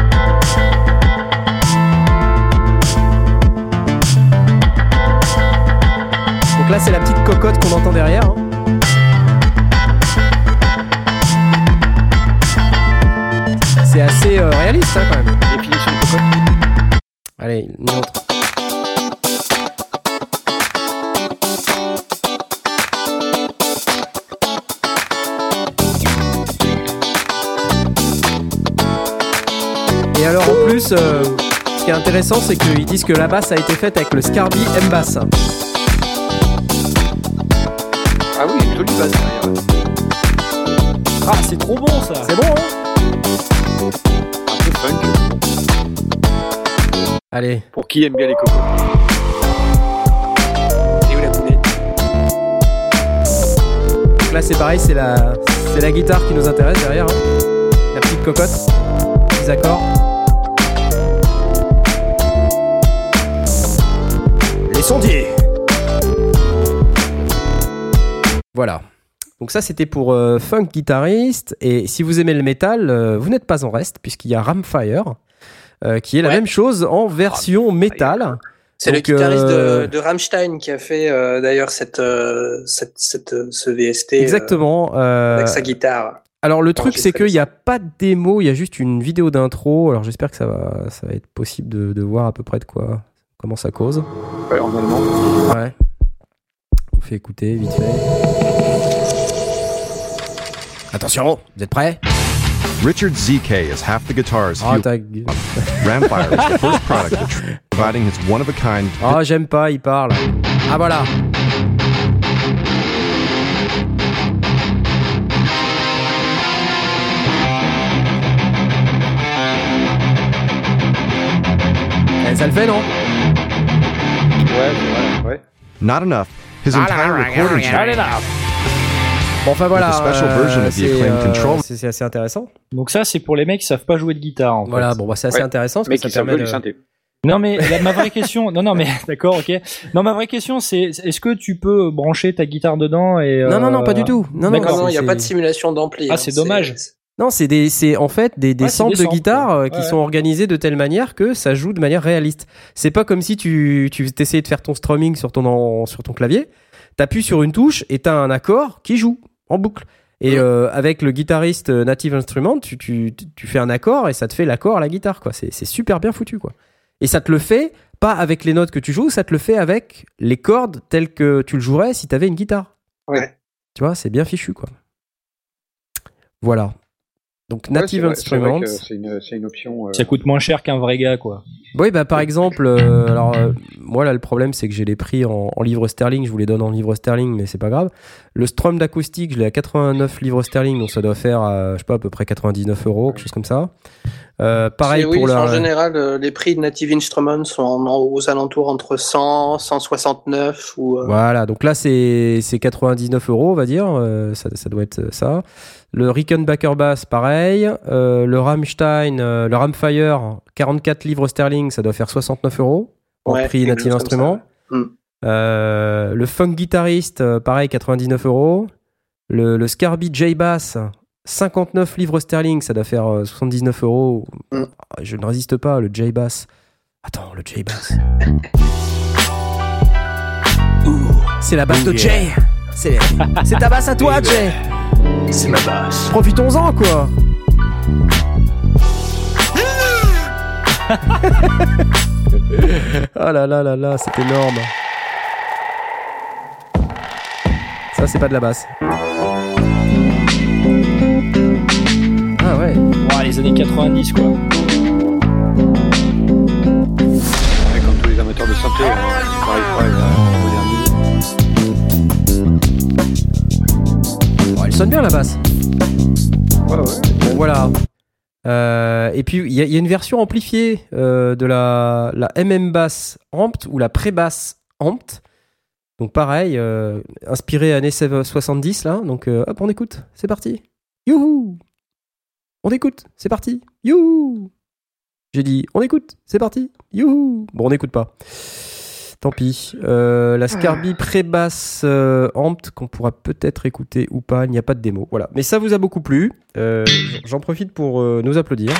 Donc là, c'est la petite cocotte qu'on entend derrière. Hein. C'est assez réaliste, hein, quand même. Définition de cocotte. Allez, une autre. Et alors, en plus, ce qui est intéressant, c'est qu'ils disent que la basse a été faite avec le Scarby M-Bass. Ah oui, une jolie basse d'ailleurs. Ah, c'est trop bon ça. C'est bon, hein? Un peu funk. Allez. Pour qui aime bien les cocos. Et où la poulette? Donc là, c'est pareil, c'est la guitare qui nous intéresse derrière. Hein. La petite cocotte. Les accords. Les sondiers. Voilà. Donc ça, c'était pour Funk Guitarist. Et si vous aimez le métal, vous n'êtes pas en reste, puisqu'il y a Ramfire, qui est la même chose en version métal. C'est le Donc, guitariste de Rammstein qui a fait d'ailleurs ce VST exactement. avec sa guitare. Alors le truc, c'est Enregistré. qu'il n'y a pas de démo, il y a juste une vidéo d'intro. Alors j'espère que ça va être possible de voir à peu près comment ça cause. Ouais, en allemand. Ouais. On fait écouter vite fait. Attention, vous êtes prêts? Richard ZK is half the guitars Ah, he ta gueule. Ramfire is the first product that providing his one-of-a-kind Ah, j'aime pas, il parle. Ah, voilà. Ça le fait, non? Ouais. not enough. His entire recording Bon, enfin voilà. With a special version of the acclaimed control. C'est assez intéressant. Donc ça, c'est pour les mecs qui savent pas jouer de guitare. En Voilà, fait. bon, bah, c'est assez Ouais. intéressant parce Mais que qui ça savent permet du de... synthé. Non mais ma vraie question, non mais d'accord, ok. Non, ma vraie question, c'est est-ce que tu peux brancher ta guitare dedans et Non, pas du tout. Non, D'accord. Non, il n'y a c'est- pas de simulation d'ampli. Ah, c'est dommage. Non, c'est en fait des Ouais, c'est samples des de samples, guitare quoi. qui Ouais. sont organisés de telle manière que ça joue de manière réaliste. C'est pas comme si tu essayais de faire ton strumming sur ton clavier, t'appuies sur une touche et t'as un accord qui joue en boucle. Et avec le guitariste Native Instruments, tu fais un accord et ça te fait l'accord à la guitare, quoi. C'est super bien foutu, quoi. Et ça te le fait pas avec les notes que tu joues, ça te le fait avec les cordes telles que tu le jouerais si t'avais une guitare. Ouais. Tu vois, c'est bien fichu, quoi. Voilà. Donc Ouais, Native c'est vrai Instruments. que c'est une option. ça coûte moins cher qu'un vrai gars, quoi. Oui, bah par exemple, moi là le problème c'est que j'ai les prix en livres sterling, je vous les donne en livres sterling, mais c'est pas grave. Le Strom d'acoustique, je l'ai à 89 livres sterling, donc ça doit faire, je sais pas, à peu près 99 €, quelque chose comme ça. Pareil Oui, pour en la... général, les prix de Native Instruments sont aux alentours entre 100, 169 ou. Voilà, donc là c'est 99 €, on va dire, ça doit être ça. Le Rickenbacker Bass, pareil. Le Rammstein, le Ramfire, 44 livres sterling, ça doit faire 69 € en Ouais, prix quelque Native chose comme Instruments. ça. Le Funk Guitarist, pareil, 99 €. Le Scarby J-Bass, 59 livres sterling, ça doit faire 79 €. Mm. Je ne résiste pas, le J-Bass. Attends, le J-Bass. C'est la basse de Jay. C'est ta basse à toi, Jay. C'est ma basse. Profitons-en, quoi. Oh là là là là, c'est énorme. Ça, c'est pas de la basse. Ah ouais. Ouais, les années 90, quoi. Comme tous les amateurs de synthé, ils n'arrivent pas à Oh, elle sonne bien, la basse. Ouais. Bon, voilà. Et puis il y a une version amplifiée de la MM Bass Amped ou la Pré-Bass Amped. Donc pareil, inspiré années 70 là. Donc hop, on écoute, c'est parti. Youhou. On écoute, c'est parti. Youhou. J'ai dit, on écoute, c'est parti. Youhou. Bon, on n'écoute pas. Tant pis. La Scarby Pré-Bass Amped qu'on pourra peut-être écouter ou pas. Il n'y a pas de démo. Voilà. Mais ça vous a beaucoup plu. J'en profite pour nous applaudir.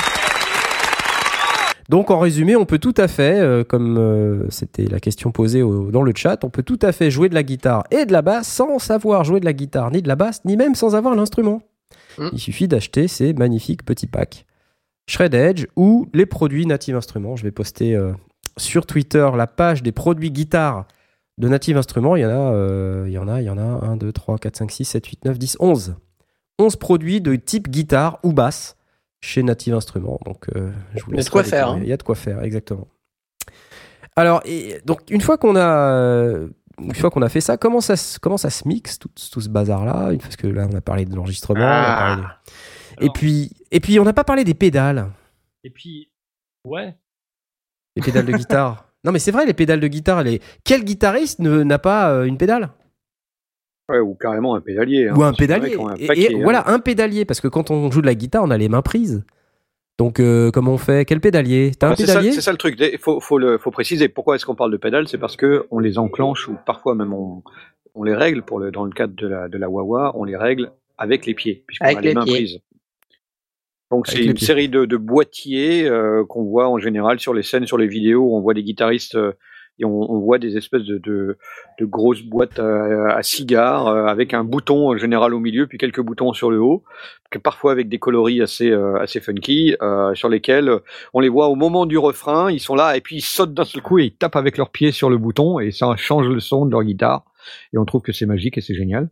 Donc en résumé, on peut tout à fait, comme c'était la question posée dans le chat, on peut tout à fait jouer de la guitare et de la basse sans savoir jouer de la guitare ni de la basse, ni même sans avoir l'instrument. Il suffit d'acheter ces magnifiques petits packs Shred Edge ou les produits Native Instruments. Je vais poster sur Twitter la page des produits guitare de Native Instruments. Il y en a 1, 2, 3, 4, 5, 6, 7, 8, 9, 10, 11. 11 produits de type guitare ou basse chez Native Instruments. Donc, je vous laisse. Il y a de quoi faire. Hein. Il y a de quoi faire, exactement. Alors, donc, une fois qu'on a fait ça, comment ça se mixe tout ce bazar-là? Parce que là, on a parlé de l'enregistrement. Et puis, on n'a pas parlé des pédales. Et puis, ouais. Les pédales de guitare. Non, mais c'est vrai, les pédales de guitare. Quel guitariste n'a pas une pédale? Ouais, ou carrément un pédalier. Hein. Ou un pédalier. Paquet, voilà, un pédalier. Parce que quand on joue de la guitare, on a les mains prises. Donc, comment on fait? Quel pédalier? T'as un pédalier? C'est ça le truc. Il faut préciser. Pourquoi est-ce qu'on parle de pédales? C'est parce que on les enclenche ou parfois même on les règle dans le cadre de la wah-wah, on les règle avec les pieds, puisqu'on a les mains prises. Donc c'est une série de boîtiers qu'on voit en général sur les scènes, sur les vidéos où on voit des guitaristes et on voit des espèces de grosses boîtes à cigares avec un bouton en général au milieu puis quelques boutons sur le haut, parfois avec des coloris assez funky sur lesquels on les voit au moment du refrain, ils sont là et puis ils sautent d'un seul coup et ils tapent avec leurs pieds sur le bouton et ça change le son de leur guitare et on trouve que c'est magique et c'est génial.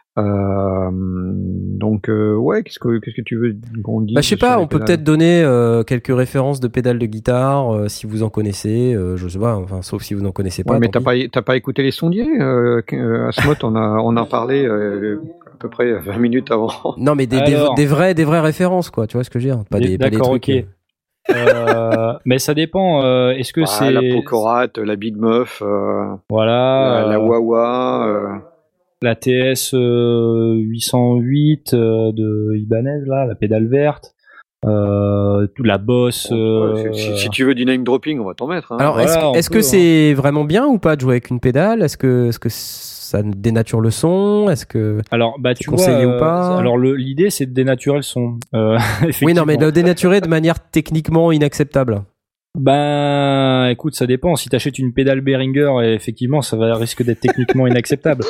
Donc ouais, qu'est-ce que tu veux qu'on dise? Je sais pas, on peut peut-être donner quelques références de pédales de guitare si vous en connaissez, je sais pas, enfin sauf si vous n'en connaissez pas. Ouais, mais t'as pas écouté les sondiers Asmot, on a parlé à peu près 20 minutes avant. Non, mais des vraies références quoi, tu vois ce que je veux dire, pas des trucs. OK. Mais ça dépend. Est-ce que c'est la Pocorat, la Big Muff, voilà, la Wah-Wah, la TS 808 de Ibanez là, la pédale verte, la Boss. Si tu veux du name dropping, on va t'en mettre. Hein. Alors est-ce que c'est vraiment bien ou pas de jouer avec une pédale? Est-ce que ça dénature le son? Est-ce que alors tu vois ou pas? Alors l'idée c'est de dénaturer le son. Oui, non, mais le dénaturer de manière techniquement inacceptable. Ben, écoute, ça dépend. Si t'achètes une pédale Behringer, effectivement, ça risque d'être techniquement inacceptable.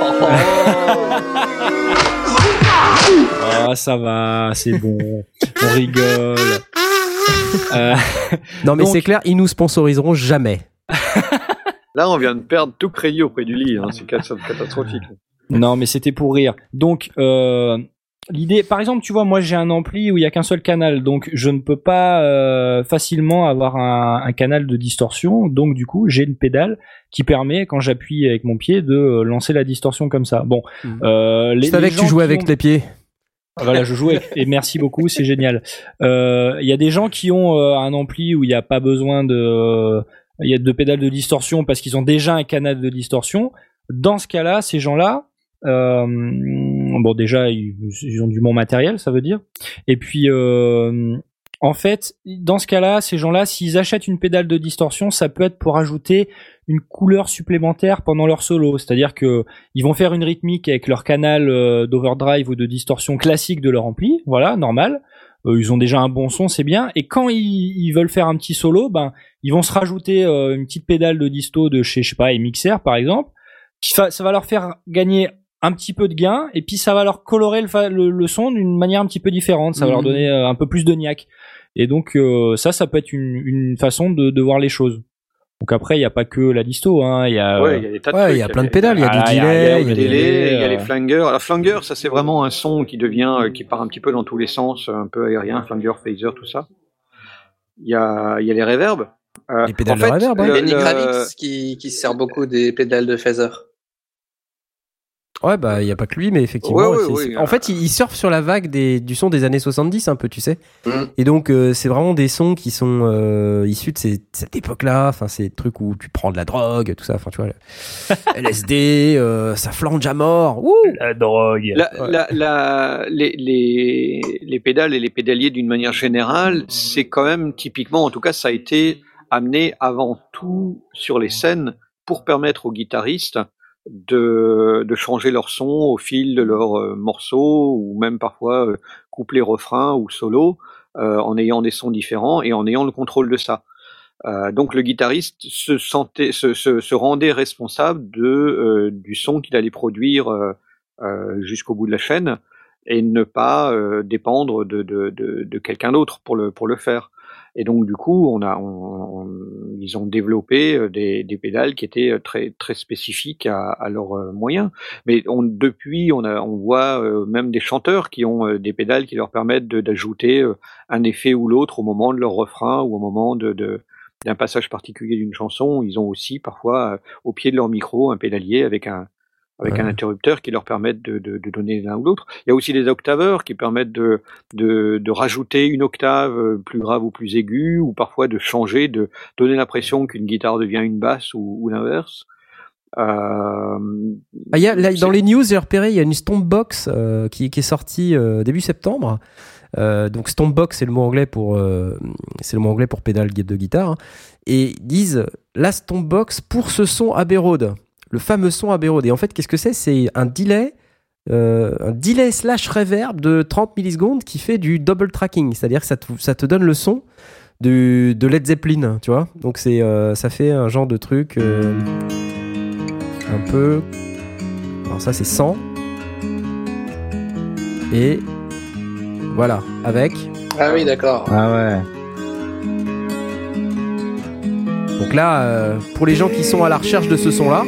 Ah, ça va, c'est bon. On rigole. Non, mais c'est clair, ils nous sponsoriseront jamais. Là, on vient de perdre tout crédit auprès du lit. Hein. C'est catastrophique. Non, mais c'était pour rire. Donc, l'idée, par exemple, tu vois, moi j'ai un ampli où il y a qu'un seul canal, donc je ne peux pas facilement avoir un canal de distorsion. Donc du coup, j'ai une pédale qui permet, quand j'appuie avec mon pied, de lancer la distorsion comme ça. Bon, je savais que tu jouais avec tes pieds. Voilà, je joue et merci beaucoup, c'est génial. Il y a des gens qui ont un ampli où il n'y a pas besoin de pédales de distorsion parce qu'ils ont déjà un canal de distorsion. Dans ce cas-là, ces gens-là, bon déjà ils ont du bon matériel, ça veut dire. Et puis en fait, dans ce cas-là, ces gens-là, s'ils achètent une pédale de distorsion, ça peut être pour ajouter une couleur supplémentaire pendant leur solo. C'est-à-dire que ils vont faire une rythmique avec leur canal d'overdrive ou de distorsion classique de leur ampli, voilà, normal. ils ont déjà un bon son, c'est bien. Et quand ils veulent faire un petit solo, ben ils vont se rajouter une petite pédale de disto de chez, je sais pas, MXR par exemple. Ça va leur faire gagner un petit peu de gain, et puis ça va leur colorer le son d'une manière un petit peu différente. Ça va leur donner un peu plus de niaque. Et donc ça peut être une façon de voir les choses. Donc après, il y a pas que la disto, hein. Il y a il y a des tas de trucs. il y a plein de pédales, il y a du delay, il y a des délais, il y a les flangers. Alors flanger, ça c'est vraiment un son qui part un petit peu dans tous les sens, un peu aérien, flanger, phaser, tout ça. Il y a les reverbs. Les pédales en fait, de reverb, Il y a le- Niggravix qui se sert beaucoup des pédales de phaser. Ouais, bah, il y a pas que lui, mais effectivement. Ouais, En fait, il surfe sur la vague du son des années 70, un peu, tu sais. Mm. Et donc, c'est vraiment des sons qui sont issus de cette époque-là. Enfin, ces trucs où tu prends de la drogue, tout ça. Enfin, tu vois, LSD, ça flange à mort. Ouh. la drogue. Les pédales et les pédaliers d'une manière générale, c'est quand même typiquement, en tout cas, ça a été amené avant tout sur les scènes pour permettre aux guitaristes de changer leur son au fil de leurs morceaux, ou même parfois couplet refrain ou solo, en ayant des sons différents et en ayant le contrôle de ça. Donc le guitariste se rendait responsable du son qu'il allait produire jusqu'au bout de la chaîne, et ne pas dépendre de quelqu'un d'autre pour le faire. Et donc du coup, ils ont développé des pédales qui étaient très très spécifiques à leurs moyens. Mais depuis, on voit même des chanteurs qui ont des pédales qui leur permettent d'ajouter un effet ou l'autre au moment de leur refrain, ou au moment d'un passage particulier d'une chanson. Ils ont aussi parfois au pied de leur micro un pédalier avec un interrupteur qui leur permettent de donner l'un ou l'autre. Il y a aussi des octaveurs qui permettent de rajouter une octave plus grave ou plus aiguë, ou parfois de changer, de donner l'impression qu'une guitare devient une basse, ou l'inverse. Dans les news, j'ai repéré, il y a une Stompbox qui est sortie début septembre. Donc Stompbox, c'est le mot anglais pour pédale de guitare. Hein. Et ils disent la Stompbox pour ce son Abbey Road. Le fameux son Abbey Road. Et en fait, qu'est-ce que c'est ? C'est un delay slash reverb de 30 millisecondes qui fait du double tracking. C'est-à-dire que ça te donne le son de Led Zeppelin, tu vois. Donc ça fait un genre de truc un peu... Alors ça, c'est 100. Et voilà, avec... Ah oui, d'accord. Ah ouais. Donc là, pour les gens qui sont à la recherche de ce son-là,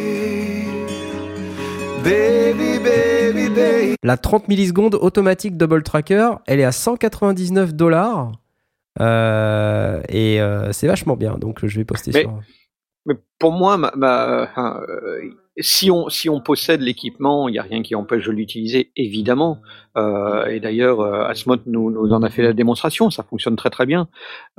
la 30 millisecondes automatique double tracker, elle est à $199 et c'est vachement bien. Donc je vais poster sur. Mais pour moi, si on possède l'équipement, il n'y a rien qui empêche de l'utiliser, évidemment. Et d'ailleurs, Asmod nous en a fait la démonstration. Ça fonctionne très très bien.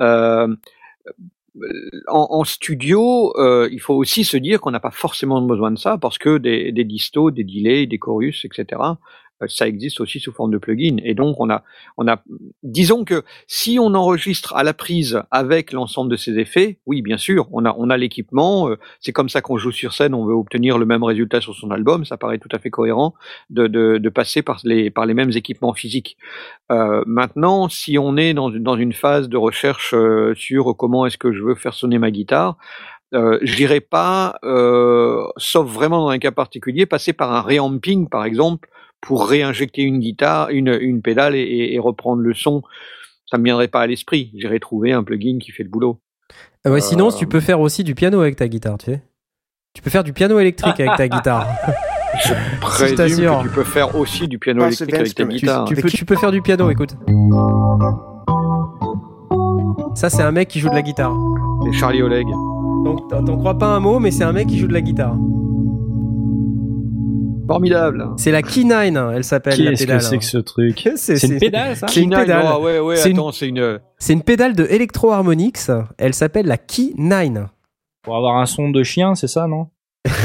En studio, il faut aussi se dire qu'on n'a pas forcément besoin de ça, parce que des distos, des delays, des chorus, etc., ça existe aussi sous forme de plugin. Et donc on a, disons que si on enregistre à la prise avec l'ensemble de ces effets, oui, bien sûr, on a l'équipement. C'est comme ça qu'on joue sur scène. On veut obtenir le même résultat sur son album. Ça paraît tout à fait cohérent de passer par les mêmes équipements physiques. Maintenant, si on est dans une phase de recherche sur comment est-ce que je veux faire sonner ma guitare, j'irai pas, sauf vraiment dans un cas particulier, passer par un reamping, par exemple, pour réinjecter une guitare, une pédale et reprendre le son. Ça me viendrait pas à l'esprit. J'irai trouver un plugin qui fait le boulot. Ouais, sinon, tu peux faire aussi du piano avec ta guitare, tu sais. Tu peux faire du piano électrique avec ta guitare. Je présume que tu peux faire aussi du piano électrique avec ta guitare. Tu peux faire du piano, écoute. Ça, c'est un mec qui joue de la guitare. Et Charlie Oleg. Donc, t'en crois pas un mot, mais c'est un mec qui joue de la guitare. Formidable. C'est la Key9, elle s'appelle, la pédale. Qu'est-ce que c'est que ce truc ? C'est une pédale, ça ? C'est une pédale. Oh, ouais, C'est une pédale de Electro Harmonix. Elle s'appelle la Key9. Pour avoir un son de chien, c'est ça, non ?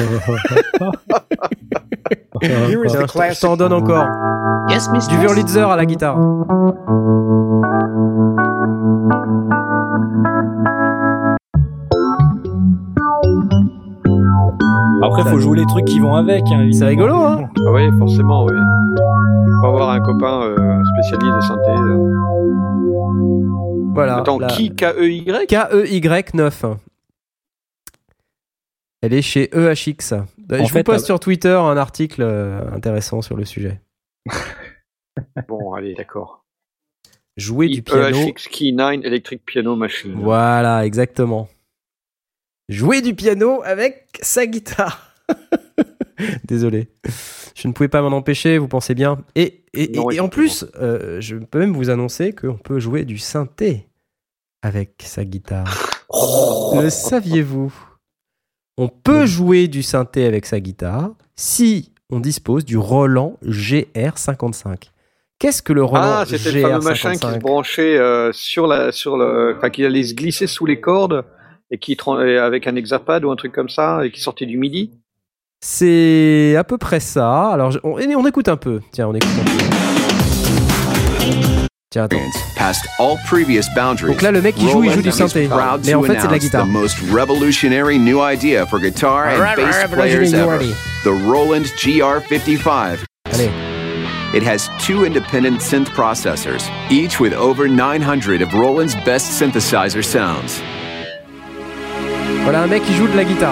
Je t'en donne encore. Yes, miss. Du Wurlitzer à la guitare. Après, faut jouer les trucs qui vont avec. Hein, c'est rigolo, hein ? Ah oui, forcément, oui. Faut avoir un copain spécialiste de synthé. Voilà. Attends, qui KEY KEY9. Elle est chez EHX. Je vous poste sur Twitter un article intéressant sur le sujet. Bon, allez, d'accord. Jouer du piano. EHX Key 9 Electric Piano Machine. Voilà, exactement. Jouer du piano avec sa guitare. Désolé. Je ne pouvais pas m'en empêcher, vous pensez bien. Et en plus, je peux même vous annoncer qu'on peut jouer du synthé avec sa guitare. Le saviez-vous ? On peut jouer du synthé avec sa guitare si on dispose du Roland GR55. Qu'est-ce que le Roland GR55 ? Ah, c'était le fameux machin qui se branchait enfin, qui allait se glisser sous les cordes et avec un hexapad ou un truc comme ça et qui sortait du MIDI. C'est à peu près ça. Alors, on écoute un peu. Tiens, on écoute un peu. Tiens, attends. Past all previous boundaries. Donc là, le mec, il joue du synthé. Mais en fait, c'est de la guitare. The most revolutionary new idea for guitar and bass players ever. The Roland GR55. Allez. It has 2 independent synth processors, each with over 900 of Roland's best synthesizer sounds. Voilà un mec qui joue de la guitare.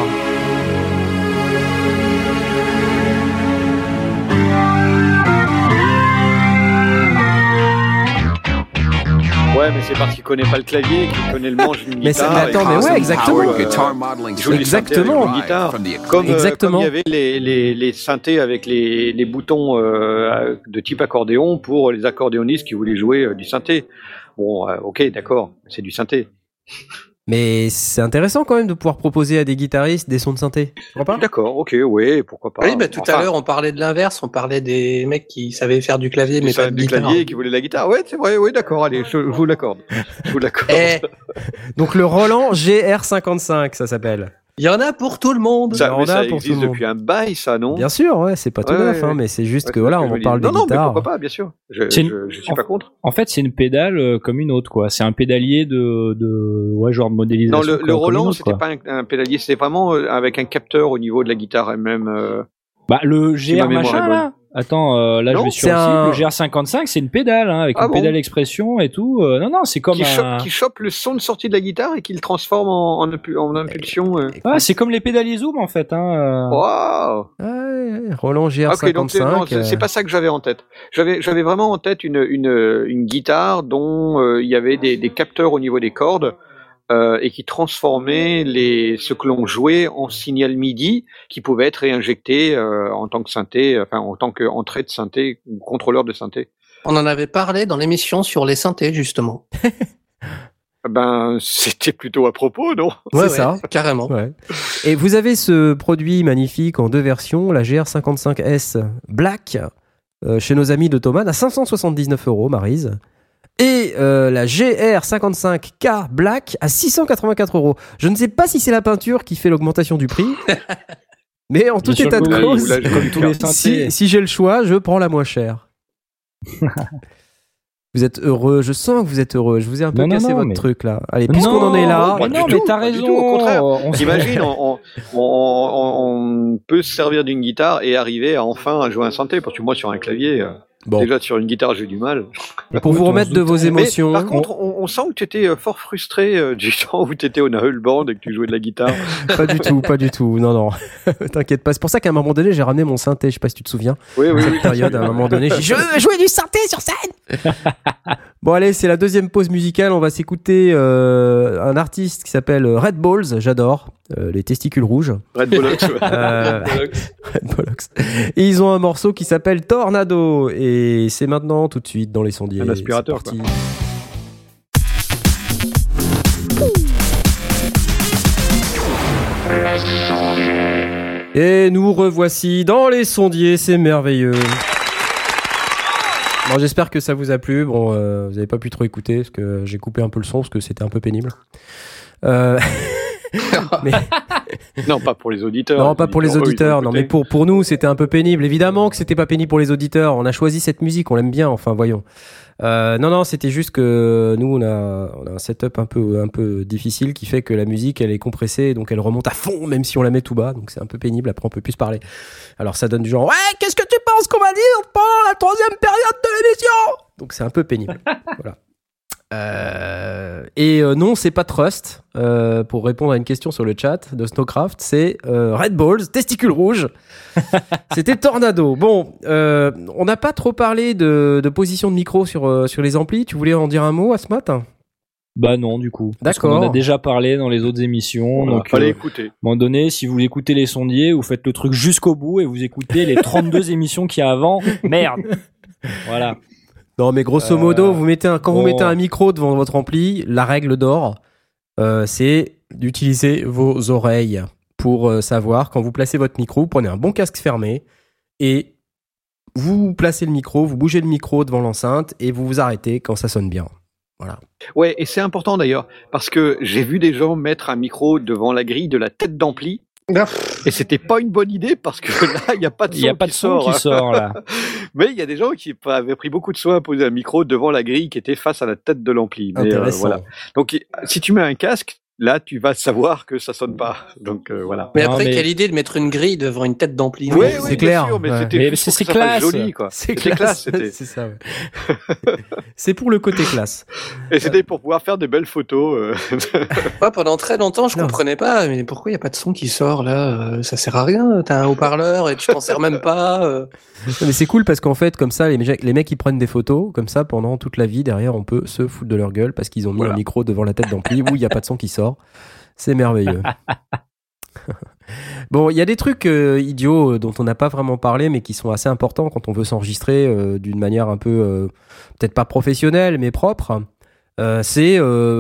Ouais, mais c'est parce qu'il connaît pas le clavier, qu'il connaît le manche d'une guitare. Mais ouais, exactement. Exactement. Comme il y avait les synthés avec les boutons de type accordéon pour les accordéonistes qui voulaient jouer du synthé. Bon, ok, d'accord, c'est du synthé. Mais c'est intéressant quand même de pouvoir proposer à des guitaristes des sons de synthé. Tu crois pas ? D'accord, ok, ouais, pourquoi pas. Oui, tout à l'heure on parlait de l'inverse, on parlait des mecs qui savaient faire du clavier mais pas de guitare. Du clavier qui voulaient la guitare. Ouais, c'est vrai, oui, d'accord, allez, je vous l'accorde. Donc le Roland GR55, ça s'appelle. Il y en a pour tout le monde. Ça existe depuis un bail, ça, non ? Bien sûr, ouais, c'est pas tout neuf, hein, mais c'est juste que voilà, on parle de guitare. Non, mais pourquoi pas, bien sûr. Je suis pas contre. En fait, c'est une pédale comme une autre, quoi. C'est un pédalier genre de modélisation. Non, le Roland, c'était pas un pédalier, c'était vraiment avec un capteur au niveau de la guitare elle-même. Le GR machin, là. Attends, là, je vais sur le site. Le GR55, c'est une pédale, hein, avec une pédale expression et tout. Non, c'est comme qui chope le son de sortie de la guitare et qui le transforme en impulsion. Ouais, c'est comme les pédaliers Zoom, en fait. Hein. Waouh. Ouais, Roland GR55. Ok, donc c'est pas ça que j'avais en tête. J'avais vraiment en tête une guitare dont il y avait des capteurs au niveau des cordes. Et qui transformait ce que l'on jouait en signal MIDI qui pouvait être réinjecté en tant que synthé, enfin en tant qu'entrée de synthé ou contrôleur de synthé. On en avait parlé dans l'émission sur les synthés justement. C'était plutôt à propos, non ? C'est ça, carrément. Ouais. Et vous avez ce produit magnifique en 2 versions, la GR55S Black chez nos amis de Thomann à 579 €, Maryse. Et la GR55K Black à 684 €. Je ne sais pas si c'est la peinture qui fait l'augmentation du prix, mais en tout état de cause, si j'ai le choix, je prends la moins chère. Vous êtes heureux, je sens que vous êtes heureux. Je vous ai un peu cassé votre truc là. Allez, puisqu'on en est là. Mais t'as raison. Au contraire, t'imagines, on peut se servir d'une guitare et arriver à jouer un synthé. Parce que moi, sur un clavier. Déjà sur une guitare j'ai du mal. Pour vous remettre de vos émotions. Mais, par contre, on sent que tu étais fort frustré du temps où tu étais au Nahul Band et que tu jouais de la guitare. Pas du tout. Non. T'inquiète pas. C'est pour ça qu'à un moment donné, j'ai ramené mon synthé. Je sais pas si tu te souviens. Oui. Cette période, à un moment donné, j'ai dit, je veux jouer du synthé sur scène. Bon, allez, c'est la deuxième pause musicale. On va s'écouter un artiste qui s'appelle Red Balls. J'adore. Les testicules rouges. Red Bollocks. Red Bollocks. Et ils ont un morceau qui s'appelle Tornado. Et c'est maintenant, tout de suite, dans les sondiers. Un aspirateur, quoi. Et nous revoici dans les sondiers, c'est merveilleux. Bon, j'espère que ça vous a plu. Bon, vous n'avez pas pu trop écouter parce que j'ai coupé un peu le son parce que c'était un peu pénible. Mais... Non, pas pour les auditeurs. Non, pas pour les auditeurs. Non, mais pour nous, c'était un peu pénible. Évidemment que c'était pas pénible pour les auditeurs. On a choisi cette musique, on l'aime bien. Enfin, voyons. Non, c'était juste que nous, on a un setup un peu difficile qui fait que la musique, elle est compressée, donc elle remonte à fond, même si on la met tout bas. Donc c'est un peu pénible. Après, on peut plus se parler. Alors ça donne du genre, ouais, qu'est-ce que tu penses dire pendant la 3e période de l'émission. Donc c'est un peu pénible. Voilà. Non, c'est pas Trust. Pour répondre à une question sur le chat de Snowcraft, c'est Red Balls, testicules rouges. C'était Tornado. Bon, on n'a pas trop parlé de position de micro sur les amplis. Tu voulais en dire un mot, Asmat ? Bah non, du coup. Parce D'accord. qu'on en a déjà parlé dans les autres émissions. Voilà, Donc, fallait écouter. à un moment donné, si vous écoutez les sondiers, vous faites le truc jusqu'au bout et vous écoutez les 32 émissions qu'il y a avant. Merde. Voilà. Non, mais grosso modo, vous mettez vous bon. mettez un micro devant votre ampli, la règle d'or, c'est d'utiliser vos oreilles pour savoir, quand vous placez votre micro, vous prenez un bon casque fermé et vous placez le micro, vous bougez le micro devant l'enceinte et vous vous arrêtez quand ça sonne bien. Voilà. Ouais, et c'est important d'ailleurs, parce que j'ai vu des gens mettre un micro devant la grille de la tête d'ampli, et c'était pas une bonne idée, parce que là, il n'y a pas de son, Il n'y a pas de son qui sort, là. Mais il y a des gens qui avaient pris beaucoup de soin à poser un micro devant la grille qui était face à la tête de l'ampli. Mais, Intéressant. voilà. Donc, si tu mets un casque, là, tu vas savoir que ça sonne pas. Donc, voilà. Mais Non, après, mais- quelle idée de mettre une grille devant une tête d'ampli. Oui, c'est bien clair. sûr, mais Ouais. c'était Mais juste c'est pour que ça fasse classe. joli, quoi. C'est C'était classe, c'était. c'est ça. Ouais. C'est pour le côté classe. Et c'était pour pouvoir faire des belles photos. Moi, pendant très longtemps, je Non. comprenais pas, mais pourquoi il n'y a pas de son qui sort là ça sert à rien. T'as un haut-parleur et tu t'en sers même pas. Mais c'est cool parce qu'en fait, comme ça, les mecs ils prennent des photos, comme ça, pendant toute la vie, derrière, on peut se foutre de leur gueule parce qu'ils ont mis Voilà. un micro devant la tête d'ampli où il n'y a pas de son qui sort. C'est merveilleux. Bon, il y a des trucs idiots dont on n'a pas vraiment parlé, mais qui sont assez importants quand on veut s'enregistrer d'une manière un peu, peut-être pas professionnelle, mais propre. C'est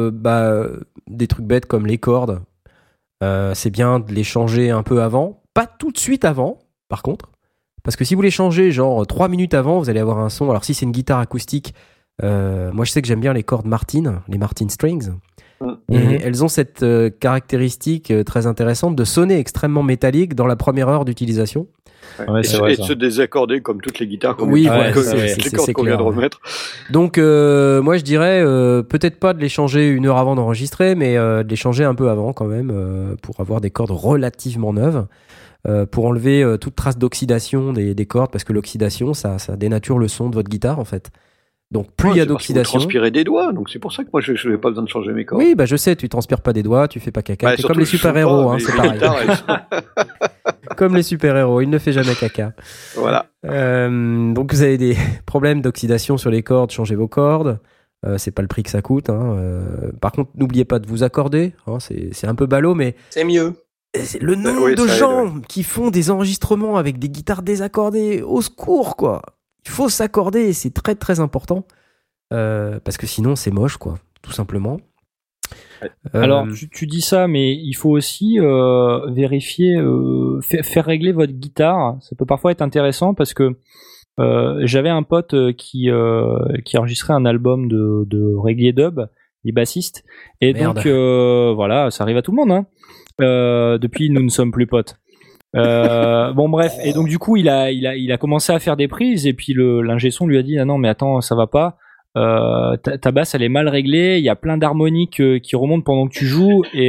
des trucs bêtes comme les cordes. C'est bien de les changer un peu avant. Pas tout de suite avant, par contre. Parce que si vous les changez genre 3 minutes avant, vous allez avoir un son. Alors si c'est une guitare acoustique, moi je sais que j'aime bien les cordes Martin, les Martin Strings. Et elles ont cette caractéristique très intéressante de sonner extrêmement métallique dans la première heure d'utilisation. Ouais, c'est et vrai, de ça. se désaccorder comme toutes les guitares qu'on Oui, met- voilà, que- c'est les cordes qu'on vient clair, de ouais. remettre. Donc moi je dirais peut-être pas de les changer 1 heure avant d'enregistrer, mais de les changer un peu avant quand même pour avoir des cordes relativement neuves. Pour enlever toute trace d'oxydation des cordes, parce que l'oxydation ça dénature le son de votre guitare en fait. Donc plus il y a C'est parce que vous d'oxydation. transpirez des doigts, donc c'est pour ça que moi je n'ai pas besoin de changer mes cordes. Oui, bah je sais, tu transpires pas des doigts, tu fais pas caca. Bah, T'es surtout comme les que je joue super-héros, pas, hein, mais c'est les pareil. guitares, elles sont- Comme les super-héros, il ne fait jamais caca. Voilà. Donc vous avez des problèmes d'oxydation sur les cordes, changez vos cordes. C'est pas le prix que ça coûte. Par contre, n'oubliez pas de vous accorder. C'est un peu ballot, mais C'est mieux. c'est le nombre oui, de ça aide, gens qui font des enregistrements avec des guitares désaccordées. Au secours, quoi. Il faut s'accorder et c'est très très important. Parce que sinon, c'est moche, quoi. Tout simplement. Alors, tu dis ça, mais il faut aussi vérifier, faire régler votre guitare. Ça peut parfois être intéressant parce que j'avais un pote qui enregistrait un album de reggae dub, il est bassiste, et Merde. donc voilà, ça arrive à tout le monde. Hein. Depuis, nous ne sommes plus potes. Bon bref, et donc du coup, il a commencé à faire des prises, et puis l'ingé son lui a dit ah non mais attends, ça va pas. Ta basse elle est mal réglée, il y a plein d'harmoniques qui remontent pendant que tu joues et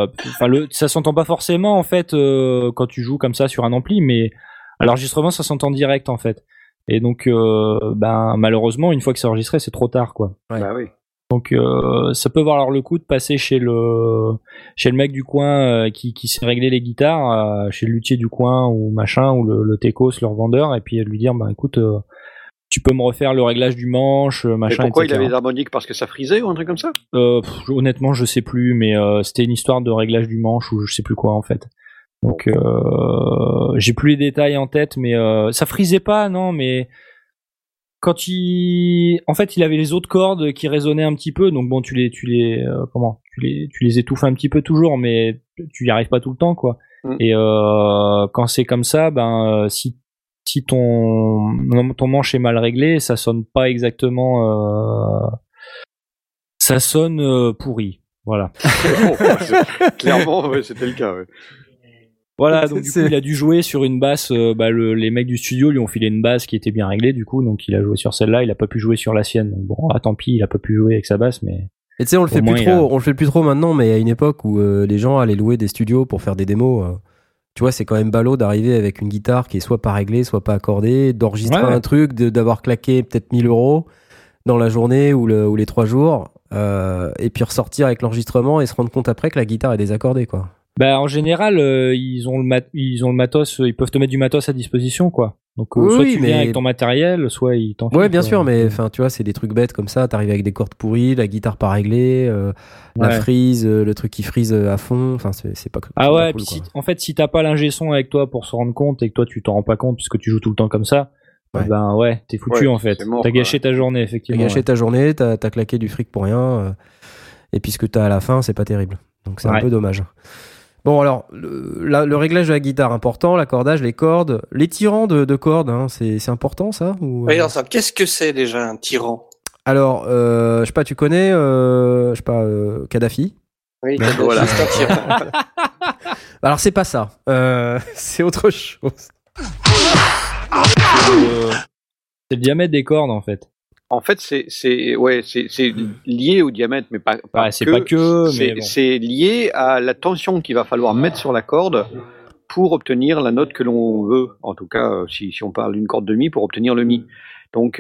ça s'entend pas forcément en fait quand tu joues comme ça sur un ampli, mais à l'enregistrement ça s'entend direct en fait. Et donc malheureusement une fois que c'est enregistré c'est trop tard quoi. Ouais. Bah oui. Donc ça peut valoir le coup de passer chez le mec du coin qui sait régler les guitares, chez le luthier du coin ou machin ou le techos leur vendeur, et puis lui dire bah écoute tu peux me refaire le réglage du manche, Mais machin, pourquoi il etc. avait des harmoniques? Parce que ça frisait ou un truc comme ça? Honnêtement, je sais plus, mais c'était une histoire de réglage du manche ou je sais plus quoi en fait. Donc j'ai plus les détails en tête, mais ça frisait pas, non, mais quand il avait les autres cordes qui résonnaient un petit peu, donc bon, tu les étouffes un petit peu toujours, mais tu y arrives pas tout le temps, quoi. Et quand c'est comme ça, si ton manche est mal réglé, ça sonne pas exactement. Ça sonne pourri. Voilà. Clairement, ouais, c'était le cas. Ouais. Voilà, donc du coup, il a dû jouer sur une basse. Les mecs du studio lui ont filé une basse qui était bien réglée, du coup, donc il a joué sur celle-là. Il a pas pu jouer sur la sienne. Donc bon, tant pis, il a pas pu jouer avec sa basse, mais. Et tu sais, on le fait Au moins, plus trop. On le fait plus trop maintenant, mais à une époque où les gens allaient louer des studios pour faire des démos. Tu vois, c'est quand même ballot d'arriver avec une guitare qui est soit pas réglée, soit pas accordée, d'enregistrer un truc, d'avoir claqué peut-être 1 000 € dans la journée ou les 3 jours, et puis ressortir avec l'enregistrement et se rendre compte après que la guitare est désaccordée, quoi. Bah, en général, ils ont le matos, ils peuvent te mettre du matos à disposition, quoi. Donc, soit tu viens avec ton matériel, soit ils t'en filent. Ouais, bien sûr, mais enfin, tu vois, c'est des trucs bêtes comme ça. T'arrives avec des cordes pourries, la guitare pas réglée, la frise, le truc qui frise à fond. Enfin, c'est pas. Ah ouais, cool, puis en fait, si t'as pas l'ingé son avec toi pour se rendre compte et que toi tu t'en rends pas compte puisque tu joues tout le temps comme ça, ben ouais, t'es foutu en fait. T'as gâché ta journée, effectivement. T'as gâché ta journée, t'as claqué du fric pour rien, et puis ce que t'as à la fin, c'est pas terrible. Donc c'est un peu dommage. Bon, alors, le réglage de la guitare, important, l'accordage, les cordes, les tirants de cordes, hein, c'est important, ça ou, Oui, alors ça, qu'est-ce que c'est déjà un tyran? Alors, je sais pas, tu connais, Kadhafi? Oui, voilà. C'est un tyran. Alors, c'est pas ça. C'est autre chose. C'est le diamètre des cordes, en fait. En fait, c'est lié au diamètre, mais pas c'est pas que, mais bon. C'est lié à la tension qu'il va falloir mettre sur la corde pour obtenir la note que l'on veut. En tout cas, si on parle d'une corde de mi, pour obtenir le mi. Donc,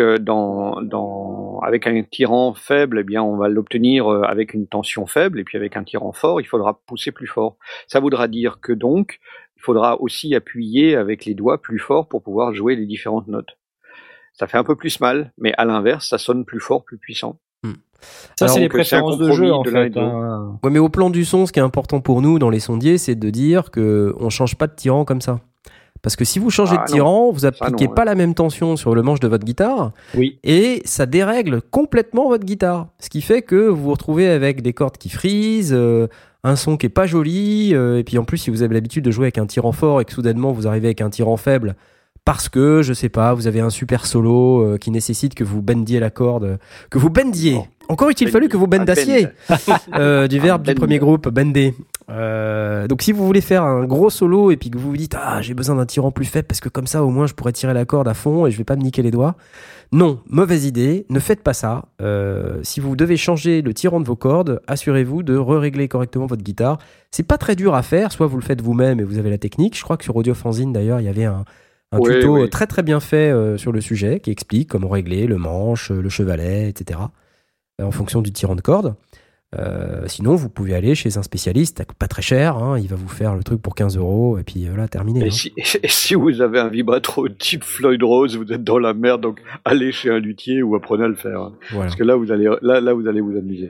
avec un tirant faible, eh bien, on va l'obtenir avec une tension faible, et puis avec un tirant fort, il faudra pousser plus fort. Ça voudra dire que donc, il faudra aussi appuyer avec les doigts plus fort pour pouvoir jouer les différentes notes. Ça fait un peu plus mal, mais à l'inverse, ça sonne plus fort, plus puissant. Ça, c'est les préférences de jeu, en fait. Hein. Ouais, mais au plan du son, ce qui est important pour nous dans les sondiers, c'est de dire qu'on change pas de tirant comme ça. Parce que si vous changez de tirant, vous appliquez pas la même tension sur le manche de votre guitare, et ça dérègle complètement votre guitare. Ce qui fait que vous vous retrouvez avec des cordes qui frisent, un son qui est pas joli, et puis en plus, si vous avez l'habitude de jouer avec un tirant fort et que soudainement vous arrivez avec un tirant faible, parce que, je sais pas, vous avez un super solo qui nécessite que vous bendiez la corde, que vous bendiez. Encore eût-il fallu que vous bendassiez du verbe du premier groupe, bender. Donc si vous voulez faire un gros solo et puis que vous vous dites j'ai besoin d'un tirant plus faible parce que comme ça au moins je pourrais tirer la corde à fond et je vais pas me niquer les doigts. Non, mauvaise idée, ne faites pas ça. Si vous devez changer le tirant de vos cordes, assurez-vous de régler correctement votre guitare. C'est pas très dur à faire, soit vous le faites vous-même et vous avez la technique. Je crois que sur Audio Fanzine d'ailleurs il y avait un tuto très très bien fait sur le sujet qui explique comment régler le manche, le chevalet, etc. En fonction du tirant de corde. Sinon, vous pouvez aller chez un spécialiste, pas très cher, hein, il va vous faire le truc pour 15 € et puis voilà, terminé. Et si vous avez un vibrato type Floyd Rose, vous êtes dans la merde, donc allez chez un luthier ou apprenez à le faire. Voilà. Parce que là, vous allez vous amuser.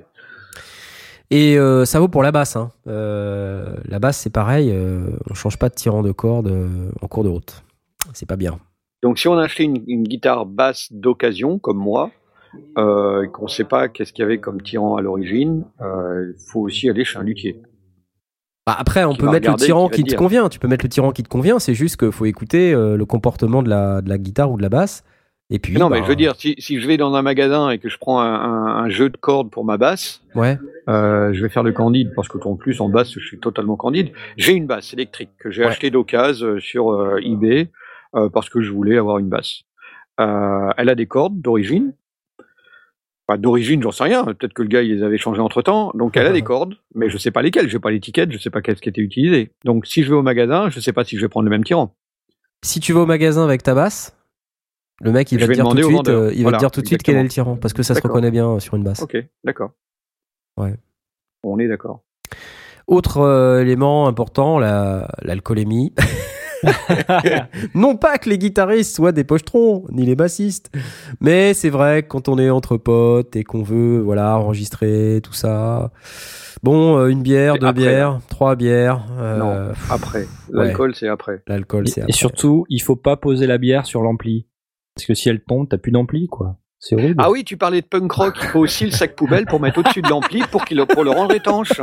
Et ça vaut pour la basse. Hein. La basse, c'est pareil, on change pas de tirant de corde en cours de route. C'est pas bien. Donc si on a acheté une guitare basse d'occasion, comme moi, qu'on ne sait pas qu'est-ce qu'il y avait comme tirant à l'origine, il faut aussi aller chez un luthier. Après, on peut mettre le tirant qui te convient. Tu peux mettre le tirant qui te convient, c'est juste qu'il faut écouter le comportement de la guitare ou de la basse. Et puis, non, mais je veux dire, si je vais dans un magasin et que je prends un jeu de cordes pour ma basse, je vais faire le candide, parce que en plus, en basse, je suis totalement candide. J'ai une basse électrique que j'ai achetée d'occasion sur eBay, parce que je voulais avoir une basse. Elle a des cordes d'origine. Enfin, d'origine, j'en sais rien. Peut-être que le gars, il les avait changées entre-temps. Donc, elle a des cordes, mais je sais pas lesquelles. J'ai pas l'étiquette, je sais pas qu'est-ce qui était utilisé. Donc, si je vais au magasin, je sais pas si je vais prendre le même tirant. Si tu vas au magasin avec ta basse, le mec, il va te dire tout de suite, il va te dire tout de suite quel est le tirant, parce que ça se reconnaît bien sur une basse. Ok, d'accord. Ouais. On est d'accord. Autre élément important, l'alcoolémie. Non pas que les guitaristes soient des pochetrons, ni les bassistes, mais c'est vrai que quand on est entre potes et qu'on veut enregistrer tout ça, bon, une bière, deux bières, 3 bières. Non, après. L'alcool, c'est après. L'alcool, c'est après. Et surtout, il faut pas poser la bière sur l'ampli. Parce que si elle tombe, t'as plus d'ampli, quoi. C'est horrible. Ah oui, tu parlais de punk rock, il faut aussi le sac poubelle pour mettre au-dessus de l'ampli pour le rendre étanche.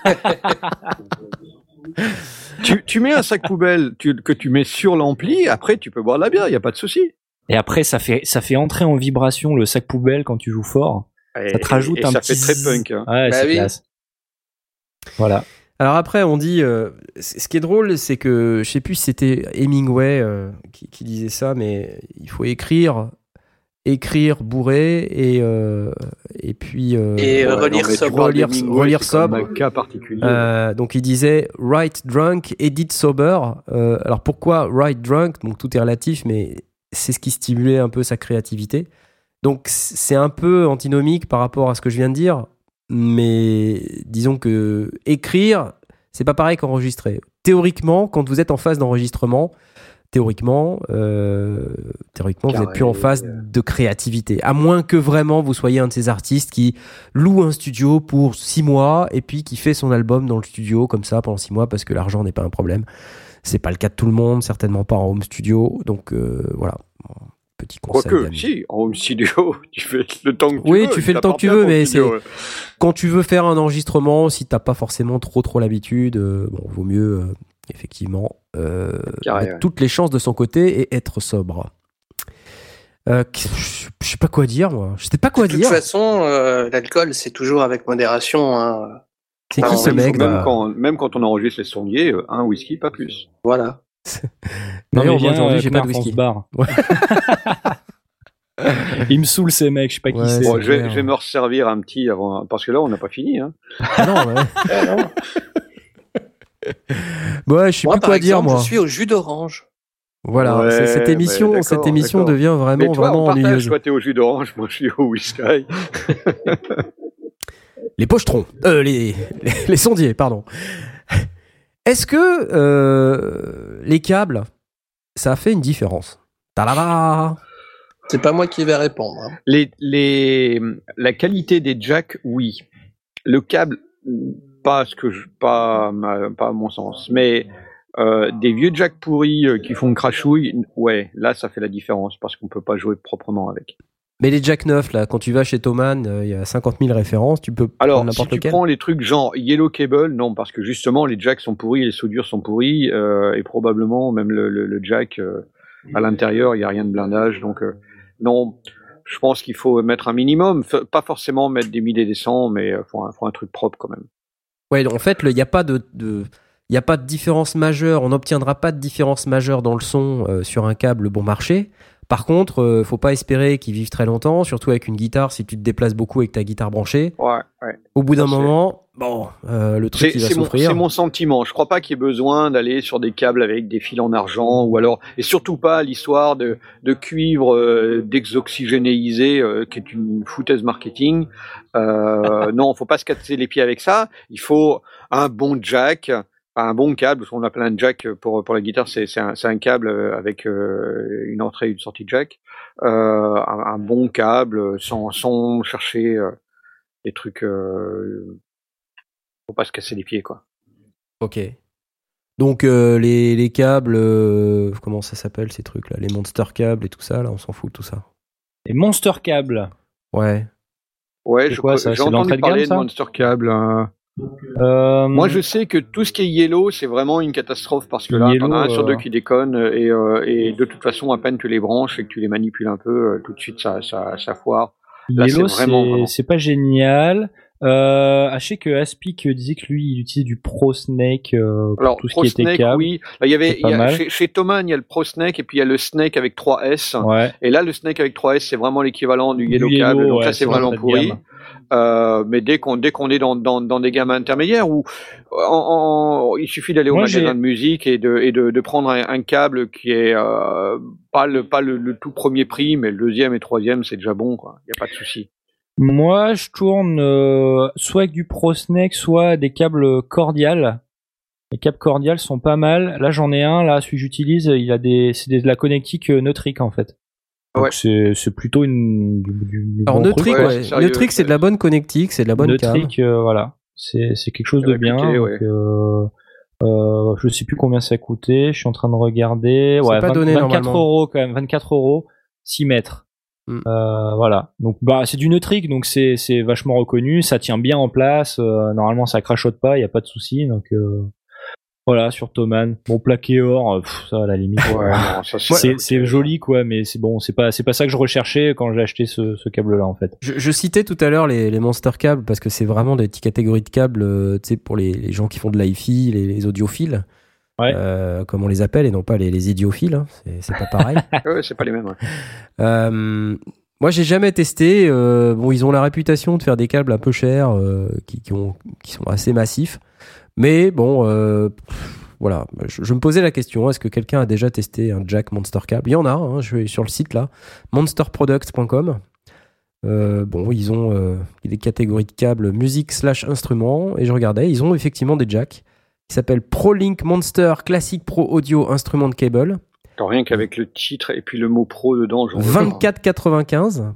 Tu mets un sac poubelle que tu mets sur l'ampli, après tu peux boire de la bière, il n'y a pas de souci. Et après, ça fait entrer en vibration le sac poubelle quand tu joues fort. Ça te rajoute un petit... ça fait très punk. Hein. Ouais, c'est classe. Voilà. Alors après, on dit... ce qui est drôle, c'est que... Je sais plus si c'était Hemingway qui disait ça, mais il faut écrire écrire bourré et puis relire sobre. relire sobre. Un cas particulier. Donc il disait write drunk, edit sober. Alors pourquoi write drunk? Donc tout est relatif, mais c'est ce qui stimulait un peu sa créativité. Donc c'est un peu antinomique par rapport à ce que je viens de dire, mais disons que écrire, c'est pas pareil qu'enregistrer. Théoriquement, quand vous êtes en phase d'enregistrement, théoriquement, vous n'êtes plus en phase de créativité. À moins que vraiment vous soyez un de ces artistes qui loue un studio pour 6 mois et puis qui fait son album dans le studio comme ça pendant 6 mois parce que l'argent n'est pas un problème. C'est pas le cas de tout le monde, certainement pas en home studio. Donc voilà, petit conseil. Quoique, si, en home studio, tu fais le temps que tu veux. Oui, tu fais le temps que tu veux, mais c'est quand tu veux faire un enregistrement, si t'as pas forcément trop l'habitude, vaut mieux effectivement mettre toutes les chances de son côté et être sobre. Je sais pas quoi dire, moi. Je sais pas quoi dire. De toute façon, l'alcool, c'est toujours avec modération. Hein. C'est qui ce mec même quand on enregistre les sondiers, un whisky, pas plus. Voilà. D'ailleurs, moi aujourd'hui, j'ai pas de whisky. Ouais. Il me saule ces mecs, je sais pas qui c'est. Bon, je vais me resservir un petit avant, parce que là, on n'a pas fini. Hein. Non, ouais, je sais plus quoi dire, moi. Je suis au jus d'orange. Voilà, cette émission devient vraiment ennuyeuse. Toi, t'es au jus d'orange, moi, je suis au whisky. Les pochetrons, les sondiers, pardon. Est-ce que les câbles, ça a fait une différence? Talala. C'est pas moi qui vais répondre. Hein. La qualité des jacks, oui. Le câble, pas à mon sens. Mais des vieux jacks pourris qui font crachouille, ouais, là ça fait la différence parce qu'on peut pas jouer proprement avec. Mais les jacks neufs, là, quand tu vas chez Thomann, il y a 50 000 références, tu peux prendre n'importe lequel. Alors, si tu prends les trucs genre Yellow Cable, non, parce que justement, les jacks sont pourris, les soudures sont pourries, et probablement même le jack, à l'intérieur, il n'y a rien de blindage, donc non, je pense qu'il faut mettre un minimum, pas forcément mettre des 1000 et des 100, mais faut un truc propre quand même. Ouais, en fait, il n'y a pas de différence majeure, on n'obtiendra pas de différence majeure dans le son sur un câble bon marché. Par contre, faut pas espérer qu'il vive très longtemps, surtout avec une guitare, si tu te déplaces beaucoup avec ta guitare branchée. Ouais. Au bout d'un moment, le truc il va souffrir. C'est mon sentiment. Je crois pas qu'il y ait besoin d'aller sur des câbles avec des fils en argent, ou alors, et surtout pas l'histoire de cuivre désoxygénéisé, qui est une foutaise marketing. Non, faut pas se casser les pieds avec ça. Il faut un bon jack. Un bon câble, parce qu'on a plein de jack pour la guitare, c'est un câble avec une entrée et une sortie jack. Un bon câble, sans chercher des trucs. Faut pas se casser les pieds, quoi. Ok. Donc les câbles, comment ça s'appelle ces trucs-là? Les monster câbles et tout ça, là, on s'en fout de tout ça. Les monster câbles. Ouais. Ouais, j'ai entendu parler de monster câbles. Moi, je sais que tout ce qui est yellow, c'est vraiment une catastrophe parce que là, t'en as un sur deux qui déconne et de toute façon, à peine tu les branches et que tu les manipules un peu, tout de suite, ça foire. Là, Yellow, vraiment... c'est pas génial. Je sais que Aspic disait que lui, il utilisait du Pro Snake pour tout ce qui était câble. Oui. Là, chez Thomann, il y a le Pro Snake et puis il y a le Snake avec 3S. Ouais. Et là, le Snake avec 3S, c'est vraiment l'équivalent du Yellow câble. Donc là, c'est vraiment pourri. Mais dès qu'on est dans des gammes intermédiaires où il suffit d'aller au magasin de musique et de prendre un câble qui est pas le tout premier prix, mais le deuxième et troisième, c'est déjà bon, quoi. Il y a pas de souci. Moi, je tourne soit avec du Pro Snake, soit des câbles Cordial. Les câbles Cordial sont pas mal. Là, j'en ai un. Là, celui que j'utilise, c'est de la connectique Neutric en fait. Donc c'est plutôt Alors Neutric, Neutric, c'est de la bonne connectique, c'est de la bonne Neutric, voilà. C'est quelque chose de bien. Donc, je sais plus combien ça coûtait. Je suis en train de regarder. Ouais, pas donné 24 € quand même. 24 €, 6 mètres. Voilà. Donc c'est du Neutric, donc c'est vachement reconnu. Ça tient bien en place. Normalement, ça crachote pas. Il y a pas de souci. Donc voilà, sur Thomann. Bon, plaqué or, ça à la limite. C'est joli quoi, mais c'est bon, c'est pas ça que je recherchais quand j'ai acheté ce câble-là en fait. Je citais tout à l'heure les monster câbles parce que c'est vraiment des petites catégories de câbles, tu sais, pour les gens qui font de l'hi-fi, les audiophiles. Ouais. Comme on les appelle et non pas les idiophiles, hein. C'est pas pareil. Ouais, c'est pas les mêmes. Ouais. Moi, j'ai jamais testé. Bon, ils ont la réputation de faire des câbles un peu chers, qui sont assez massifs. Mais bon, voilà. Je me posais la question, est-ce que quelqu'un a déjà testé un jack Monster Cable? Il y en a, hein, je vais sur le site là, monsterproducts.com. Bon, ils ont des catégories de câbles musique/instruments, et je regardais, ils ont effectivement des jacks qui s'appellent ProLink Monster Classic Pro Audio Instrument Cable. Alors, rien qu'avec le titre et puis le mot pro dedans, j'en 24,95.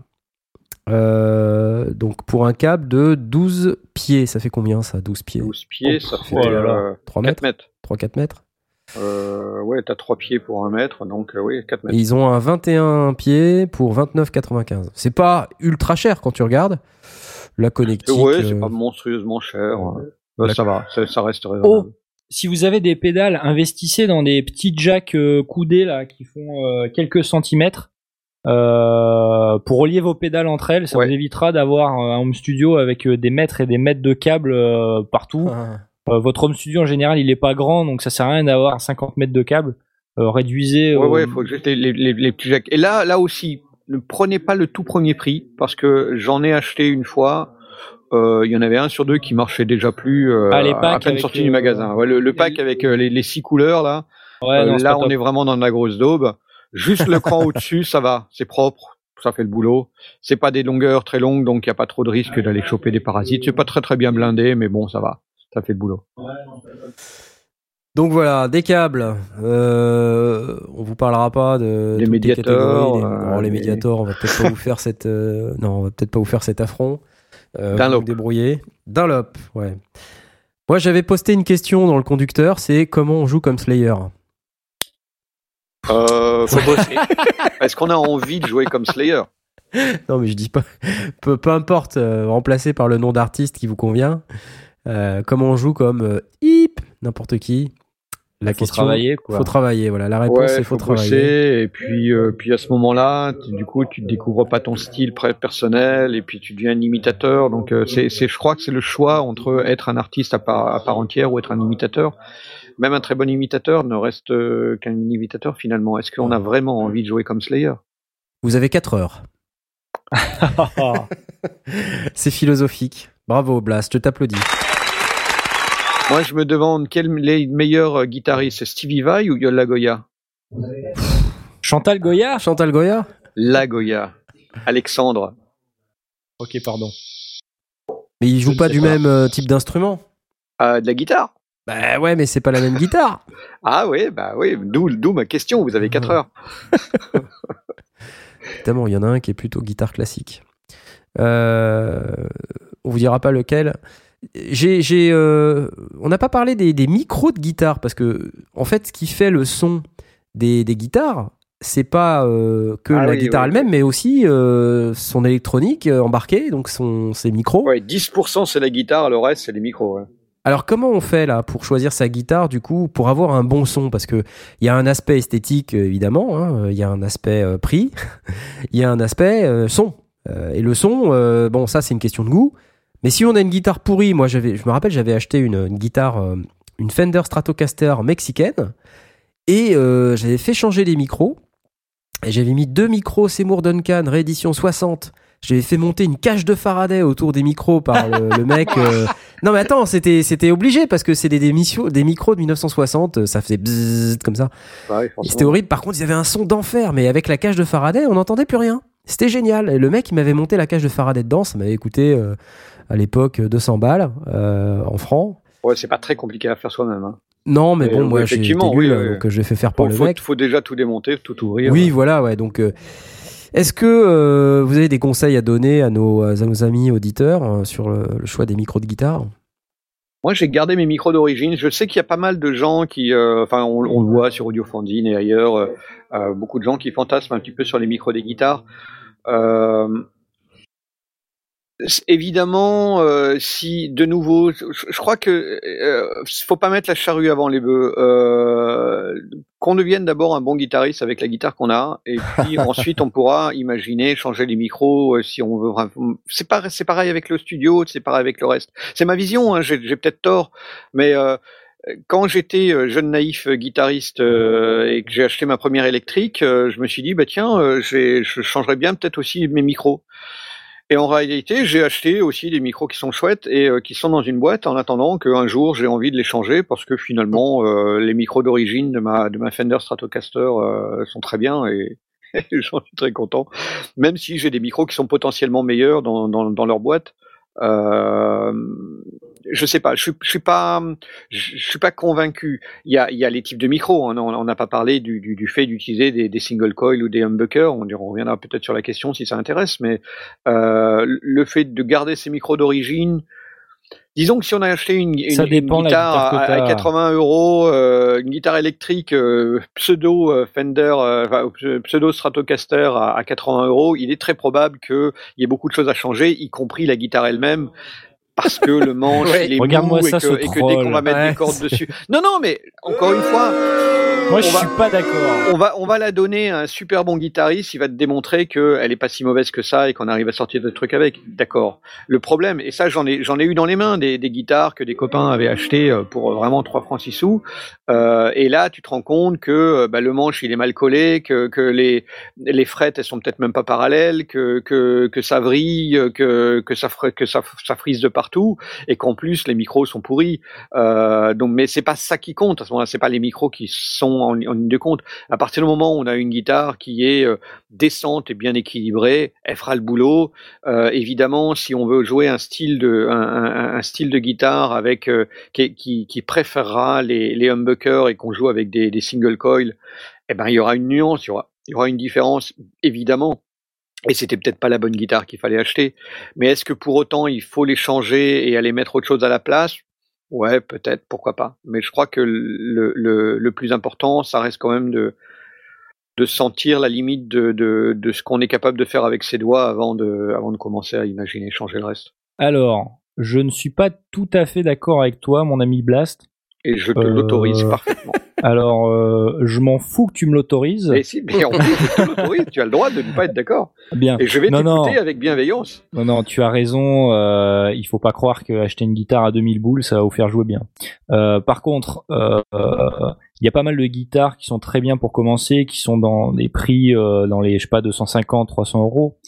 Donc pour un câble de 12 pieds, ça fait combien ça, 12 pieds? 12 pieds, ça fait 3 4 mètres. mètres. 3-4 mètres. Ouais, t'as 3 pieds pour 1 mètre, donc oui, 4 Et mètres. ils ont un 21 pieds pour 29,95. C'est pas ultra cher quand tu regardes. La connectique. Ouais, c'est pas monstrueusement cher. Ça va, ça reste raisonnable. Oh, si vous avez des pédales, investissez dans des petits jacks coudés là qui font quelques centimètres pour relier vos pédales entre elles. Ça vous évitera d'avoir un home studio avec des mètres et des mètres de câbles partout. Votre home studio en général il est pas grand, donc ça sert à rien d'avoir 50 mètres de câbles. Réduisez. Ouais, faut juste les petits jacks. Et là aussi, ne prenez pas le tout premier prix, parce que j'en ai acheté une fois. Il y en avait un sur deux qui marchait déjà plus à peine sorti du magasin. Ouais, le pack avec les 6 couleurs là. Ouais, non, là, on est vraiment dans de la grosse daube. Juste le cran au-dessus, ça va, c'est propre, ça fait le boulot. C'est pas des longueurs très longues, donc il y a pas trop de risque d'aller choper des parasites. C'est pas très bien blindé, mais bon, ça va, ça fait le boulot. Donc voilà, des câbles. On vous parlera pas de des toutes médiateurs. Les catégories. Les médiateurs, on va peut-être pas vous faire on va peut-être pas vous faire cet affront. Dunlop. Vous débrouiller. Dunlop, ouais. Moi, j'avais posté une question dans le conducteur, c'est comment on joue comme Slayer. Faut bosser. Est-ce qu'on a envie de jouer comme Slayer? Non, mais je dis pas. Peu importe, remplacé par le nom d'artiste qui vous convient. Comment on joue comme hip, n'importe qui. La question. Travailler, quoi. Faut travailler, voilà. La réponse, c'est faut travailler. Bosser, et puis à ce moment-là, du coup, tu découvres pas ton style personnel, et puis tu deviens un imitateur. Donc, je crois que c'est le choix entre être un artiste à part entière ou être un imitateur. Même un très bon imitateur ne reste qu'un imitateur finalement. Est-ce qu'on a vraiment envie de jouer comme Slayer? Vous avez 4 heures. C'est philosophique. Bravo, Blast, je t'applaudis. Moi, je me demande quel est le meilleur guitariste, Stevie Vai ou Yola Goya? Chantal Goya. Chantal Goya? La Goya. Alexandre. Ok, pardon. Mais il joue pas du même type d'instrument? De la guitare. Bah ouais, mais c'est pas la même guitare. Ah oui, d'où ma question, vous avez 4 heures. Évidemment, il y en a un qui est plutôt guitare classique. On vous dira pas lequel. On n'a pas parlé des micros de guitare, parce que en fait, ce qui fait le son des guitares, c'est pas que la guitare elle-même, mais aussi son électronique embarquée, donc ses micros. Ouais, 10% c'est la guitare, le reste c'est les micros. Ouais. Alors comment on fait là pour choisir sa guitare, du coup, pour avoir un bon son? Parce que il y a un aspect esthétique évidemment, hein, il y a un aspect prix, il y a un aspect son. Et le son, bon, ça c'est une question de goût. Mais si on a une guitare pourrie, moi je me rappelle, j'avais acheté une guitare, une Fender Stratocaster mexicaine, et j'avais fait changer les micros, et j'avais mis 2 micros Seymour Duncan réédition 60. J'avais fait monter une cage de Faraday autour des micros par le mec. Non mais attends, c'était obligé, parce que c'est des micros de 1960, ça faisait bzzz comme ça. Ouais, c'était horrible. Par contre, ils avaient un son d'enfer, mais avec la cage de Faraday, on n'entendait plus rien. C'était génial. Et le mec, il m'avait monté la cage de Faraday dedans, ça m'avait coûté à l'époque 200 balles en francs. Ouais, c'est pas très compliqué à faire soi-même. Hein. Non, mais bon, moi j'ai été nul, donc je l'ai fait faire par le mec. Faut déjà tout démonter, tout ouvrir. Oui, voilà, ouais. Donc, est-ce que vous avez des conseils à donner à nos amis auditeurs sur le choix des micros de guitare? Moi, j'ai gardé mes micros d'origine. Je sais qu'il y a pas mal de gens qui, on le voit sur Audiophondine et ailleurs, beaucoup de gens qui fantasment un petit peu sur les micros des guitares. Évidemment, si de nouveau, je crois que faut pas mettre la charrue avant les bœufs. Qu'on devienne d'abord un bon guitariste avec la guitare qu'on a, et puis ensuite on pourra imaginer changer les micros si on veut. C'est pareil avec le studio, c'est pareil avec le reste. C'est ma vision, hein, j'ai peut-être tort, mais quand j'étais jeune naïf guitariste et que j'ai acheté ma première électrique, je me suis dit, bah tiens, je changerais bien peut-être aussi mes micros. Et en réalité, j'ai acheté aussi des micros qui sont chouettes et qui sont dans une boîte en attendant qu'un jour j'ai envie de les changer parce que finalement les micros d'origine de ma Fender Stratocaster sont très bien et j'en suis très content. Même si j'ai des micros qui sont potentiellement meilleurs dans leur boîte. Je sais pas, je suis pas convaincu. Il y a les types de micros. On n'a pas parlé du fait d'utiliser des single coil ou des humbuckers. On reviendra peut-être sur la question si ça intéresse, mais le fait de garder ces micros d'origine. Disons que si on a acheté une guitare à 80 €, une guitare électrique pseudo Fender, pseudo Stratocaster à 80 €, il est très probable qu'il y ait beaucoup de choses à changer, y compris la guitare elle-même. Parce que le manche, il est mou et que dès qu'on va mettre des cordes dessus. Non, mais encore une fois. Moi, je suis pas d'accord. On va la donner à un super bon guitariste. Il va te démontrer qu'elle est pas si mauvaise que ça et qu'on arrive à sortir des trucs avec. D'accord. Le problème, et ça, j'en ai eu dans les mains des guitares que des copains avaient achetées pour vraiment 3 francs 6 sous. Et là, tu te rends compte que le manche, il est mal collé, que les frettes, elles sont peut-être même pas parallèles, que ça vrille, que ça frise de partout, et qu'en plus les micros sont pourris. Donc, mais c'est pas ça qui compte à ce moment-là. C'est pas les micros qui sont en ligne de compte. À partir du moment où on a une guitare qui est décente et bien équilibrée, elle fera le boulot. Évidemment, si on veut jouer un style de guitare avec qui préférera les humbuckers et qu'on joue avec des single coil, eh ben il y aura une nuance, il y aura une différence évidemment. Et c'était peut-être pas la bonne guitare qu'il fallait acheter. Mais est-ce que pour autant il faut les changer et aller mettre autre chose à la place? Ouais, peut-être, pourquoi pas. Mais je crois que le plus important, ça reste quand même de sentir la limite de ce qu'on est capable de faire avec ses doigts avant de commencer à imaginer changer le reste. Alors, je ne suis pas tout à fait d'accord avec toi, mon ami Blast. Et je te l'autorise parfaitement. Alors, je m'en fous que tu me l'autorises. Mais si, mais en plus, je te l'autorise, tu as le droit de ne pas être d'accord. Bien. Et je vais t'écouter avec bienveillance. Non, tu as raison. Il faut pas croire qu'acheter une guitare à 2000 boules, ça va vous faire jouer bien. Par contre, il y a pas mal de guitares qui sont très bien pour commencer, qui sont dans des prix dans les, je sais pas, 250, 300 €.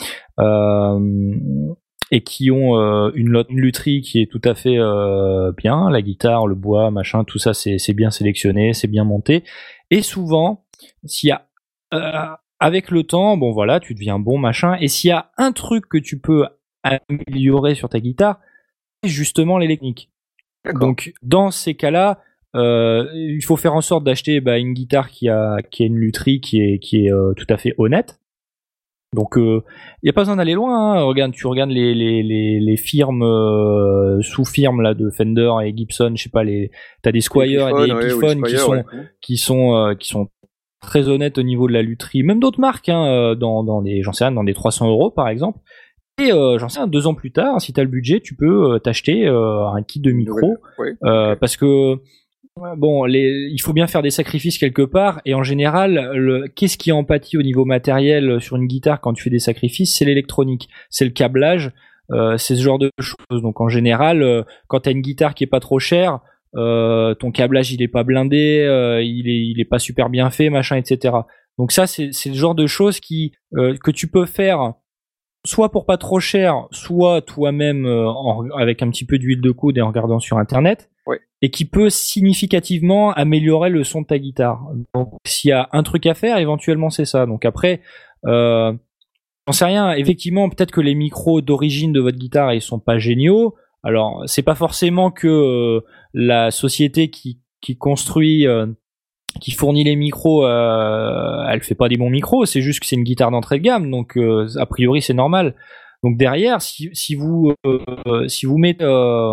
Et qui ont une lutherie qui est tout à fait bien, la guitare, le bois, machin, tout ça c'est bien sélectionné, c'est bien monté. Et souvent, s'il y a avec le temps, bon voilà, tu deviens bon, machin. Et s'il y a un truc que tu peux améliorer sur ta guitare, c'est justement l'électronique. Donc dans ces cas-là, il faut faire en sorte d'acheter une guitare qui a une lutherie qui est tout à fait honnête. Donc il y a pas besoin d'aller loin, hein. Tu regardes les firmes sous-firmes là de Fender et Gibson, je sais pas, t'as des Squier et des Epiphone qui sont très honnêtes au niveau de la lutherie, même d'autres marques dans des, j'en sais rien, dans des 300 € par exemple. Et j'en sais rien, 2 ans plus tard, si t'as le budget, tu peux t'acheter un kit de micro parce que bon, il faut bien faire des sacrifices quelque part, et en général, qu'est-ce qui empathie au niveau matériel sur une guitare quand tu fais des sacrifices? C'est l'électronique, c'est le câblage, c'est ce genre de choses. Donc en général, quand t'as une guitare qui est pas trop chère, ton câblage il est pas blindé, il est pas super bien fait, machin, etc. Donc ça, c'est le genre de choses que tu peux faire soit pour pas trop cher, soit toi-même avec un petit peu d'huile de coude et en regardant sur internet. Et qui peut significativement améliorer le son de ta guitare. Donc s'il y a un truc à faire, éventuellement c'est ça. Donc après, j'en sais rien, effectivement peut-être que les micros d'origine de votre guitare ils sont pas géniaux. Alors c'est pas forcément que la société qui construit qui fournit les micros elle fait pas des bons micros, c'est juste que c'est une guitare d'entrée de gamme, donc a priori c'est normal. Donc derrière, si vous mettez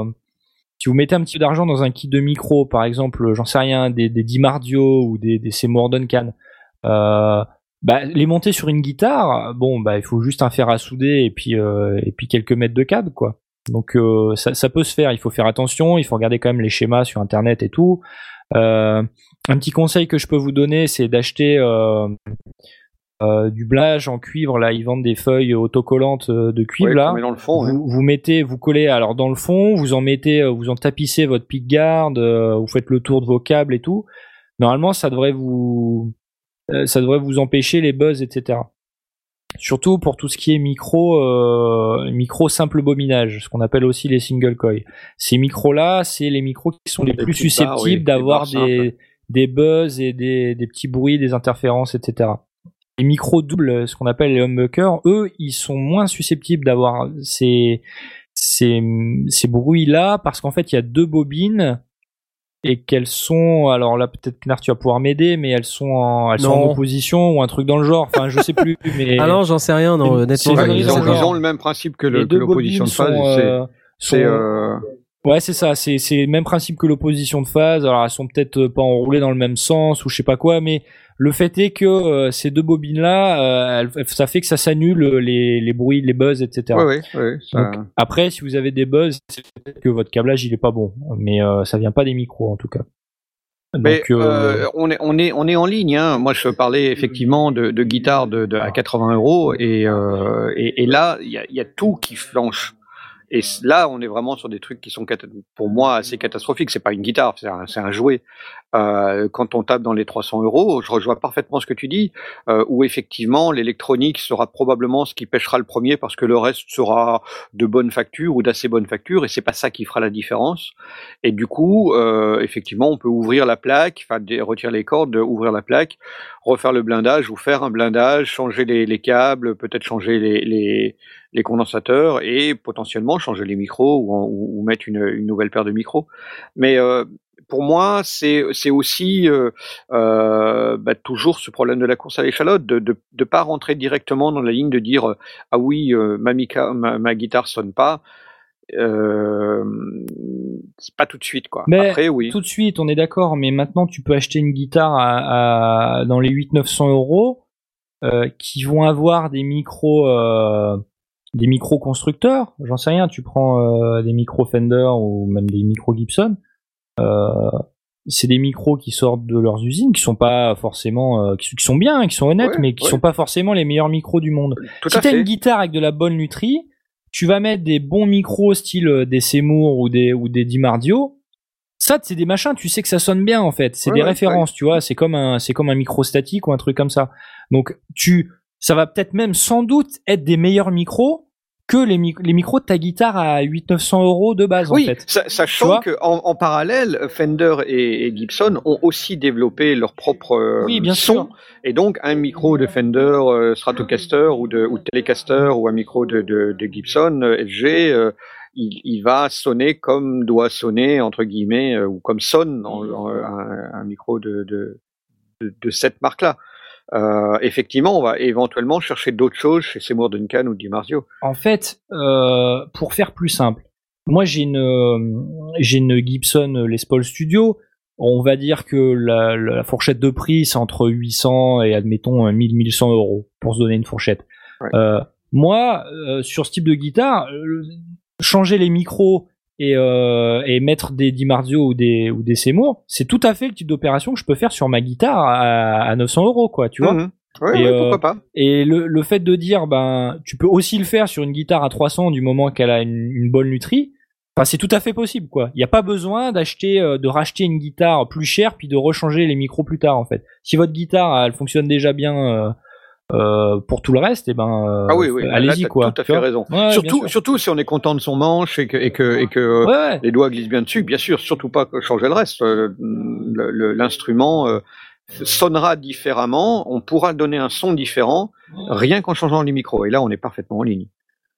un petit peu d'argent dans un kit de micro, par exemple, j'en sais rien, des Dimardio ou des Seymour Duncan, les monter sur une guitare, il faut juste un fer à souder et puis quelques mètres de câble, quoi. Donc ça peut se faire, il faut faire attention, il faut regarder quand même les schémas sur internet et tout. Un petit conseil que je peux vous donner, c'est d'acheter du blage en cuivre, là, ils vendent des feuilles autocollantes de cuivre, Ouais, là. qu'on met dans le fond, hein. Vous collez alors dans le fond, vous en tapissez votre pickguard, vous faites le tour de vos câbles et tout. Normalement, ça devrait vous empêcher les buzz, etc. Surtout pour tout ce qui est micro simple bobinage, ce qu'on appelle aussi les single coil. Ces micros-là, c'est les micros qui sont les plus susceptibles d'avoir des buzz et des petits bruits, des interférences, etc. Les micros doubles, ce qu'on appelle les humbuckers, eux, ils sont moins susceptibles d'avoir ces bruits-là parce qu'en fait, il y a 2 bobines et qu'elles sont, alors là peut-être Knarr tu vas pouvoir m'aider, mais elles sont en opposition ou un truc dans le genre, enfin je sais plus. Mais ah non, j'en sais rien, non, honnêtement. Ils ont le même principe que l'opposition de phase. Ouais, c'est ça, c'est le même principe que l'opposition de phase. Alors elles sont peut-être pas enroulées dans le même sens ou je sais pas quoi, mais le fait est que ces 2 bobines là, ça fait que ça s'annule les bruits, les buzz, etc. Ouais, ça... Donc, après, si vous avez des buzz, c'est peut-être que votre câblage il est pas bon, mais ça vient pas des micros en tout cas. Mais on est en ligne. Hein. Moi, je parlais effectivement de guitare à 80 € et là, il y a tout qui flanche. Et là, on est vraiment sur des trucs qui sont pour moi assez catastrophiques. C'est pas une guitare, c'est un jouet. Quand on tape dans les 300 €, je rejoins parfaitement ce que tu dis, où effectivement l'électronique sera probablement ce qui pêchera le premier parce que le reste sera de bonne facture ou d'assez bonne facture et c'est pas ça qui fera la différence. Et du coup, effectivement, on peut ouvrir la plaque, retirer les cordes, ouvrir la plaque, refaire le blindage ou faire un blindage, changer les câbles, peut-être changer les condensateurs et potentiellement changer les micros ou mettre une nouvelle paire de micros. Mais pour moi, c'est aussi toujours ce problème de la course à l'échalote, de pas rentrer directement dans la ligne de dire ah oui, ma guitare sonne pas. C'est pas tout de suite quoi. Mais après oui. Tout de suite, on est d'accord, mais maintenant tu peux acheter une guitare dans les 800-900 € qui vont avoir des micros constructeurs, j'en sais rien, tu prends des micros Fender ou même des micros Gibson. C'est des micros qui sortent de leurs usines, qui sont pas forcément, qui sont bien, qui sont honnêtes, mais qui sont pas forcément les meilleurs micros du monde. Si t'as une guitare avec de la bonne lutherie, tu vas mettre des bons micros style des Seymour ou des Dimardio. Ça, c'est des machins, tu sais que ça sonne bien en fait. C'est des références, tu vois. C'est comme un micro statique ou un truc comme ça. Donc ça va peut-être même sans doute être des meilleurs micros que les micros de ta guitare à 800-900 € de base, en fait. Sachant qu'en parallèle, Fender et Gibson ont aussi développé leur propre son. Et donc, un micro de Fender Stratocaster ou Telecaster ou un micro de Gibson FG, il va sonner comme doit sonner, entre guillemets, ou comme sonne un micro de cette marque-là. Effectivement, on va éventuellement chercher d'autres choses chez Seymour Duncan ou Dimarzio. En fait, pour faire plus simple, moi j'ai une Gibson Les Paul Studio. On va dire que la fourchette de prix c'est entre 800 et admettons 1000-1100 € pour se donner une fourchette. Ouais. Moi, sur ce type de guitare, changer les micros et mettre des Dimarzio ou des Seymour, c'est tout à fait le type d'opération que je peux faire sur ma guitare à 900 €, quoi, tu vois. Mmh. Ouais, pourquoi pas. Et le fait de dire, tu peux aussi le faire sur une guitare à 300 du moment qu'elle a une bonne lutherie. Enfin, c'est tout à fait possible, quoi. Il n'y a pas besoin de racheter une guitare plus chère puis de rechanger les micros plus tard, en fait. Si votre guitare, elle fonctionne déjà bien, pour tout le reste, allez-y, là, quoi. Tout à fait raison. Ouais, surtout si on est content de son manche et que les doigts glissent bien dessus. Bien sûr, surtout pas changer le reste. L'instrument sonnera différemment. On pourra donner un son différent rien qu'en changeant les micros. Et là, on est parfaitement en ligne.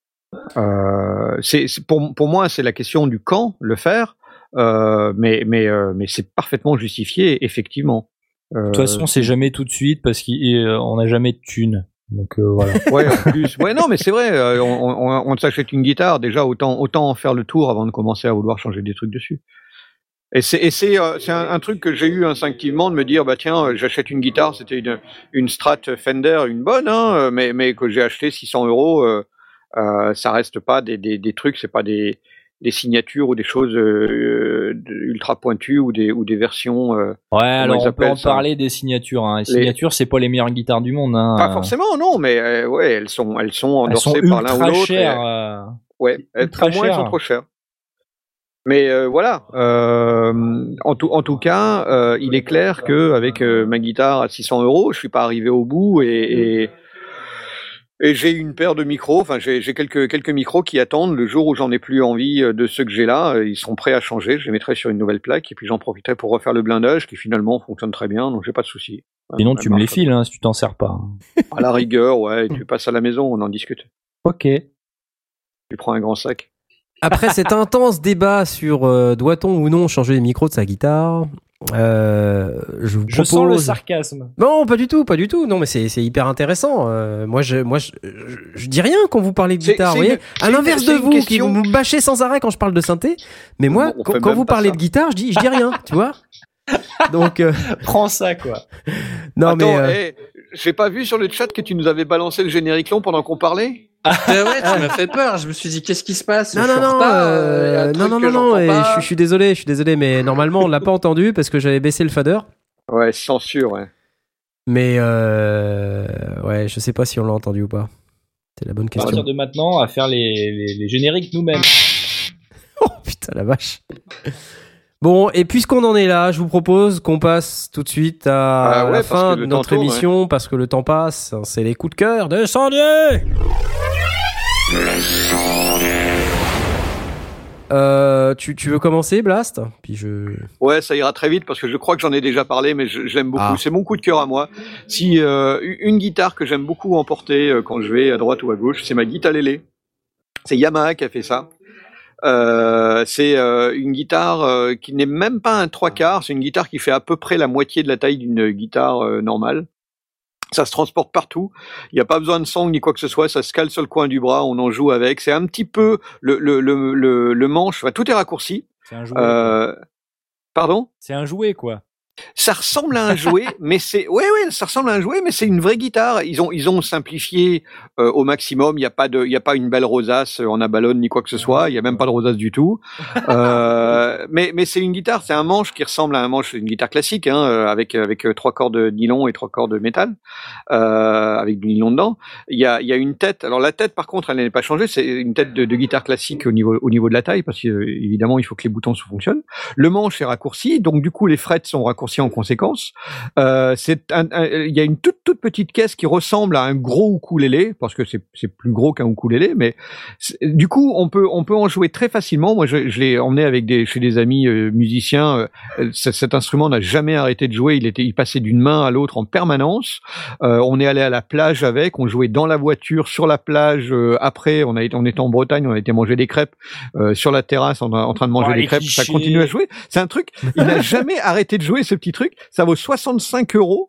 Pour moi, c'est la question du quand le faire. Mais c'est parfaitement justifié, effectivement. De toute façon, c'est jamais tout de suite parce qu'on n'a jamais de thunes. Donc voilà. Ouais, en plus. Ouais, non, mais c'est vrai. On s'achète une guitare, déjà autant en faire le tour avant de commencer à vouloir changer des trucs dessus. Et c'est un truc que j'ai eu instinctivement de me dire tiens, j'achète une guitare, c'était une Strat Fender, une bonne, hein, mais que j'ai acheté 600 €. Ça reste pas des trucs, c'est pas des signatures ou des choses ultra pointues ou des versions. Ouais, alors on peut en ça parler des signatures. Hein. Les signatures, c'est pas les meilleures guitares du monde. Hein. Pas forcément, non, mais ouais, elles sont endorsées par l'un ou l'autre. Chères, ouais, ultra pour moi, elles sont trop chères. Mais voilà, en tout cas, il est clair que avec ma guitare à 600 €, je suis pas arrivé au bout et j'ai une paire de micros. Enfin, j'ai quelques micros qui attendent le jour où j'en ai plus envie de ceux que j'ai là. Ils sont prêts à changer. Je les mettrai sur une nouvelle plaque et puis j'en profiterai pour refaire le blindage qui finalement fonctionne très bien. Donc j'ai pas de souci. Sinon, tu me les files si tu t'en sers pas. À la rigueur, ouais. Tu passes à la maison, on en discute. Ok. Tu prends un grand sac. Après cet intense débat sur doit-on ou non changer les micros de sa guitare, je vous propose... Je sens le sarcasme. Non, pas du tout. Non, mais c'est hyper intéressant. Moi, je dis rien quand vous parlez de guitare. Vous voyez, à l'inverse de vous, qui me bâchez sans arrêt quand je parle de synthé. Mais moi, quand vous parlez de guitare, je dis rien, tu vois. Donc, prends ça, quoi. Non, attends, mais j'ai pas vu sur le chat que tu nous avais balancé le générique long pendant qu'on parlait. Ouais, tu m'as fait peur. Je me suis dit, qu'est-ce qui se passe? Non. Je suis désolé, mais normalement on l'a pas entendu parce que j'avais baissé le fader. Ouais, censure, ouais. Mais ouais, je sais pas si on l'a entendu ou pas. C'est la bonne question. À partir de maintenant, à faire les génériques nous-mêmes. Oh putain la vache. Bon, et puisqu'on en est là, je vous propose qu'on passe tout de suite à la fin de notre émission, parce que le temps passe. C'est les coups de cœur de Sandier. Tu veux commencer, Blast? Puis Ouais, ça ira très vite parce que je crois que j'en ai déjà parlé, mais je l'aime beaucoup. C'est mon coup de cœur à moi. Si une guitare que j'aime beaucoup emporter quand je vais à droite ou à gauche, c'est ma guitarelle. C'est Yamaha qui a fait ça. C'est une guitare qui n'est même pas un 3/4, c'est une guitare qui fait à peu près la moitié de la taille d'une guitare normale. Ça se transporte partout. Il n'y a pas besoin de sangle ni quoi que ce soit. Ça se cale sur le coin du bras. On en joue avec. C'est un petit peu le manche. Enfin, tout est raccourci. C'est un jouet. Pardon ? C'est un jouet, quoi. Ça ressemble à un jouet, mais ça ressemble à un jouet, mais c'est une vraie guitare. Ils ont simplifié au maximum. Il y a pas une belle rosace en abalone ni quoi que ce soit. Il y a même pas de rosace du tout. Mais c'est une guitare, c'est un manche qui ressemble à un manche, une guitare classique, avec 3 cordes de nylon et 3 cordes de métal, avec du nylon dedans. Il y a une tête. Alors la tête, par contre, elle n'est pas changée. C'est une tête de guitare classique au niveau de la taille, parce que évidemment, il faut que les boutons fonctionnent. Le manche est raccourci, donc du coup, les frettes sont raccourcies en conséquence. Il y a une toute petite caisse qui ressemble à un gros ukulélé, parce que c'est plus gros qu'un ukulélé, mais du coup on peut en jouer très facilement. Moi je l'ai emmené chez des amis musiciens. Cet instrument n'a jamais arrêté de jouer. Il passait d'une main à l'autre en permanence. On est allé à la plage avec, on jouait dans la voiture, sur la plage. Après on était en Bretagne, on a été manger des crêpes sur la terrasse en train de manger des crêpes. Ça continue à jouer. C'est un truc. Il n'a jamais arrêté de jouer ce petit truc. Ça vaut 65 €.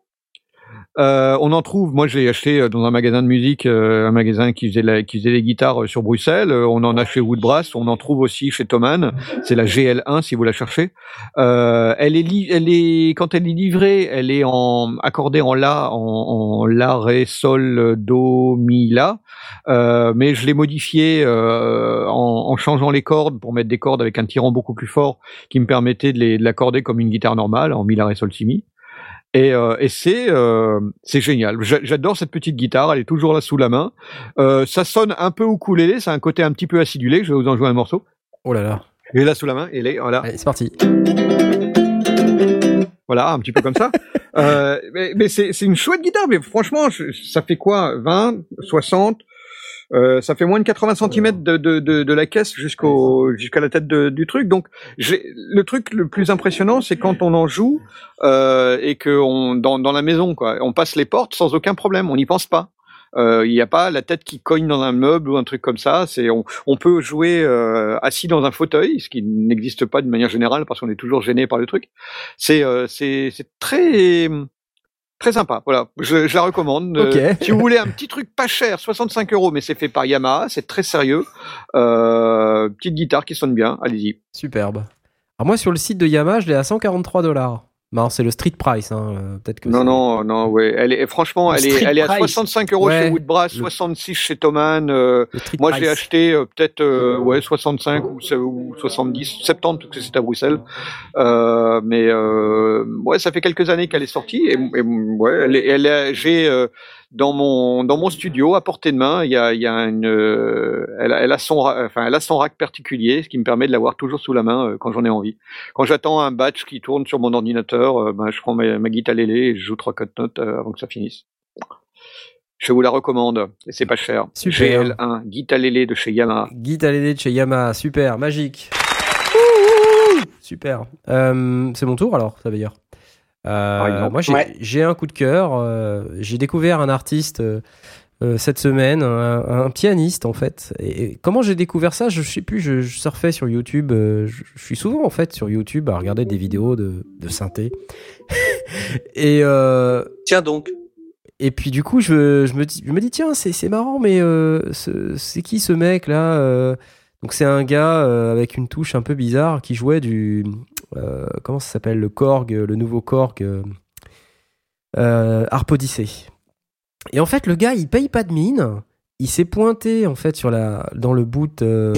On en trouve. Moi, je l'ai acheté dans un magasin de musique, un magasin qui faisait des guitares sur Bruxelles. On en a chez Woodbrass. On en trouve aussi chez Thomann. C'est la GL1 si vous la cherchez. Quand elle est livrée, elle est accordée en la, ré, sol, do, mi, la. Mais je l'ai modifiée en changeant les cordes pour mettre des cordes avec un tirant beaucoup plus fort qui me permettait de l'accorder comme une guitare normale en mi, la, ré, sol, si, mi. Et c'est génial. J'adore cette petite guitare. Elle est toujours là sous la main. Ça sonne un peu ukulélé. Ça a un côté un petit peu acidulé. Je vais vous en jouer un morceau. Oh là là. Elle est là sous la main. Voilà. Allez, c'est parti. Voilà, un petit peu comme ça. Mais c'est une chouette guitare. Mais franchement, ça fait quoi? 20, 60? Ça fait moins de 80 cm de la caisse jusqu'à la tête du truc. Donc, le truc le plus impressionnant, c'est quand on en joue et que dans la maison, quoi, on passe les portes sans aucun problème. On n'y pense pas. Il n'y a pas la tête qui cogne dans un meuble ou un truc comme ça. On peut jouer assis dans un fauteuil, ce qui n'existe pas d'une manière générale parce qu'on est toujours gêné par le truc. C'est très très sympa, voilà. Je la recommande. Okay. Si vous voulez un petit truc pas cher, 65 €, mais c'est fait par Yamaha, c'est très sérieux. Petite guitare qui sonne bien, allez-y. Superbe. Alors moi sur le site de Yamaha, je l'ai à $143. Non, c'est le street price, hein. Peut-être que Non, ouais. Franchement, elle est à 65 € Ouais. chez Woodbrass, 66 chez Thomann. le street Moi, price. j'ai acheté peut-être 65 ou 70, 70 parce que c'est à Bruxelles. Mais ouais, ça fait quelques années qu'elle est sortie et ouais, j'ai dans mon studio à portée de main, il y a une, elle a son rack particulier, ce qui me permet de l'avoir toujours sous la main quand j'en ai envie. Quand j'attends un batch qui tourne sur mon ordinateur, je prends ma guitare lélé et je joue 3-4 notes avant que ça finisse. Je vous la recommande et c'est pas cher. Super. GL1, guitare lélé de chez Yamaha. Guitare Lélé de chez Yamaha, super, magique. Super. C'est mon tour alors, ça veut dire. exemple. Moi, j'ai un coup de cœur. J'ai découvert un artiste cette semaine, un pianiste en fait. Et comment j'ai découvert ça, je sais plus. Je surfais sur YouTube. Je suis souvent en fait sur YouTube à regarder des vidéos de synthé. Et Tiens donc. et puis du coup, je me dis tiens, c'est marrant, mais c'est qui ce mec là Donc c'est un gars avec une touche un peu bizarre qui jouait du comment ça s'appelle, le Korg, le nouveau Korg Harp Odyssey. Et en fait, le gars, il paye pas de mine. Il s'est pointé en fait dans le boot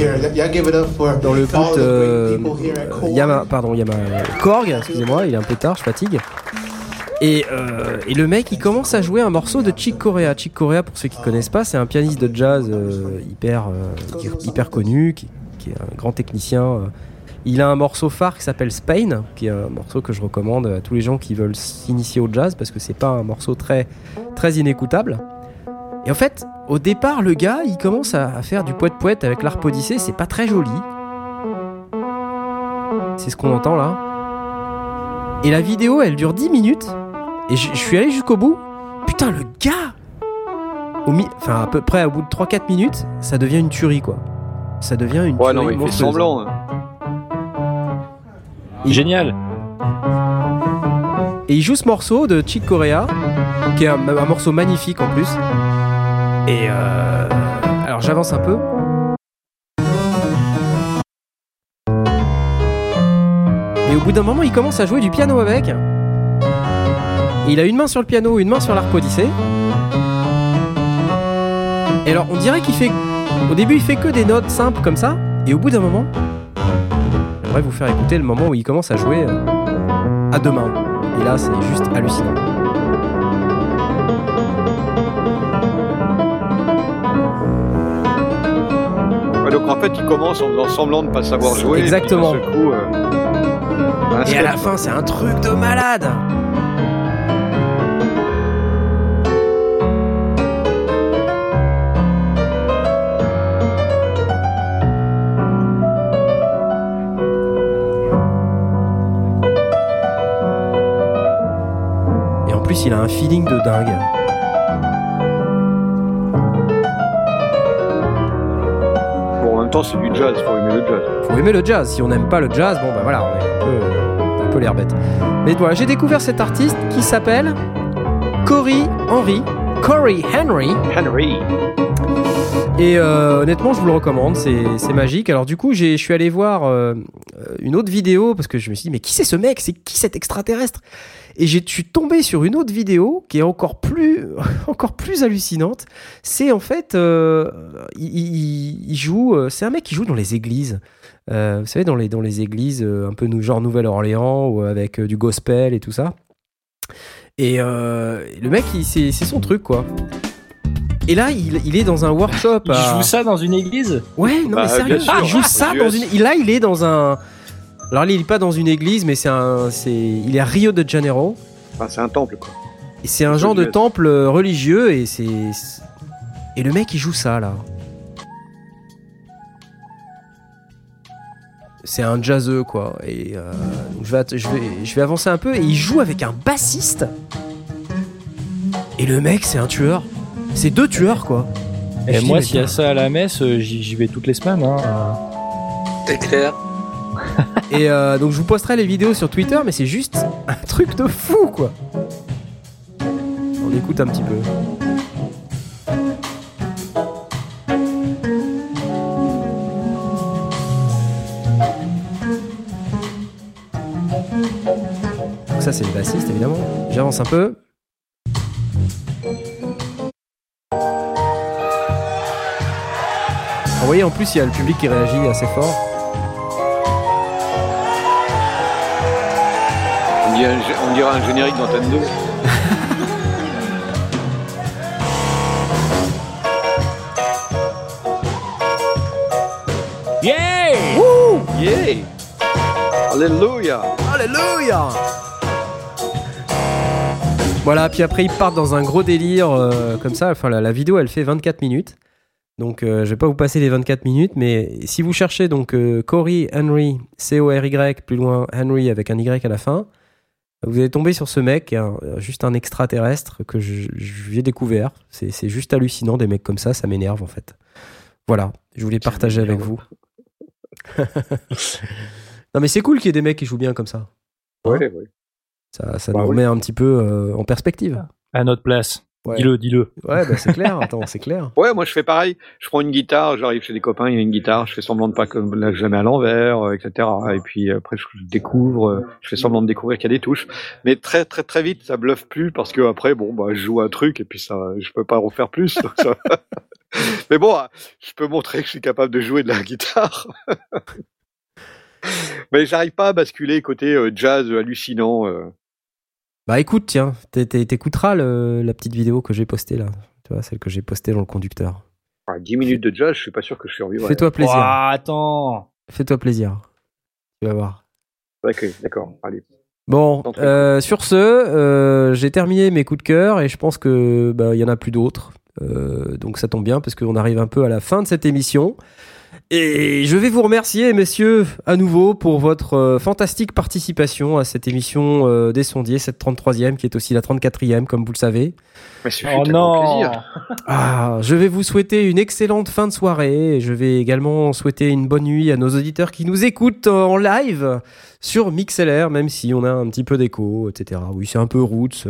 Yamaha Korg, excusez-moi, il est un peu tard, je fatigue. Et le mec, il commence à jouer un morceau de Chick Corea. Chick Corea, pour ceux qui connaissent pas, c'est un pianiste de jazz hyper connu, qui est un grand technicien. Il a un morceau phare qui s'appelle Spain, qui est un morceau que je recommande à tous les gens qui veulent s'initier au jazz, parce que c'est pas un morceau très, très inécoutable. Et en fait, au départ, le gars, il commence à faire du poète-poète avec l'Harp Odyssey, c'est pas très joli. C'est ce qu'on entend là. Et la vidéo, elle dure 10 minutes. Et je suis allé jusqu'au bout. Putain, le gars à peu près au bout de 3-4 minutes, ça devient une tuerie, quoi. Ça devient une tuerie. Ouais, non, il fait monstrueuse. semblant. Hein. Génial. Et il joue ce morceau de Chick Corea, qui est un morceau magnifique en plus. Et alors j'avance un peu. Et au bout d'un moment, il commence à jouer du piano avec. Et il a une main sur le piano, une main sur l'Harp Odyssey. Et alors, on dirait qu'il fait... Au début, il fait que des notes simples comme ça. Et au bout d'un moment, j'aimerais vous faire écouter le moment où il commence à jouer à deux mains. Et là, c'est juste hallucinant. Ouais, donc en fait, il commence en faisant semblant de ne pas savoir jouer. Exactement. Et, puis, d'un seul coup, Et à la fin, c'est un truc de malade. Et en plus, il a un feeling de dingue. Bon, en même temps, c'est du jazz, faut aimer le jazz. Faut aimer le jazz. Si on n'aime pas le jazz, bon bah voilà, on est un peu l'air bête. Mais voilà, j'ai découvert cet artiste qui s'appelle Corey Henry. Et honnêtement, je vous le recommande, c'est magique. Alors du coup, je suis allé voir une autre vidéo parce que je me suis dit, mais qui c'est ce mec? C'est qui cet extraterrestre? Et je suis tombé sur une autre vidéo qui est encore plus hallucinante. C'est en fait, il joue. C'est un mec qui joue dans les églises. Vous savez, dans les églises un peu genre Nouvelle-Orléans ou avec du gospel et tout ça. Et le mec, c'est son truc, quoi. Et là, il est dans un workshop. Il joue ça dans une église? Ouais, non, mais sérieux, bien sûr. il joue ça dans une. Là, il est dans un. Alors, il est pas dans une église, mais il est à Rio de Janeiro. Enfin, c'est un temple, quoi. Et c'est un genre de temple religieux, et et le mec, il joue ça, là. C'est un jazzeux, quoi. Et je vais avancer un peu, et il joue avec un bassiste. Et le mec, c'est un tueur. C'est deux tueurs, quoi. Et je moi, dis, s'il y a mais ça à la messe, j'y vais toutes les semaines. Hein. C'est clair. Et donc je vous posterai les vidéos sur Twitter, mais c'est juste un truc de fou, quoi. On écoute un petit peu. Donc ça c'est le bassiste, évidemment. J'avance un peu. Vous voyez, en plus, il y a le public qui réagit assez fort. On dirait un générique d'Antenne 2. Yeah! Wouh! Yeah! Alléluia! Alléluia! Voilà, puis après, ils partent dans un gros délire comme ça. Enfin, la vidéo, elle fait 24 minutes. Donc, je vais pas vous passer les 24 minutes, mais si vous cherchez donc Cory Henry, C-O-R-Y, plus loin, Henry avec un Y à la fin, vous allez tomber sur ce mec, juste un extraterrestre que j'ai découvert. C'est juste hallucinant, des mecs comme ça m'énerve en fait. Voilà, je voulais partager avec vous. Non mais c'est cool qu'il y ait des mecs qui jouent bien comme ça. Ouais. Ça nous remet un petit peu en perspective. À notre place. Ouais. Dis-le. Ouais, bah c'est clair, attends, c'est clair. Ouais, moi je fais pareil. Je prends une guitare, j'arrive chez des copains, il y a une guitare, je fais semblant de pas que la jamais à l'envers, etc. Et puis après je découvre, je fais semblant de découvrir qu'il y a des touches. Mais très très très vite, ça bluffe plus parce que après, je joue un truc et puis ça, je peux pas refaire plus. Donc ça... Mais bon, je peux montrer que je suis capable de jouer de la guitare. Mais j'arrive pas à basculer côté jazz hallucinant. Bah écoute, tiens, t'écouteras la petite vidéo que j'ai postée là. Tu vois, celle que j'ai postée dans le conducteur. 10 minutes de jazz, je suis pas sûr que je survivrai. Fais-toi plaisir. Ouah, attends. Fais-toi plaisir. Tu vas voir. Ok, d'accord, allez. Bon, sur ce, j'ai terminé mes coups de cœur et je pense que il y en a plus d'autres. Donc ça tombe bien parce qu'on arrive un peu à la fin de cette émission. Et je vais vous remercier, messieurs, à nouveau pour votre fantastique participation à cette émission des sondiers, cette 33e qui est aussi la 34e, comme vous le savez. Mais c'est tellement plaisir. Je vais vous souhaiter une excellente fin de soirée. Et je vais également souhaiter une bonne nuit à nos auditeurs qui nous écoutent en live sur MixLR, même si on a un petit peu d'écho, etc. Oui, c'est un peu roots.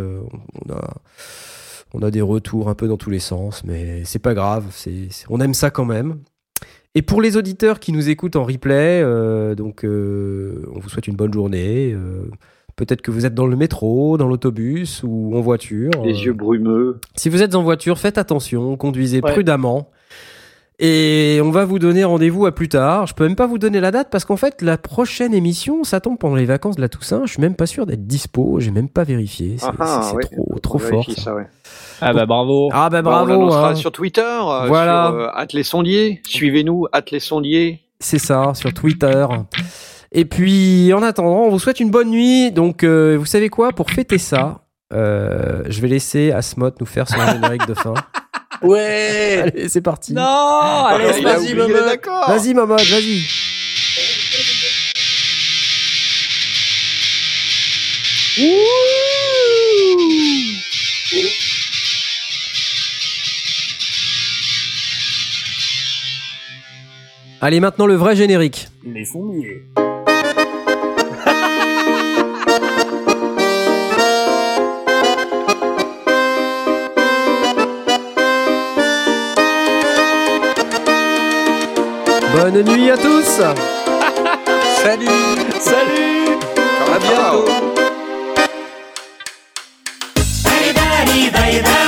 On a des retours un peu dans tous les sens, mais c'est pas grave. On aime ça quand même. Et pour les auditeurs qui nous écoutent en replay, on vous souhaite une bonne journée. Peut-être que vous êtes dans le métro, dans l'autobus ou en voiture. Les yeux brumeux. Si vous êtes en voiture, faites attention, conduisez prudemment. Et on va vous donner rendez-vous à plus tard. Je peux même pas vous donner la date parce qu'en fait, la prochaine émission, ça tombe pendant les vacances de la Toussaint. Je suis même pas sûr d'être dispo. J'ai même pas vérifié. C'est trop fort. Ça. Ouais. Ah bah bravo. Ah bah bravo. On l'annoncera sur Twitter. Voilà. Sur @lesondiers. Suivez-nous @lesondiers. C'est ça, sur Twitter. Et puis, en attendant, on vous souhaite une bonne nuit. Donc, vous savez quoi? Pour fêter ça, je vais laisser Asmoth nous faire son générique de fin. Ouais. Allez, c'est parti. Non, allez, vas-y, Momo. Vas-y, Momo, vas-y. Allez, maintenant le vrai générique. Les sondiers. Bonne nuit à tous. Salut. À bientôt. Bye bye bye bye.